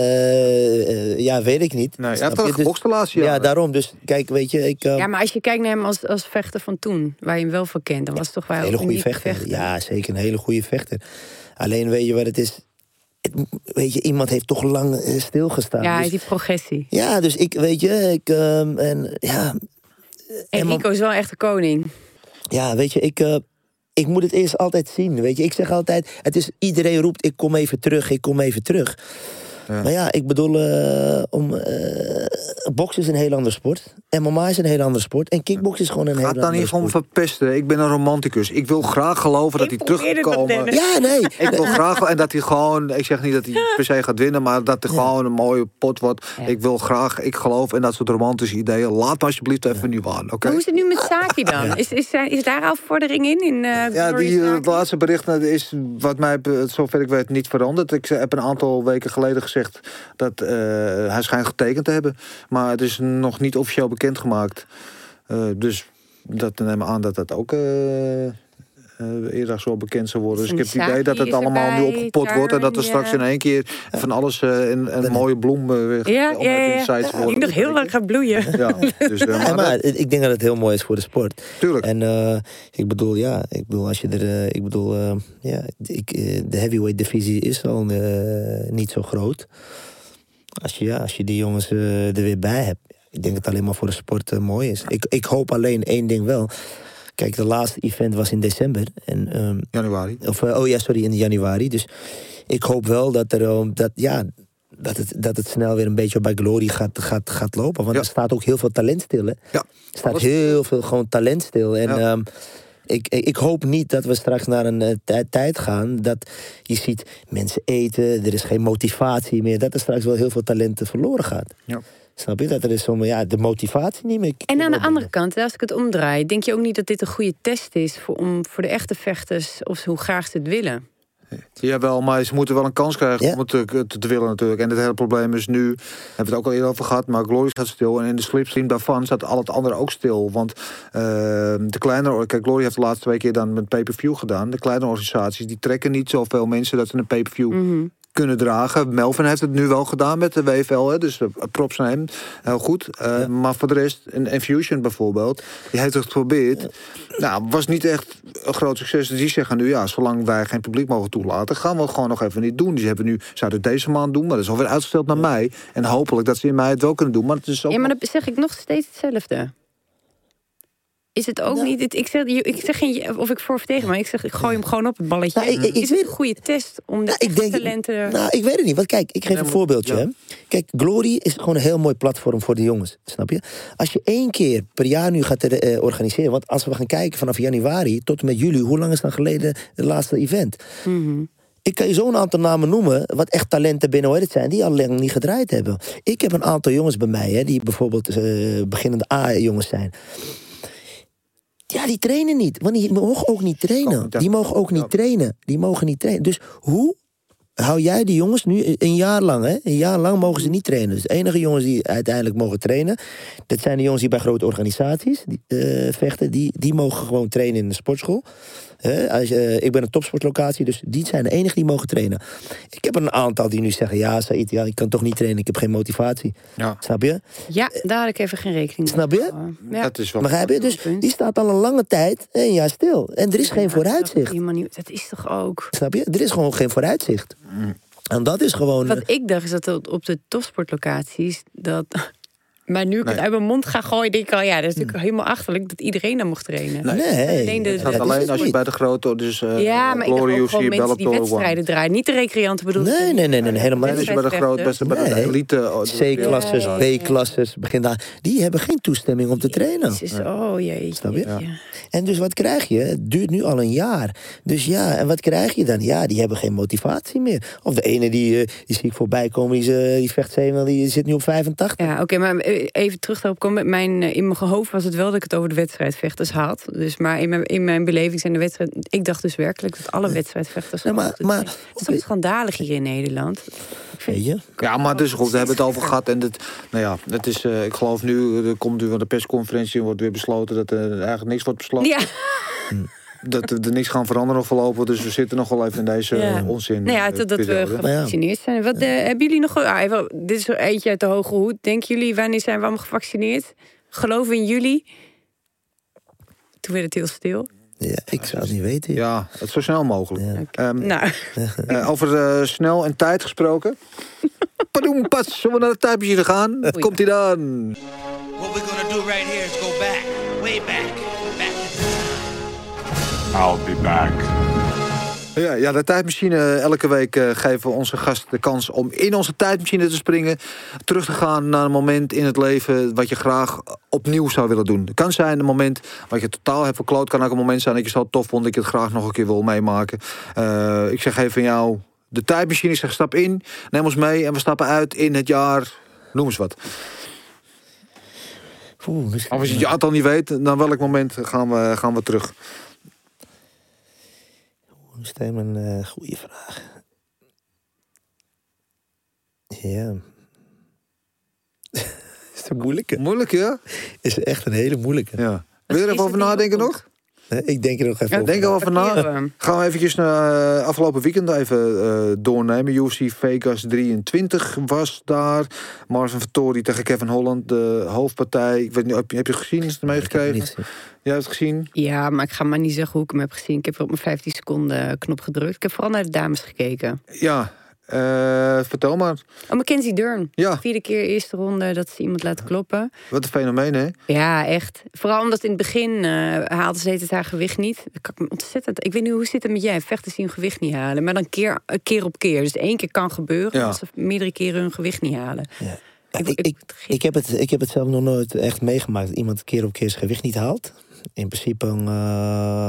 uh, uh, ja, weet ik niet. Nee, hij heeft toch gebokst de laatste jaar. Ja, daarom. Dus kijk, weet je, ik... Uh, ja, maar als je kijkt naar hem als, als vechter van toen, waar je hem wel voor kent, dan was het toch wel een hele goede vechter. vechter. Ja, zeker een hele goede vechter. Alleen weet je wat het is... Weet je, iemand heeft toch lang stilgestaan. Ja, dus, die progressie. Ja, dus ik, weet je, ik, um, en ja... En Rico is wel echt de koning. Ja, weet je, ik, uh, ik moet het eerst altijd zien, weet je. Ik zeg altijd, het is, iedereen roept, ik kom even terug, ik kom even terug. Ja. Maar ja, ik bedoel, uh, om, uh, boksen is een heel ander sport. M M A is een heel ander sport. En kickboksen is gewoon een heel ander sport. Gaat daar niet van verpesten. Ik ben een romanticus. Ik wil graag geloven dat hij terug kan komen. Ja, nee. Ik wil graag, en dat hij gewoon, ik zeg niet dat hij per se gaat winnen, maar dat er ja. gewoon een mooie pot wordt. Ja. Ik wil graag, ik geloof in dat soort romantische ideeën. Laat me alsjeblieft even ja. nu aan, oké? Okay? Hoe is het nu met Saki dan? Ja. Is, is, is daar al vordering in? in uh, ja, die, het laatste bericht is, wat mij, zover ik weet, niet veranderd. Ik heb een aantal weken geleden gezegd dat uh, hij schijnt getekend te hebben. Maar het is nog niet officieel bekendgemaakt. Uh, dus dat neem ik aan dat dat ook uh, uh, eerder zo bekend zou worden. Dus ik heb het idee dat het allemaal erbij, nu opgepot wordt. En dat er straks in één keer van alles uh, een, een mooie bloem uh, weer ja, ja, ja, ja. ja. Die nog heel lang gaat bloeien. Ja, dus, uh, maar ja, maar dat... ik denk dat het heel mooi is voor de sport. Tuurlijk. En uh, ik bedoel, ja, ik bedoel, als je er, uh, ik bedoel, uh, ja, ik, uh, de heavyweight divisie is al uh, niet zo groot. Als je, ja, als je die jongens uh, er weer bij hebt. Ik denk dat het alleen maar voor de sport uh, mooi is. Ik, ik hoop alleen één ding wel. Kijk, de laatste event was in december. En, um, januari. Of, uh, oh ja, sorry, in januari. Dus ik hoop wel dat, er, um, dat, ja, dat, het, dat het snel weer een beetje bij Glory gaat, gaat, gaat lopen. Want ja. er staat ook heel veel talent stil. Hè? Ja. Er staat heel veel gewoon talent stil. En... Ja. Um, Ik, ik hoop niet dat we straks naar een uh, t- tijd gaan dat je ziet mensen eten, er is geen motivatie meer, dat er straks wel heel veel talenten verloren gaat. Ja. Snap je? Dat er is zomaar, ja, de motivatie niet meer. En aan de andere kant, als ik het omdraai, denk je ook niet dat dit een goede test is voor, om, voor de echte vechters of hoe graag ze het willen? Jawel, maar ze moeten wel een kans krijgen Ja. om het te, te, te willen natuurlijk. En het hele probleem is nu, hebben we het ook al eerder over gehad, maar Glory staat stil. En in de slipstream daarvan staat al het andere ook stil. Want uh, de kleinere, kijk, Glory heeft de laatste twee keer dan met pay-per-view gedaan. De kleine organisaties, die trekken niet zoveel mensen dat ze een pay-per-view Mm-hmm. kunnen dragen. Melvin heeft het nu wel gedaan met de W F L, hè, dus uh, props naar hem. Heel goed. Uh, ja. Maar voor de rest, een Infusion bijvoorbeeld, die heeft het geprobeerd. Ja. Nou, was niet echt een groot succes. Dus die zeggen nu, ja, zolang wij geen publiek mogen toelaten, gaan we het gewoon nog even niet doen. Die hebben nu, zouden het deze maand doen, maar dat is alweer uitgesteld naar mei. En hopelijk dat ze in mei het wel kunnen doen. Maar het is ook Ja, maar dan zeg ik nog steeds hetzelfde. Is het ook nou, niet... Ik zeg, ik zeg geen of ik voor of tegen, maar ik zeg, ik gooi hem gewoon op het balletje. Nou, ik, ik, is het een goede test om de nou, ik denk, talenten... Nou, ik weet het niet. Want kijk, ik geef Ja, een maar, voorbeeldje. ja. Hè. Kijk, Glory is gewoon een heel mooi platform voor de jongens. Snap je? Als je één keer per jaar nu gaat uh, organiseren... Want als we gaan kijken vanaf januari tot en met juli... Hoe lang is dan geleden het laatste event? Mm-hmm. Ik kan je zo'n aantal namen noemen... wat echt talenten binnen het zijn... die al lang niet gedraaid hebben. Ik heb een aantal jongens bij mij... Hè, die bijvoorbeeld uh, beginnende A-jongens zijn... Ja, die trainen niet. Want die mogen ook niet trainen. Die mogen ook niet trainen. Die mogen niet trainen. Dus hoe hou jij die jongens nu een jaar lang? Hè? Een jaar lang mogen ze niet trainen. Dus de enige jongens die uiteindelijk mogen trainen... dat zijn de jongens die bij grote organisaties die, uh, vechten. Die, die mogen gewoon trainen in de sportschool. He, als, uh, ik ben een topsportlocatie, dus die zijn de enigen die mogen trainen. Ik heb er een aantal die nu zeggen... ja, Saïd, ja, ik kan toch niet trainen, ik heb geen motivatie. Ja. Snap je? Ja, daar had ik even geen rekening Snap je? Ja. Dat is wel... Begrijp je? Dus die staat al een lange tijd een jaar stil. En er is geen vooruitzicht. Dat is toch ook... Snap je? Er is gewoon geen vooruitzicht. En dat is gewoon... Wat ik dacht is dat op de topsportlocaties... dat... Maar nu ik Nee. het uit mijn mond ga gooien, denk ik al... ja, dat is natuurlijk helemaal achterlijk dat iedereen dan mocht trainen. Nee, nee. Alleen de- Het gaat dat is alleen het als je niet. bij de grote, dus uh, Ja, maar ik dacht Glory, ook U C, gewoon mensen die Bellator, wedstrijden draaien. Niet de recreanten bedoel ik. Nee, nee, nee, nee, helemaal Nee, als je bij de grote, beste bij de Nee. elite... oh, C-klasses, Ja, ja, ja. B-klasses, begin daar. Die hebben geen toestemming om te trainen. Jezus, oh jeetje. Snap je? Ja. En dus wat krijg je? Het duurt nu al een jaar. Dus ja, en wat krijg je dan? Ja, die hebben geen motivatie meer. Of de ene die, uh, die zie ik voorbij komen, die, uh, die vecht zeven, die zit nu op vijfentachtig. Ja, oké, okay, maar even terug daarop komen. Mijn, in mijn hoofd was het wel dat ik het over de wedstrijdvechters had. Dus, maar in mijn, in mijn beleving zijn de wedstrijd... Ik dacht dus werkelijk dat alle wedstrijdvechters... Nee, maar- maar- het is toch schandalig hier in Nederland. Ik vind, Weet je? Ja, maar dus goed, we hebben het over gehad. En het, nou ja, het is, uh, ik geloof nu, er komt nu van de persconferentie... wordt weer besloten dat er eigenlijk niks wordt besloten. ja. Dat er niks gaan veranderen of voorlopig. Dus we zitten nog wel even in deze Ja. uh, onzin. Nou ja, uh, dat, dat we periode. gevaccineerd zijn. Wat, uh, hebben jullie nog... Ah, even, dit is er eentje uit de hoge hoed. Denken jullie, wanneer zijn we allemaal gevaccineerd? Geloof in jullie? Toen werd het heel stil. Ja, ik zou het niet weten. Ja. Ja, het zo snel mogelijk. Ja. Um, Nou, uh, over uh, snel en tijd gesproken. Padoem, pas, zullen we naar de tijdmachine gaan? Komt ie dan? What we're gonna do right here is go back, way back, back in time. I'll be back. Ja, ja, de tijdmachine. Elke week uh, geven we onze gast de kans om in onze tijdmachine te springen. Terug te gaan naar een moment in het leven wat je graag opnieuw zou willen doen. Het kan zijn een moment wat je totaal hebt verkloot. Het kan ook een moment zijn dat je zo tof vond dat ik het graag nog een keer wil meemaken. Uh, ik zeg even van jou, de tijdmachine. Ik zeg stap in, neem ons mee en we stappen uit in het jaar, noem eens wat. Oeh, dus- Of als je het aantal niet weet, naar welk moment gaan we, gaan we terug? Stel me een uh, goede vraag. Ja. Is het moeilijke? Moeilijk, ja? Is echt een hele moeilijke. Ja. Wil je er even over nadenken nog? Nee, ik denk er nog even Ja, over. Denk er over na. parkeren we. Gaan we eventjes naar uh, afgelopen weekend even uh, doornemen. U F C Vegas drieëntwintig was daar. Marvin Vettori tegen Kevin Holland, de hoofdpartij. Ik weet niet, heb je, heb je het gezien? Is het meegekregen? Niet gezien. Jij hebt het gezien? Ja, maar ik ga maar niet zeggen hoe ik hem heb gezien. Ik heb er op mijn vijftien seconden knop gedrukt. Ik heb vooral naar de dames gekeken. Ja. Uh, vertel maar. Oh, Mackenzie Dern. Ja. Vierde keer eerste ronde dat ze iemand laten kloppen. Wat een fenomeen, hè? Ja, echt. Vooral omdat in het begin uh, haalde ze het haar gewicht niet. Dat kan ik me ontzettend... Ik weet niet, hoe zit het met jij? Vechters die hun gewicht niet halen. Maar dan keer, keer op keer. Dus één keer kan gebeuren Ja. als ze meerdere keren hun gewicht niet halen. Ja. Ja, Ik- ik, ik- ik, ik, heb het, ik heb het zelf nog nooit echt meegemaakt. Dat iemand keer op keer zijn gewicht niet haalt. In principe... Uh,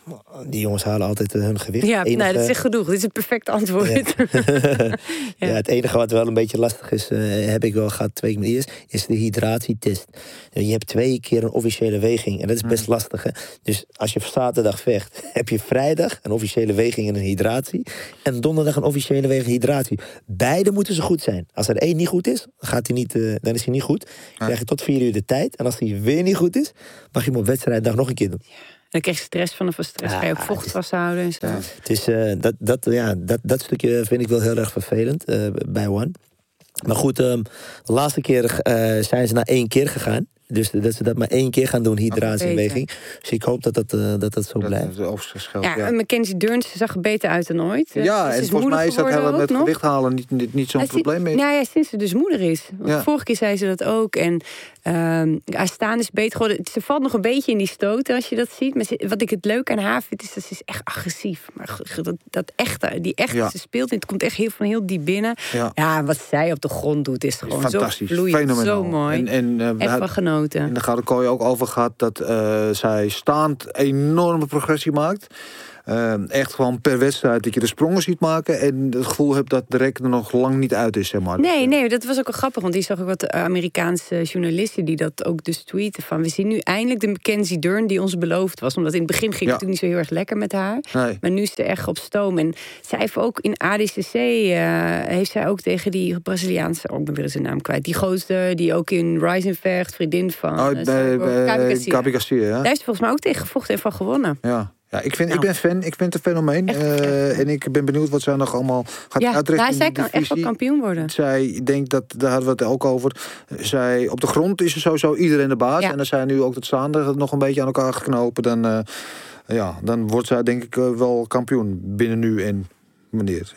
Die jongens halen altijd uh, hun gewicht. Ja, enige... nee, dat is echt genoeg. Dit is een perfect antwoord. Ja. ja. ja, het enige wat wel een beetje lastig is, uh, heb ik wel gehad twee keer eerst, is de hydratietest. Je hebt twee keer een officiële weging en dat is best mm. lastig. Hè? Dus als je zaterdag vecht, heb je vrijdag een officiële weging en een hydratie. En donderdag een officiële weging en hydratie. Beide moeten ze goed zijn. Als er één niet goed is, gaat hij niet, uh, dan is hij niet goed. Dan krijg je tot vier uur de tijd. En als hij weer niet goed is, mag je hem op wedstrijddag nog een keer doen. Ja. Dan krijg je stress van, van stress, ja, ga je ook vocht vasthouden en zo. Ja. Het is, uh, dat, dat, ja, dat, dat stukje vind ik wel heel erg vervelend uh, bij One. Maar goed, um, de laatste keer uh, zijn ze naar één keer gegaan. Dus dat ze dat maar één keer gaan doen, hydratieweging. Dus ik hoop dat dat, uh, dat, dat zo dat blijft. Ja, ja. Mackenzie Dearns zag er beter uit dan ooit. Ja, dus en volgens mij is dat helemaal met gewicht halen niet, niet, niet zo'n ja, probleem meer. Nou ja, sinds ze dus moeder is. Ja. Vorige keer zei ze dat ook. En um, haar staan is beter geworden. Ze valt nog een beetje in die stoten als je dat ziet. Maar ze, wat ik het leuk aan haar vind, is dat ze is echt agressief. Maar dat, dat echte, die echte, ja. ze speelt en het komt echt heel, van heel diep binnen. Ja. ja, wat zij op de grond doet is gewoon zo vloeiend, zo mooi. En, en, uh, echt van genoten. En daar gaat de kooi ook over gehad dat uh, zij staand enorme progressie maakt. Uh, echt gewoon per wedstrijd dat je de sprongen ziet maken en het gevoel hebt dat de rek er nog lang niet uit is, zeg maar. Nee, nee, dat was ook wel grappig, want die zag ook wat Amerikaanse journalisten die dat ook dus tweeten van, we zien nu eindelijk de Mackenzie Dern die ons beloofd was, omdat in het begin ging ja. het natuurlijk niet zo heel erg lekker met haar, nee. maar nu is ze echt op stoom. En zij heeft ook in A D C C, uh, heeft zij ook tegen die Braziliaanse, oh, ik ben weer zijn naam kwijt, die grootste, die ook in Rising vecht, vriendin van oh, uh, bij, bij, Gabi Garcia, ja. Daar heeft ze volgens mij ook tegen gevochten en van gewonnen. Ja. Ja, ik, vind, nou. ik ben fan, ik vind het een fenomeen. Uh, en ik ben benieuwd wat zij nog allemaal gaat ja, uitrichten. Ja, zij kan echt wel kampioen worden. Zij denkt dat, daar hadden we het ook over. Zij, op de grond is er sowieso iedereen de baas. Ja. En als zij nu ook het staande nog een beetje aan elkaar geknopen, dan, uh, ja, dan wordt zij denk ik uh, wel kampioen binnen nu en meneer.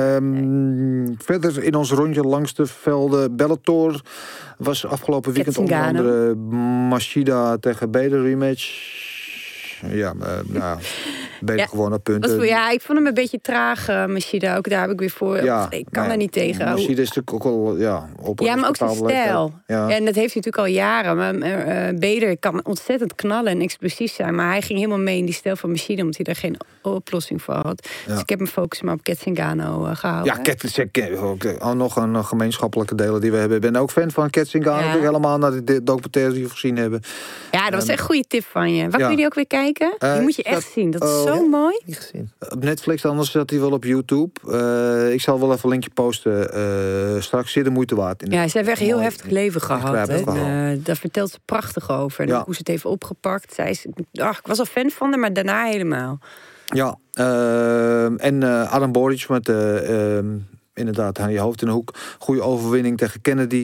Um, nee. Verder in ons rondje langs de velden. Bellator was afgelopen weekend onder andere Machida tegen Bader rematch. Ja, uh, nou, beter ja, gewoon op punten. Voor, ja, ik vond hem een beetje traag, uh, Machida. Ook daar heb ik weer voor. Ja, ik kan nou, er niet tegen. Machida is natuurlijk ook al ja, op ja, maar ook zijn stijl. Ja. Ja, en dat heeft hij natuurlijk al jaren. Maar uh, Bader kan ontzettend knallen en explosief zijn. Maar hij ging helemaal mee in die stijl van Machida, omdat hij daar geen oplossing voor had. Ja. Dus ik heb mijn focus maar op Cat Zingano uh, gehouden. Ja, Cat, oh, nog een gemeenschappelijke delen die we hebben. Ik ben ook fan van Cat Zingano. Ja. Ik helemaal naar de documentaire die we gezien hebben. Ja, dat was um, echt een goede tip van je. Wat ja. kun je ook weer kijken? Uh, die moet je echt dat, zien. Dat is uh, zo ja, mooi. Niet gezien. Op Netflix, anders zat hij wel op YouTube. Uh, ik zal wel even een linkje posten. Uh, straks zeer de moeite waard. Ja, ze heeft echt een heel heftig leven gehad. En, uh, daar vertelt ze prachtig over. En ja. hoe ze het heeft opgepakt. Zij is, ach, ik was al fan van haar, maar daarna helemaal. Ja, uh, en uh, Adam Boric met uh, uh, inderdaad aan je hoofd in de hoek. Goede overwinning tegen Kennedy.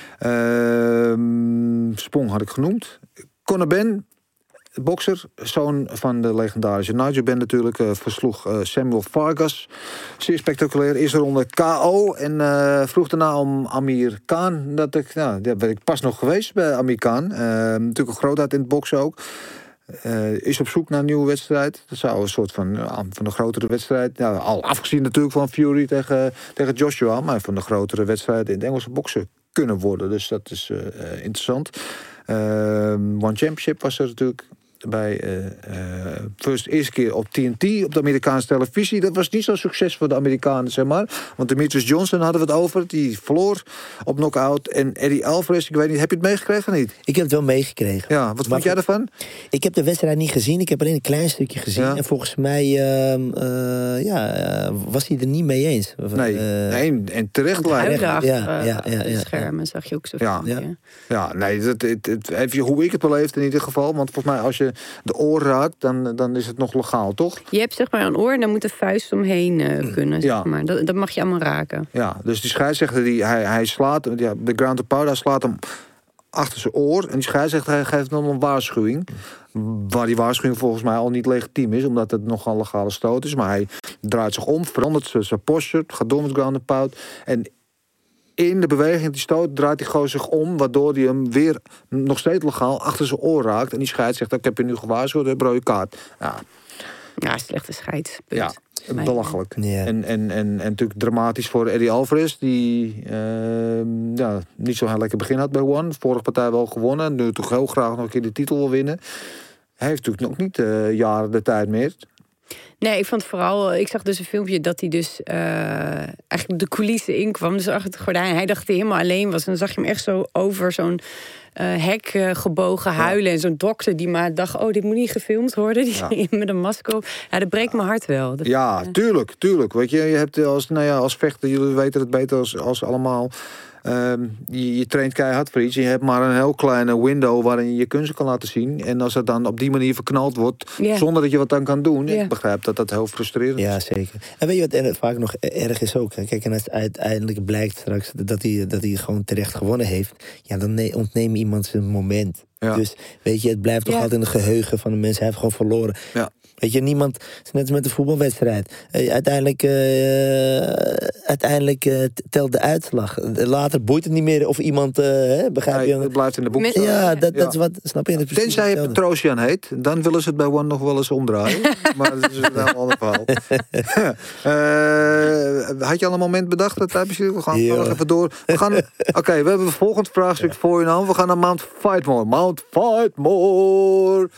Uh, Sprong had ik genoemd. Conor Ben, bokser, zoon van de legendarische Nigel Benn natuurlijk, uh, versloeg uh, Samuel Vargas. Zeer spectaculair, eerste ronde K O. En uh, vroeg daarna om Amir Khan. Dat ik, nou, daar ben ik pas nog geweest bij Amir Khan. Uh, natuurlijk een grootheid in het boksen ook. Uh, is op zoek naar een nieuwe wedstrijd. Dat zou een soort van, uh, van een grotere wedstrijd. Nou, al afgezien natuurlijk van Fury tegen, tegen Joshua. Maar van de grotere wedstrijd in het Engelse boksen kunnen worden. Dus dat is uh, uh, interessant. Uh, One Championship was er natuurlijk bij uh, uh, first eerste keer op T N T, op de Amerikaanse televisie. Dat was niet zo'n succes voor de Amerikanen, zeg maar. Want Demetrius Johnson hadden we het over. Die verloor op knockout. En Eddie Alvarez, ik weet niet, heb je het meegekregen of niet? Ik heb het wel meegekregen. Ja, wat vond jij ervan? Ik heb de wedstrijd niet gezien. Ik heb alleen een klein stukje gezien. Ja. En volgens mij uh, uh, ja, uh, was hij er niet mee eens. Nee, uh, nee en terecht lijkt. Ja, ja, ja, ja, ja. Schermen zag je ook zo ja. Ja. ja, nee, dat, het, het, even hoe ik het beleefd in ieder geval. Want volgens mij als je de oor raakt, dan, dan is het nog legaal, toch? Je hebt zeg maar een oor en dan moet de vuist omheen uh, kunnen. Zeg maar. dat, dat mag je allemaal raken. Ja, dus die scheidsrechter, die, hij, hij slaat, ja, de ground and pound, hij slaat hem achter zijn oor. En die scheidsrechter hij geeft dan een waarschuwing. Waar die waarschuwing volgens mij al niet legitiem is, omdat het nogal een legale stoot is. Maar hij draait zich om, verandert zijn posture, gaat door met ground and pound. En in de beweging die stoot draait hij gewoon zich om, waardoor hij hem weer nog steeds legaal achter zijn oor raakt. En die scheids zegt, ik heb je nu gewaarschuwd, heb rode kaart. Ja, ja slechte scheids. Ja, belachelijk. Yeah. En, en, en, en natuurlijk dramatisch voor Eddie Alvarez, die uh, ja, niet zo'n heel lekker begin had bij One. Vorige partij wel gewonnen, nu toch heel graag nog een keer de titel wil winnen. Hij heeft natuurlijk nog niet uh, jaren de tijd meer. Nee, ik vond vooral... Ik zag dus een filmpje dat hij dus uh, eigenlijk de coulissen inkwam. Dus achter het gordijn. Hij dacht dat hij helemaal alleen was. En dan zag je hem echt zo over zo'n uh, hek uh, gebogen huilen. Ja. En zo'n dokter die maar dacht... oh, dit moet niet gefilmd worden. Die ja. ging met een masker op. Ja, dat breekt mijn hart wel. Dat, ja, uh... tuurlijk, tuurlijk. Weet je, je hebt als, nou ja, als vechter... jullie weten het beter als, als allemaal... Um, je, je traint keihard voor iets. Je hebt maar een heel kleine window waarin je je kunsten kan laten zien. En als het dan op die manier verknald wordt... Yeah. zonder dat je wat aan kan doen... Yeah. Ik begrijp dat dat heel frustrerend is. Ja, zeker. En weet je wat er vaak nog erg is ook? Kijk, en als het uiteindelijk blijkt straks dat hij, dat hij gewoon terecht gewonnen heeft... ja, dan ontneem je iemand zijn moment. Ja. Dus weet je, het blijft toch yeah. altijd in het geheugen van de mensen. Hij heeft gewoon verloren. Ja. Weet je, niemand... Het is net als met een voetbalwedstrijd. Uh, uiteindelijk uh, uiteindelijk uh, telt de uitslag. Later boeit het niet meer of iemand... Uh, hè, begrijp je? Nee, het blijft in de boek staan. Ja, dat, dat ja. is wat... Snap je? Tenzij je Petrosian heet, dan willen ze het bij One nog wel eens omdraaien. Maar dat is een heel ander verhaal. uh, had je al een moment bedacht? Dat we gaan ja. nog even door. We gaan... Oké, okay, we hebben het volgende vraagstuk ja. voor je nou. We gaan naar Mount Fightmore. Mount Fightmore...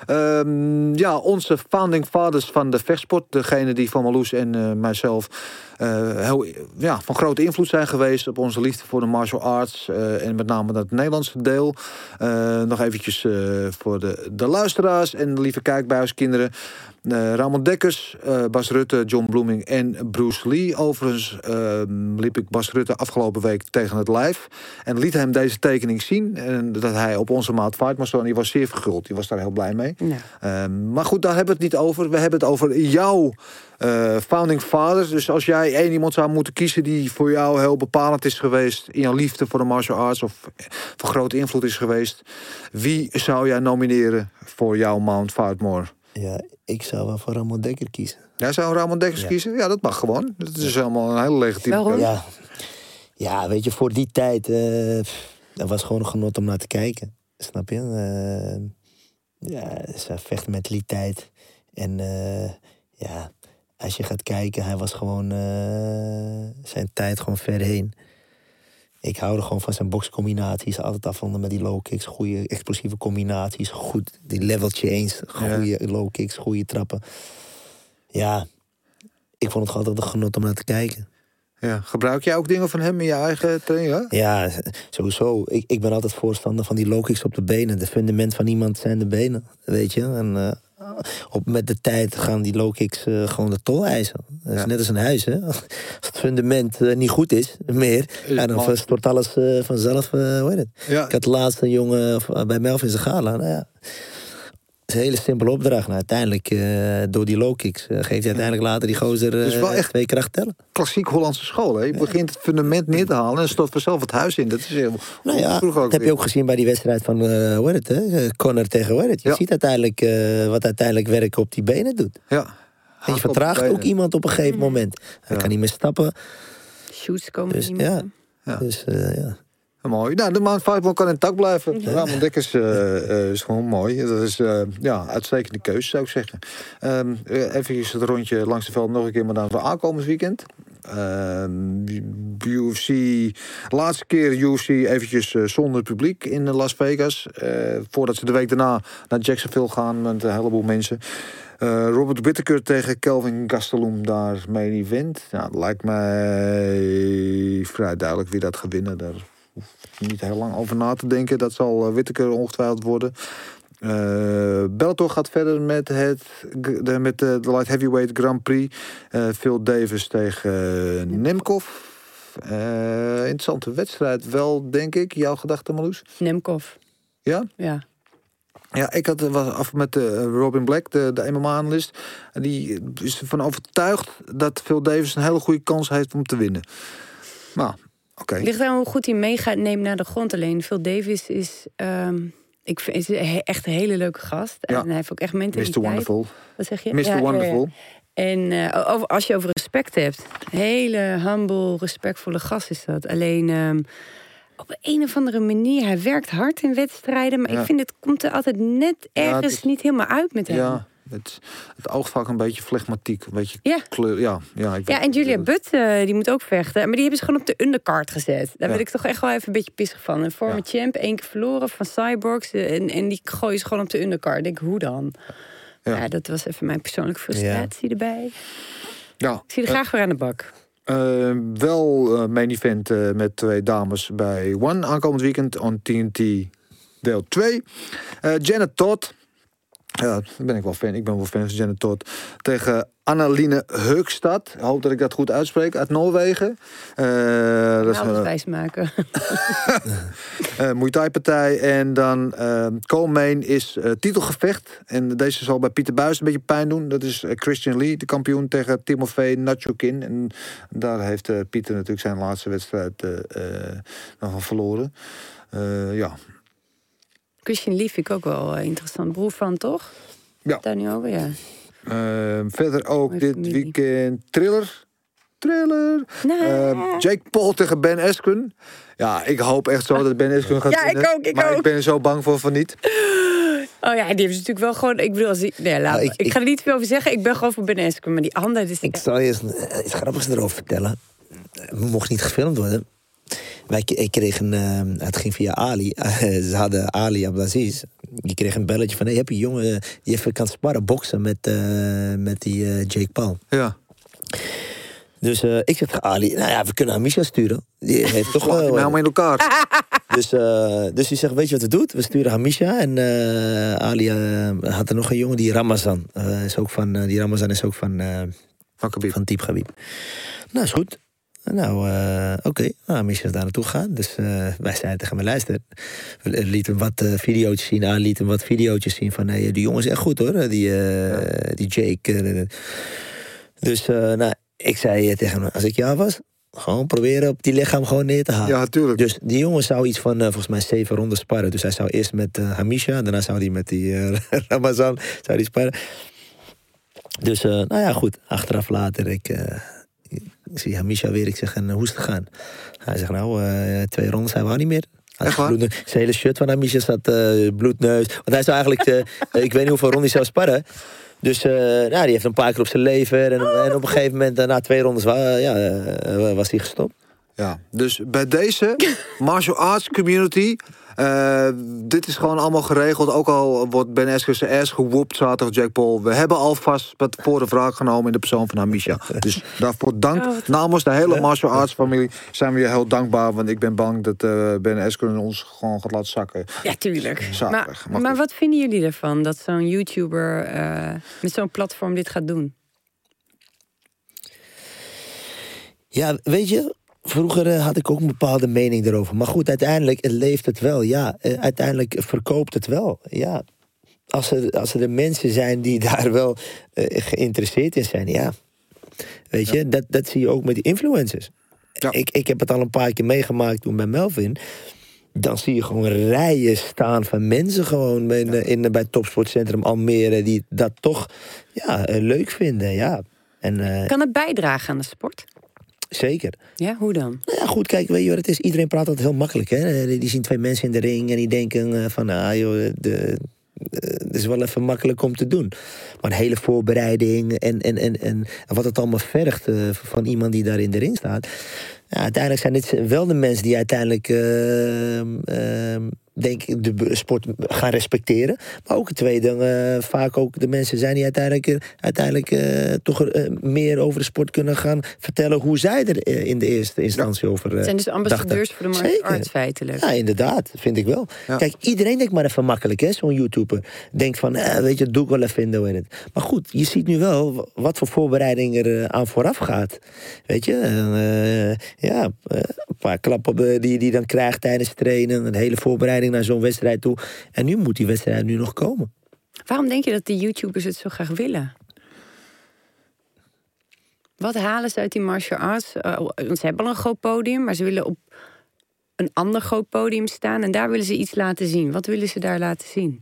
Um, ja, onze founding fathers van de vechtsport. Degene die van Marloes en uh, mijzelf uh, heel, ja, van grote invloed zijn geweest op onze liefde voor de martial arts. Uh, en met name het Nederlandse deel. Uh, nog eventjes uh, voor de, de luisteraars en de lieve kijkbuiskinderen. Uh, Ramon Dekkers, uh, Bas Rutte, John Bloeming en Bruce Lee. Overigens uh, liep ik Bas Rutte afgelopen week tegen het lijf. En liet hem deze tekening zien. En dat hij op onze maat Fightmore stond. En die was zeer verguld. Die was daar heel blij mee. Ja. Uh, maar goed, daar hebben we het niet over. We hebben het over jouw uh, founding fathers. Dus als jij één iemand zou moeten kiezen die voor jou heel bepalend is geweest in jouw liefde voor de martial arts of van grote invloed is geweest. Wie zou jij nomineren voor jouw Mount Fightmore? Ja, ik zou wel voor Ramon Dekker kiezen. Jij zou Ramon Dekkers ja. kiezen? Ja, dat mag gewoon. Dat is ja. helemaal een hele legitieme keuze. Ja. ja, weet je, voor die tijd... Uh, dat was gewoon een genot om naar te kijken. Snap je? Uh, ja, ze vechten met die tijd. En uh, ja, als je gaat kijken... Hij was gewoon uh, zijn tijd gewoon ver heen. Ik hou er gewoon van zijn boxcombinaties. Altijd afvonden met die low kicks. Goede explosieve combinaties. Goed, die level change. Goede ja. low kicks, goede trappen. Ja, ik vond het altijd een genot om naar te kijken. Ja, gebruik jij ook dingen van hem in je eigen training? Ja, ja sowieso. Ik, ik ben altijd voorstander van die low kicks op de benen. De fundament van iemand zijn de benen, weet je. En uh, op, met de tijd gaan die low kicks uh, gewoon de tol eisen. Dat is ja. net als een huis, hè. Als het fundament uh, niet goed is, meer, ja, dan stort alles uh, vanzelf, uh, hoe heet het. Ja. Ik had laatst een jongen uh, bij Melvin Zagala, nou ja. Het is een hele simpele opdracht. Nou, uiteindelijk, uh, door die low kicks, uh, geeft hij uiteindelijk later die gozer uh, dus wel echt twee kracht tellen. Klassiek Hollandse school, hè? Je ja. begint het fundament neer te halen en er stort vanzelf het huis in. Dat is heel nou ja, dat heb weer. Je ook gezien bij die wedstrijd van uh, hoe heet het, hè? Connor tegen hoe heet het. Je ja. ziet uiteindelijk uh, wat uiteindelijk werken op die benen doet. Ja. En je vertraagt ook iemand op een gegeven moment. Hij ja. kan niet meer stappen. Shoots komen dus, niet meer. Ja. Ja. Dus, uh, ja. Mooi. Nou, de Mount Fightmore kan intact blijven. Ja. Ramon Dekkers uh, uh, is gewoon mooi. Dat is uh, ja, uitstekende keuze, zou ik zeggen. Um, even het rondje langs de veld nog een keer, maar dan voor aankomend weekend. Uh, U F C, laatste keer U F C eventjes uh, zonder publiek in Las Vegas. Uh, voordat ze de week daarna naar Jacksonville gaan met een heleboel mensen. Uh, Robert Whittaker tegen Kelvin Gastelum daar main event. Nou, het lijkt mij vrij duidelijk wie dat gaat winnen. Daar niet heel lang over na te denken. Dat zal uh, Whittaker ongetwijfeld worden. Uh, Bellator gaat verder met, het, de, met de, de Light Heavyweight Grand Prix. Uh, Phil Davis tegen uh, Nemkov. Uh, interessante wedstrijd wel, denk ik. Jouw gedachte, Marloes? Nemkov. Ja? Ja. Ja, ik had was af met uh, Robin Black, de, de M M A-analyst. Die is ervan overtuigd dat Phil Davis een hele goede kans heeft om te winnen. Nou, oké. Okay. Het ligt aan hoe goed hij mee gaat nemen naar de grond. Alleen Phil Davis is... Um... Ik vind het is echt een hele leuke gast. Ja. En hij heeft ook echt mentaliteit. mister Wonderful. Wat zeg je? mister Ja, Wonderful. Ja, ja. En uh, over, als je over respect hebt. Hele humble, respectvolle gast is dat. Alleen um, op een of andere manier. Hij werkt hard in wedstrijden. Maar ja. ik vind het komt er altijd net ergens ja, is, niet helemaal uit met hem. Ja. Het, het oogt vaak een beetje flegmatiek. Een beetje Ja. kleur. Ja, ja, ik Ja, en Julia Butt, uh, die moet ook vechten. Maar die hebben ze gewoon op de undercard gezet. Daar Ja. ben ik toch echt wel even een beetje pissig van. Een former Ja. champ, één keer verloren van Cyborgs. En, en die gooien ze gewoon op de undercard. Ik denk, hoe dan? Ja. Ja. dat was even mijn persoonlijke frustratie erbij. Ja. Ik zie er graag weer aan de bak. Uh, wel uh, main event uh, met twee dames bij One aankomend weekend on T N T deel twee. Uh, Janet Todd. Ja, daar ben ik wel fan. Ik ben wel fan van Janet Todd. Tegen Anneline Högstad. Ik hoop dat ik dat goed uitspreek. Uit Noorwegen. Uh, dat is alles uh, wijs maken. uh, Muay Thai partij. En dan uh, co-main is uh, titelgevecht. En deze zal bij Pieter Buijs een beetje pijn doen. Dat is uh, Christian Lee, de kampioen, tegen Timofey Nachokin. En daar heeft uh, Pieter natuurlijk zijn laatste wedstrijd uh, uh, nog van verloren. Uh, ja. Christian Lee vind ik ook wel uh, interessant. Broer van, toch? Ja. Daar nu over, ja. Uh, verder ook Mooie dit familie. weekend Thriller. Thriller. Nee. Uh, Jake Paul tegen Ben Askren. Ja, ik hoop echt zo dat Ben Askren gaat Ja, ik winnen. ook, ik maar ook. ik ben er zo bang voor van niet. Oh ja, die hebben ze natuurlijk wel gewoon... Ik bedoel, als die, nee, laat, Nou, ik, ik- ik ga er niet veel over zeggen. Ik ben gewoon voor Ben Askren. Maar die andere... Dus, Ik zal je eens eh, iets grappigs erover vertellen. We mochten niet gefilmd worden. Wij, ik kreeg een... Uh, het ging via Ali. Ze hadden Ali Abdelaziz. Die kreeg een belletje van... Hey, heb je een jongen die even kan sparren, boksen met, uh, met die uh, Jake Paul. Ja. Dus uh, ik zeg tegen Ali... Nou ja, we kunnen Amisha sturen. Die heeft toch Slaat wel... hij mij helemaal in elkaar. Dus, uh, dus die zegt, weet je wat het doet? We sturen Hamisha. En uh, Ali uh, had er nog een jongen, die Ramazan. Uh, is ook van, uh, die Ramazan is ook van, uh, van Type Khabib. Nou, is goed. Nou, uh, oké. Okay. Nou, Hamisha is daar naartoe gegaan. Dus uh, wij zeiden tegen hem, luister. We lieten hem wat uh, video's zien. Ali liet hem wat video's zien van... Hey, die jongen is echt goed, hoor. Die, uh, ja. die Jake. Uh, dus, uh, nou, ik zei tegen hem, als ik jou was... Gewoon proberen op die lichaam gewoon neer te halen. Ja, natuurlijk. Dus die jongen zou iets van, uh, volgens mij, zeven ronden sparren. Dus hij zou eerst met uh, Hamisha, daarna zou hij met die uh, Ramazan zou die sparren. Dus, uh, nou ja, goed. Achteraf later, ik, uh, ik zie Hamisha weer. Ik zeg, en, uh, hoe is het gegaan? Hij zegt, nou, uh, twee rondes, hij wou niet meer. Echt waar? Zijn hele shirt van Hamisha zat uh, bloedneus. Want hij zou eigenlijk, uh, ik weet niet hoeveel rondes hij zou sparren. Dus uh, nou, die heeft een paar keer op zijn lever. En, en op een gegeven moment, uh, na twee rondes, uh, ja, uh, was hij gestopt. Ja, dus bij deze martial arts community... Uh, dit is gewoon allemaal geregeld. Ook al wordt Ben Askren zijn ass gewoept zaterdag Jake Paul. We hebben alvast wat voor de wraak genomen in de persoon van Hamisha. Dus daarvoor dank. Oh, Namens de hele martial arts familie zijn we je heel dankbaar. Want ik ben bang dat uh, Ben Askren ons gewoon gaat laten zakken. Ja, tuurlijk. Zaterdag. Maar, maar wat vinden jullie ervan dat zo'n YouTuber uh, met zo'n platform dit gaat doen? Ja, weet je... Vroeger uh, had ik ook een bepaalde mening erover. Maar goed, uiteindelijk leeft het wel. Ja, uh, uiteindelijk verkoopt het wel. Ja, als er, als er de mensen zijn die daar wel uh, geïnteresseerd in zijn, ja. Weet je, ja. dat, dat zie je ook met die influencers. Ja. Ik, ik heb het al een paar keer meegemaakt toen bij Melvin. Dan zie je gewoon rijen staan van mensen gewoon in, ja. in, bij het Topsportcentrum Almere die dat toch ja, uh, leuk vinden. Ja. En, uh, kan het bijdragen aan de sport? Zeker. Ja, hoe dan? Nou ja, goed, kijk, weet je wat het is? Iedereen praat altijd heel makkelijk, hè? Die zien twee mensen in de ring en die denken van, ah joh, de, het is wel even makkelijk om te doen. Maar een hele voorbereiding en, en, en, en wat het allemaal vergt uh, van iemand die daar in de ring staat. Ja, uiteindelijk zijn dit wel de mensen die uiteindelijk uh, uh, denk ik de sport gaan respecteren. Maar ook het tweede, uh, vaak ook de mensen zijn die uiteindelijk, uh, uiteindelijk uh, toch uh, meer over de sport kunnen gaan vertellen hoe zij er uh, in de eerste instantie ja. over uh, Het zijn dus ambassadeurs dachten. Voor de martial arts feitelijk. Ja, inderdaad, vind ik wel. Ja. Kijk, iedereen denkt maar even makkelijk, hè, zo'n YouTuber. Denkt van, eh, weet je, doe ik wel even in de het. Maar goed, je ziet nu wel wat voor voorbereiding er uh, aan vooraf gaat. Weet je, uh, ja, uh, een paar klappen die je die dan krijgt tijdens trainen, een hele voorbereiding naar zo'n wedstrijd toe. En nu moet die wedstrijd nu nog komen. Waarom denk je dat de YouTubers het zo graag willen? Wat halen ze uit die martial arts? Uh, want ze hebben al een groot podium, maar ze willen op een ander groot podium staan en daar willen ze iets laten zien. Wat willen ze daar laten zien?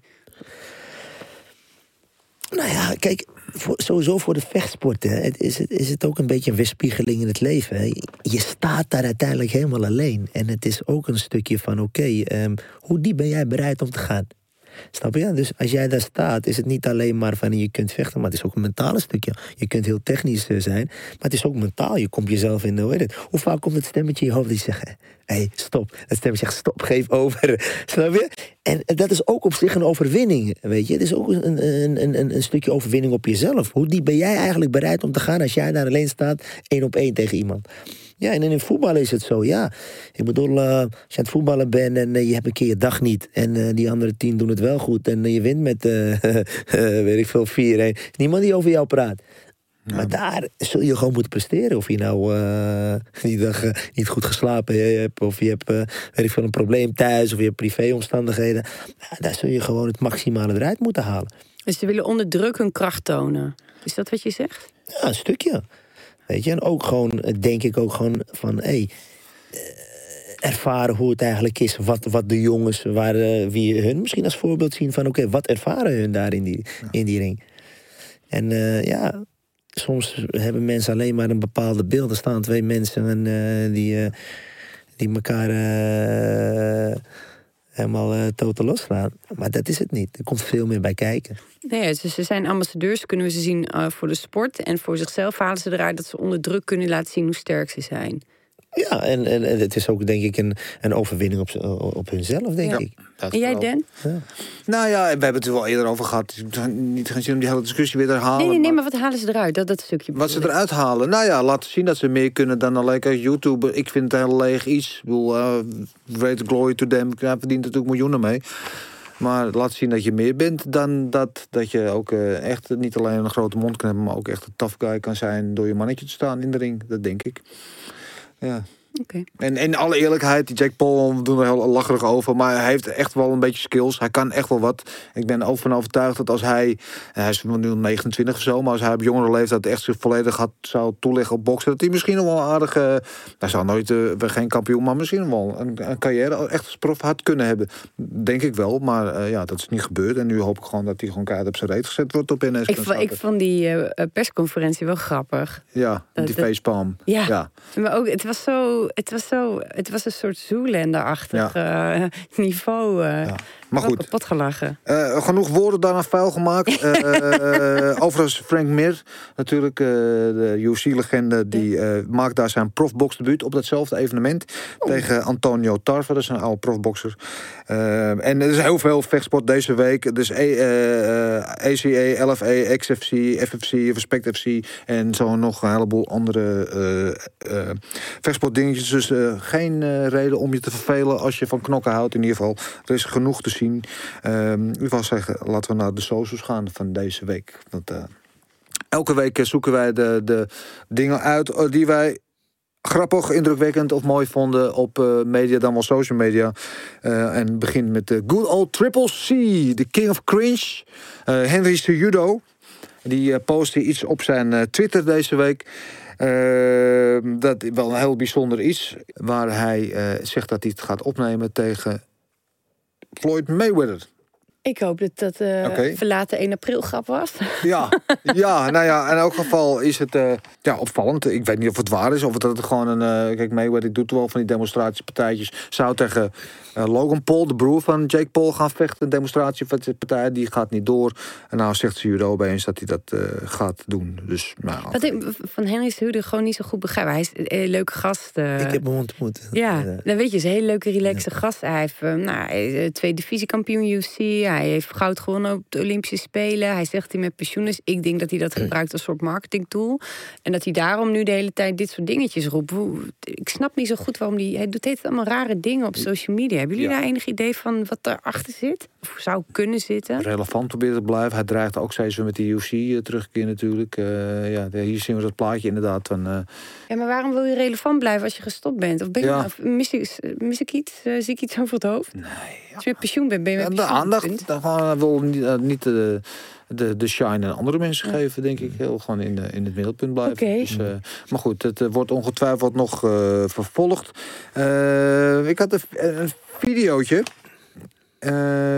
Nou ja, kijk, voor, sowieso voor de vechtsporten het is, het, is het ook een beetje een weerspiegeling in het leven. Hè. Je staat daar uiteindelijk helemaal alleen. En het is ook een stukje van, oké, okay, um, hoe diep ben jij bereid om te gaan? Snap je? Dus als jij daar staat, is het niet alleen maar van je kunt vechten, maar het is ook een mentale stukje. Je kunt heel technisch uh, zijn, maar het is ook mentaal. Je komt jezelf in de, hoe heet het? Hoe vaak komt het stemmetje in je hoofd die zegt, hé, hey, stop. Het stemmetje zegt, stop, geef over. Snap je? En dat is ook op zich een overwinning, weet je. Het is ook een, een, een, een stukje overwinning op jezelf. Hoe diep ben jij eigenlijk bereid om te gaan als jij daar alleen staat, één op één tegen iemand? Ja, en in voetbal is het zo, ja. Ik bedoel, uh, als je aan het voetballen bent en uh, je hebt een keer je dag niet... en uh, die andere tien doen het wel goed en uh, je wint met, uh, uh, weet ik veel, vier één. Niemand die over jou praat. Ja. Maar daar zul je gewoon moeten presteren. Of je nou uh, die dag uh, niet goed geslapen hebt... of je hebt uh, weet ik veel, een probleem thuis... of je hebt privéomstandigheden. Ja, daar zul je gewoon het maximale eruit moeten halen. Dus ze willen onder druk hun kracht tonen. Is dat wat je zegt? Ja, een stukje. Weet je, en ook gewoon, denk ik ook gewoon van... Hey, uh, ervaren hoe het eigenlijk is. Wat, wat de jongens, waar, uh, wie hun misschien als voorbeeld zien van... oké, okay, wat ervaren hun daar in die, ja. in die ring? En uh, ja... Soms hebben mensen alleen maar een bepaalde beeld. Er staan twee mensen en, uh, die, uh, die elkaar uh, helemaal uh, totaal losslaan. Maar dat is het niet. Er komt veel meer bij kijken. Nee, dus ze zijn ambassadeurs, kunnen we ze zien uh, voor de sport. En voor zichzelf halen ze eruit dat ze onder druk kunnen laten zien hoe sterk ze zijn. Ja, en, en, en het is ook denk ik een, een overwinning op, op hunzelf, denk ja. ik. En jij, Dan? Ja. Nou ja, we hebben het er wel eerder over gehad. Niet gaan zien om die hele discussie weer te herhalen. Nee, nee, nee, maar, maar wat halen ze eruit? Dat, dat stukje. Wat ze eruit halen? Nou ja, laten zien dat ze meer kunnen dan alleen kijk, YouTube. Ik vind het heel leeg iets. Ik bedoel, uh, great glory to them. Hij verdient natuurlijk miljoenen mee. Maar laat zien dat je meer bent dan dat, dat je ook uh, echt niet alleen een grote mond kan hebben... maar ook echt een tough guy kan zijn door je mannetje te staan in de ring. Dat denk ik. Ja. Okay. En in alle eerlijkheid, die Jake Paul, we doen er heel lacherig over... maar hij heeft echt wel een beetje skills. Hij kan echt wel wat. Ik ben ook van overtuigd dat als hij... hij is nu negenentwintig of zo... maar als hij op jongere leeftijd echt zich volledig had, zou toeleggen op boksen... dat hij misschien nog wel een aardige... hij zou nooit uh, geen kampioen, maar misschien wel een, een carrière... echt als prof had kunnen hebben. Denk ik wel, maar uh, ja, dat is niet gebeurd. En nu hoop ik gewoon dat hij gewoon keihard op zijn reet gezet wordt op N S. Ik, ik vond die uh, persconferentie wel grappig. Ja, dat, die facepalm. Ja, ja, maar ook, het was zo... Het was, zo, het was een soort Zoolander-achtig ja. uh, niveau. Uh, ja. Maar goed. Kapot gelachen. Uh, genoeg woorden daarna vuil gemaakt. uh, uh, overigens Frank Mir, natuurlijk uh, de U F C-legende... die uh, maakt daar zijn profboxdebuut op datzelfde evenement... Oh. tegen Antonio Tarver, dat is een oude profboxer. Uh, en er is heel veel vechtsport deze week. Dus uh, uh, A C A, L F A, X F C, F F C, Respect F C... en zo nog een heleboel andere uh, uh, vechtsportdingetjes. Dus uh, geen uh, reden om je te vervelen als je van knokken houdt. In ieder geval, er is genoeg te zien. Um, ik wil zeggen, laten we naar de socials gaan van deze week. Want uh, elke week zoeken wij de, de dingen uit die wij grappig, indrukwekkend of mooi vonden op uh, media, dan wel social media. Uh, en begin met de good old Triple C, de king of cringe, uh, Henry Cejudo. Die uh, postte iets op zijn uh, Twitter deze week. Uh, dat wel een heel bijzonder iets. Waar hij uh, zegt dat hij het gaat opnemen tegen Floyd Mayweather. Ik hoop dat dat uh, okay. verlaten één april grap was. Ja, ja, nou ja, in elk geval is het uh, ja, opvallend. Ik weet niet of het waar is, of dat het gewoon een... Uh, kijk, Mayweather doet wel van die demonstratiepartijtjes. Zou tegen uh, Logan Paul, de broer van Jake Paul, gaan vechten. Een demonstratiepartij, die gaat niet door. En nou zegt Cejudo opeens dat hij dat uh, gaat doen. Dus, nou, Wat ik van Henry Cejudo gewoon niet zo goed begrijp. Hij is een hele leuke gast. Uh, ik heb hem ontmoet. Ja, uh, dan weet je, is een hele leuke, relaxe ja. gast. Hij heeft uh, nou, hij is, uh, twee divisiekampioen U F C. Hij heeft goud gewonnen op de Olympische Spelen. Hij zegt dat hij met pensioen is. Ik denk dat hij dat gebruikt als soort marketingtool. En dat hij daarom nu de hele tijd dit soort dingetjes roept. Ik snap niet zo goed waarom hij... Hij doet heet allemaal rare dingen op social media. Hebben jullie ja. daar enig idee van wat daarachter zit? Of zou kunnen zitten? Relevant proberen te blijven. Hij dreigt ook steeds weer met de U F C uh, terugkeer natuurlijk. Uh, ja, hier zien we dat plaatje inderdaad van... Uh... Ja, maar waarom wil je relevant blijven als je gestopt bent? Of ben je, ja. of mis, ik, mis ik iets? Uh, zie ik iets over het hoofd? Nee. Ja. Als je met pensioen bent, ben je met ja, pensioen. De aandacht, dan wil niet, uh, niet de, de, de shine aan andere mensen ja. geven, denk ik. Heel gewoon in, de, in het middelpunt blijven. Okay. Dus, uh, maar goed, het uh, wordt ongetwijfeld nog uh, vervolgd. Uh, ik had een, een videootje. Uh,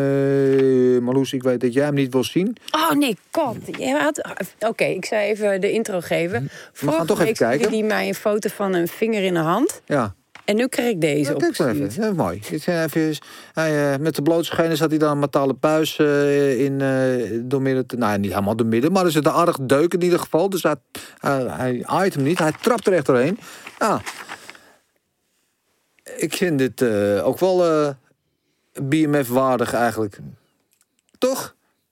Marloes, ik weet dat jij hem niet wil zien. Oh nee, god. Had... Oké, okay, ik zal even de intro geven. We gaan toch even kijken. die mij een foto van een vinger in de hand. Ja. En nu krijg ik deze Ja, op. kijk maar even. Ja, mooi. Even, hij, uh, met de blote schenen zat hij dan een metalen buis uh, in uh, door midden. Te, nou, niet helemaal door midden, maar er zit een aardig deuk in ieder geval. Dus hij, uh, hij aait hem niet. Hij trapt er echt doorheen. Ja. Ik vind dit uh, ook wel uh, B M F-waardig eigenlijk. Toch?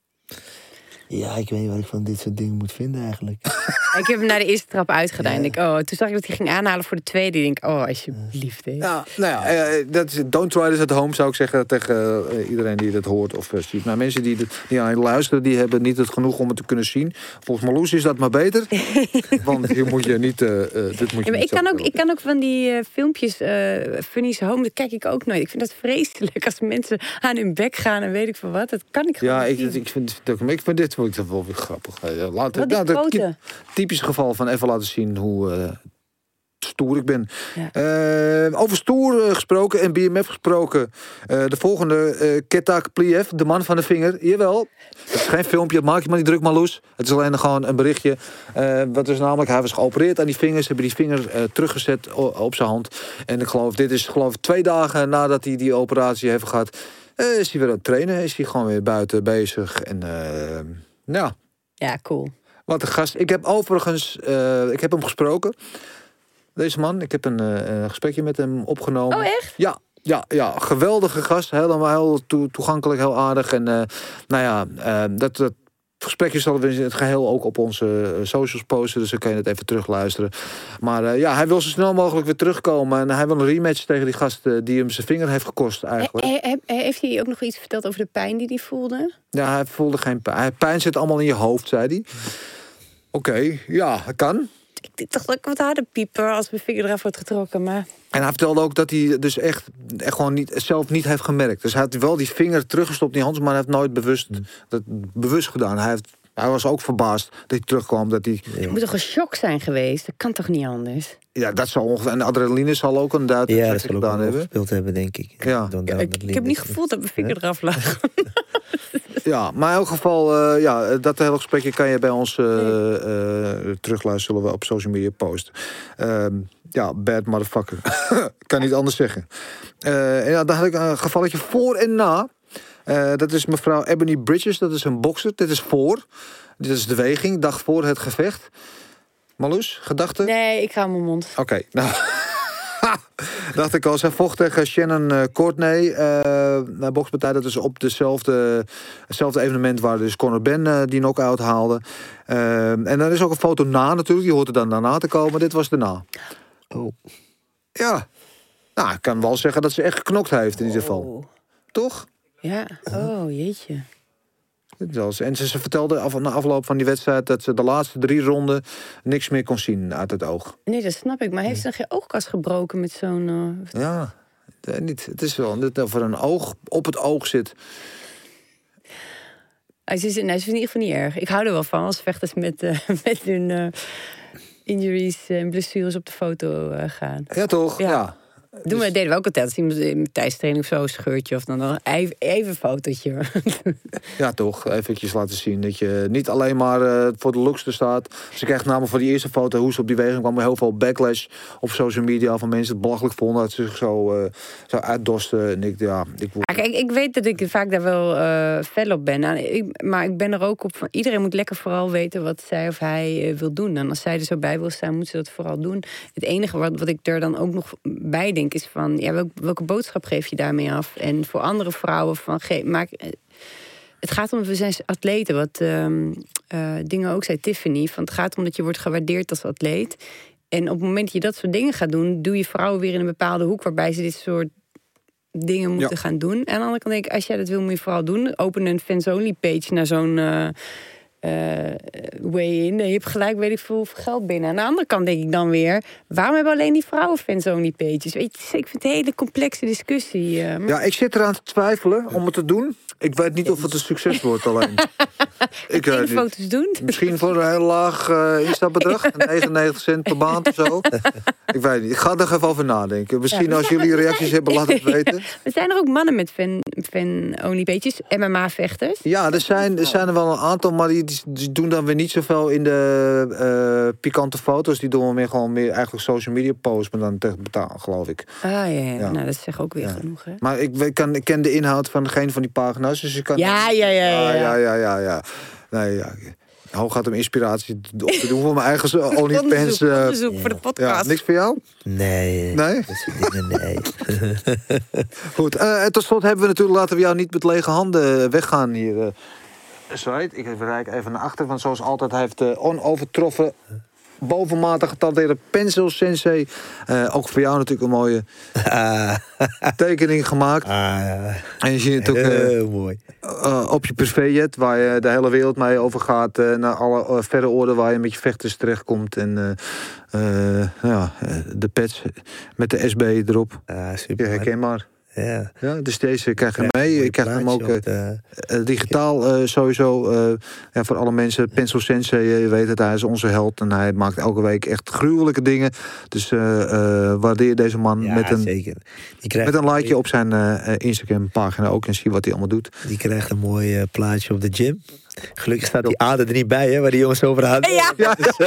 Ja, ik weet niet wat ik van dit soort dingen moet vinden eigenlijk. Ik heb hem naar de eerste trap uitgedaan. Ja. En denk, oh, toen zag ik dat hij ging aanhalen voor de tweede. Ik denk, oh, alsjeblieft. Hè. Ja, nou ja, uh, dat is, don't try this at home, zou ik zeggen tegen uh, iedereen die dat hoort of uh, ziet. Maar mensen die, dit, die aan luisteren, die hebben niet het genoeg om het te kunnen zien. Volgens Marloes is dat maar beter. Want hier moet je niet... Uh, uh, dit moet je Ja, maar niet ik, kan ook, zo ik kan ook van die uh, filmpjes, uh, Funny's Home, dat kijk ik ook nooit. Ik vind dat vreselijk als mensen aan hun bek gaan en weet ik veel wat. Dat kan ik gewoon Ja, niet ik, zien. ik, vind, ik vind dit wel, wel weer grappig. Uh, laat, Wat die nou, dat quote. typisch geval van even laten zien hoe uh, stoer ik ben. Ja. Uh, over stoer uh, gesproken en B M F gesproken. Uh, de volgende, uh, Ketak Pliev, de man van de vinger. Jawel, het is geen filmpje, maak je maar niet druk, Marloes. Het is alleen gewoon een berichtje. Uh, wat is namelijk, hij was geopereerd aan die vingers. Hebben die vinger uh, teruggezet op zijn hand. En ik geloof, dit is geloof ik twee dagen nadat hij die operatie heeft gehad. Uh, is hij weer aan het trainen, is hij gewoon weer buiten bezig. En uh, nou... Ja, cool. Wat een gast. Ik heb overigens, uh, ik heb hem gesproken. Deze man, ik heb een, uh, een gesprekje met hem opgenomen. Oh, echt? Ja, ja, ja, geweldige gast. Helemaal heel toe, toegankelijk, heel aardig. En uh, nou ja, uh, dat, dat gesprekje zullen we in het geheel ook op onze uh, socials posten. Dus dan kan je het even terugluisteren. Maar uh, ja, hij wil zo snel mogelijk weer terugkomen. En hij wil een rematch tegen die gast uh, die hem zijn vinger heeft gekost eigenlijk. He, he, he, heeft hij ook nog iets verteld over de pijn die hij voelde? Ja, hij voelde geen pijn. Pijn zit allemaal in je hoofd, zei hij. Oké, okay, ja, dat kan. Ik dacht dat ik wat harder pieper als mijn vinger eraf wordt getrokken, maar... En hij vertelde ook dat hij dus echt, echt gewoon niet, zelf niet heeft gemerkt. Dus hij had wel die vinger teruggestopt in die hand, maar hij heeft nooit bewust, dat, bewust gedaan. Hij, heeft, hij was ook verbaasd dat hij terugkwam. Dat hij... Het moet toch een shock zijn geweest? Dat kan toch niet anders? Ja, dat zal ongeveer. En de adrenaline zal ook een duidelijk ja, dat zal gedaan ook hebben. gespeeld hebben, denk ik. Ja. Dan, Ja, ik, ik heb niet gevoeld dat mijn vinger eraf lag. Ja, maar in elk geval, uh, ja, dat hele gesprekje kan je bij ons uh, uh, terugluisteren. Zullen we op social media posten. Uh, ja, bad motherfucker. Kan niet anders zeggen. Uh, en ja, dan had ik een gevalletje voor en na. Uh, dat is mevrouw Ebony Bridges, dat is een bokser. Dit is voor. Dit is de weging, dag voor het gevecht. Marloes, gedachten? Nee, ik ga mijn mond. Oké, okay, nou... dacht ik al, zij vocht tegen Shannon uh, Courtney. Uh, bokspartij, dat is op dezelfde, hetzelfde evenement waar dus Conor Ben uh, die knock-out haalde. Uh, en er is ook een foto na natuurlijk, die hoort er dan daarna te komen. Dit was daarna. Oh. Ja. Nou, ik kan wel zeggen dat ze echt geknokt heeft in ieder geval. Oh. Toch? Ja, oh jeetje. En ze, ze vertelde af, na afloop van die wedstrijd dat ze de laatste drie ronden niks meer kon zien uit het oog. Nee, dat snap ik. Maar heeft ze nog geen oogkas gebroken met zo'n... Uh... Ja, niet. Het is wel dat er een oog op het oog zit. Hij is, nee, is in ieder geval niet erg. Ik hou er wel van als vechters met, uh, met hun uh, injuries en blessures op de foto uh, gaan. Ja, toch? Ja. ja. Doen we, deden we ook altijd. Als iemand in tijdstraining of zo, een scheurtje of dan, dan even, even een fotootje. Ja, toch. Eventjes laten zien dat je niet alleen maar uh, voor de looks er staat. Ze krijgt namelijk voor die eerste foto hoe ze op die weging kwam heel veel backlash op social media van mensen het belachelijk vonden dat ze zich zo, uh, zo uitdorsten. En ik, ja, ik, ja, kijk, ik weet dat ik vaak daar wel uh, fel op ben. Nou, ik, maar ik ben er ook op van, iedereen moet lekker vooral weten wat zij of hij uh, wil doen. En als zij er zo bij wil staan, moet ze dat vooral doen. Het enige wat, wat ik er dan ook nog bij denk is van, ja, welke, welke boodschap geef je daarmee af? En voor andere vrouwen van, ge, maak, het gaat om, we zijn atleten, wat um, uh, dingen ook zei Tiffany, van het gaat om dat je wordt gewaardeerd als atleet. En op het moment dat je dat soort dingen gaat doen, doe je vrouwen weer in een bepaalde hoek waarbij ze dit soort dingen moeten ja. gaan doen. En aan de andere kant denk ik, als jij dat wil, moet je vooral doen. Open een fans-only page naar zo'n uh, uh, way-in. Je hebt gelijk, weet ik veel, hoeveel geld binnen. Aan de andere kant denk ik dan weer, waarom hebben alleen die vrouwen fans-only pages? Weet je, ik vind het een hele complexe discussie. Uh, maar... Ja, ik zit eraan te twijfelen om het te doen. Ik weet niet of het een succes wordt alleen. Ik weet niet. Foto's doen. Misschien voor een heel laag uh, instapbedrag. negenennegentig cent per maand of zo. Ik weet niet. Ik ga er even over nadenken. Misschien ja, als jullie reacties hebben, laat het weten. Er zijn er ook mannen met fan-only pages. M M A-vechters. Ja, er zijn, er zijn er wel een aantal. Maar die, die, die doen dan weer niet zoveel in de uh, pikante foto's. Die doen we meer gewoon meer eigenlijk social media posts, maar dan tegen betaal, geloof ik. Ah, ja, ja. Ja. Nou, dat zegt ook weer Ja. genoeg, hè? Maar ik, weet- kan, ik ken de inhoud van geen van die pagina's, dus ik kan... Ja, ja, ja, ja, Ah, ja. ja, ja, ja, ja. Nee, ja. Hoog gaat om inspiratie op te doen voor mijn eigen OnlyFans. Onderzoek, uh, onderzoek voor de ja, podcast. niks voor jou? Nee. Nee? Dat soort dingen, nee. Goed, uh, en tot slot hebben we natuurlijk, laten we jou niet met lege handen weggaan hier. Uh, sorry, ik rijd even naar achter, want zoals altijd heeft uh, onovertroffen, bovenmatig getalenteerde Pencil Sensei. Uh, ook voor jou natuurlijk een mooie Ah, tekening gemaakt. ah, ja. En je ziet het ook uh, Heel mooi. uh, op je privéjet, waar je de hele wereld mee over gaat. Uh, naar alle uh, verre oorden waar je met je vechters terechtkomt. En uh, uh, ja, uh, de pets met de S B erop. Ah, Ja, super. herkenbaar. Ja. Ja, dus deze krijg je Ja, mee. mooie Ik krijg hem ook plaatje uh, op de- uh, digitaal uh, sowieso. Uh, ja, voor alle mensen. Pencil Sensei, uh, je weet het, hij is onze held. En hij maakt elke week echt gruwelijke dingen. Dus uh, uh, waardeer deze man Ja, met, een, zeker. Die krijgt, met een likeje op zijn uh, Instagram pagina ook. En zie wat hij allemaal dout. die krijgt een mooi uh, plaatje op de gym. Gelukkig staat die ader er niet bij, hè, waar die jongens over hadden. Ja. Ja. Maar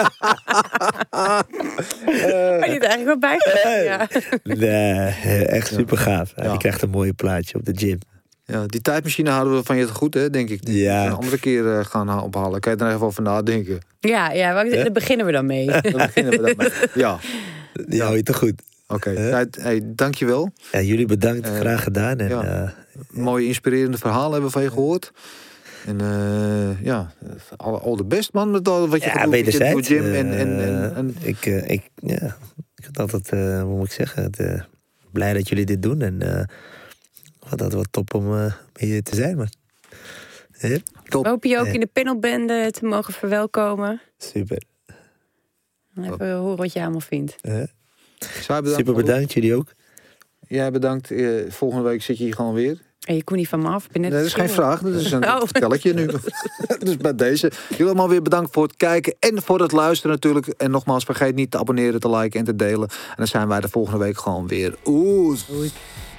die is eigenlijk wel bij. Ja. Nee, echt super gaaf. Ja. Die krijgt een mooi plaatje op de gym. Ja, die tijdmachine houden we van je te goed, hè, denk ik. Die Ja. we een andere keer uh, gaan ha- ophalen. Kan je er even over nadenken? Ja, ja, maar daar beginnen we dan mee. Dan beginnen we daarmee. Ja, Die hou je te goed. oké. Huh? Ja, hey, dankjewel. Ja, jullie bedankt. Eh, Graag gedaan. En, ja. eh, Mooie inspirerende verhalen hebben we van je gehoord. En uh, ja, all, all the best, man, met al wat je ja, gaat doen met je nieuwe wederzijds. gym. En, en, en, en, eh, ik, uh, ik, ja, ik had altijd, uh, hoe moet ik zeggen, het, uh, blij dat jullie dit doen. En uh, wat dat wat top om uh, hier te zijn, man. Ja, top. We hopen je ook Ja. in de panelbende te mogen verwelkomen. super. Dan even horen wat je allemaal vindt. Uh, Zij bedankt. super bedankt, jullie ook. Jij bedankt. Uh, volgende week zit je hier gewoon weer. En je kon niet van me af. Ik ben net Nee, dat is geen verschillen. vraag. Dat is een Oh. vertelletje nu. Dus bij deze. Jullie allemaal weer bedankt voor het kijken en voor het luisteren natuurlijk. En nogmaals, vergeet niet te abonneren, te liken en te delen. En dan zijn wij de volgende week gewoon weer. Oeh.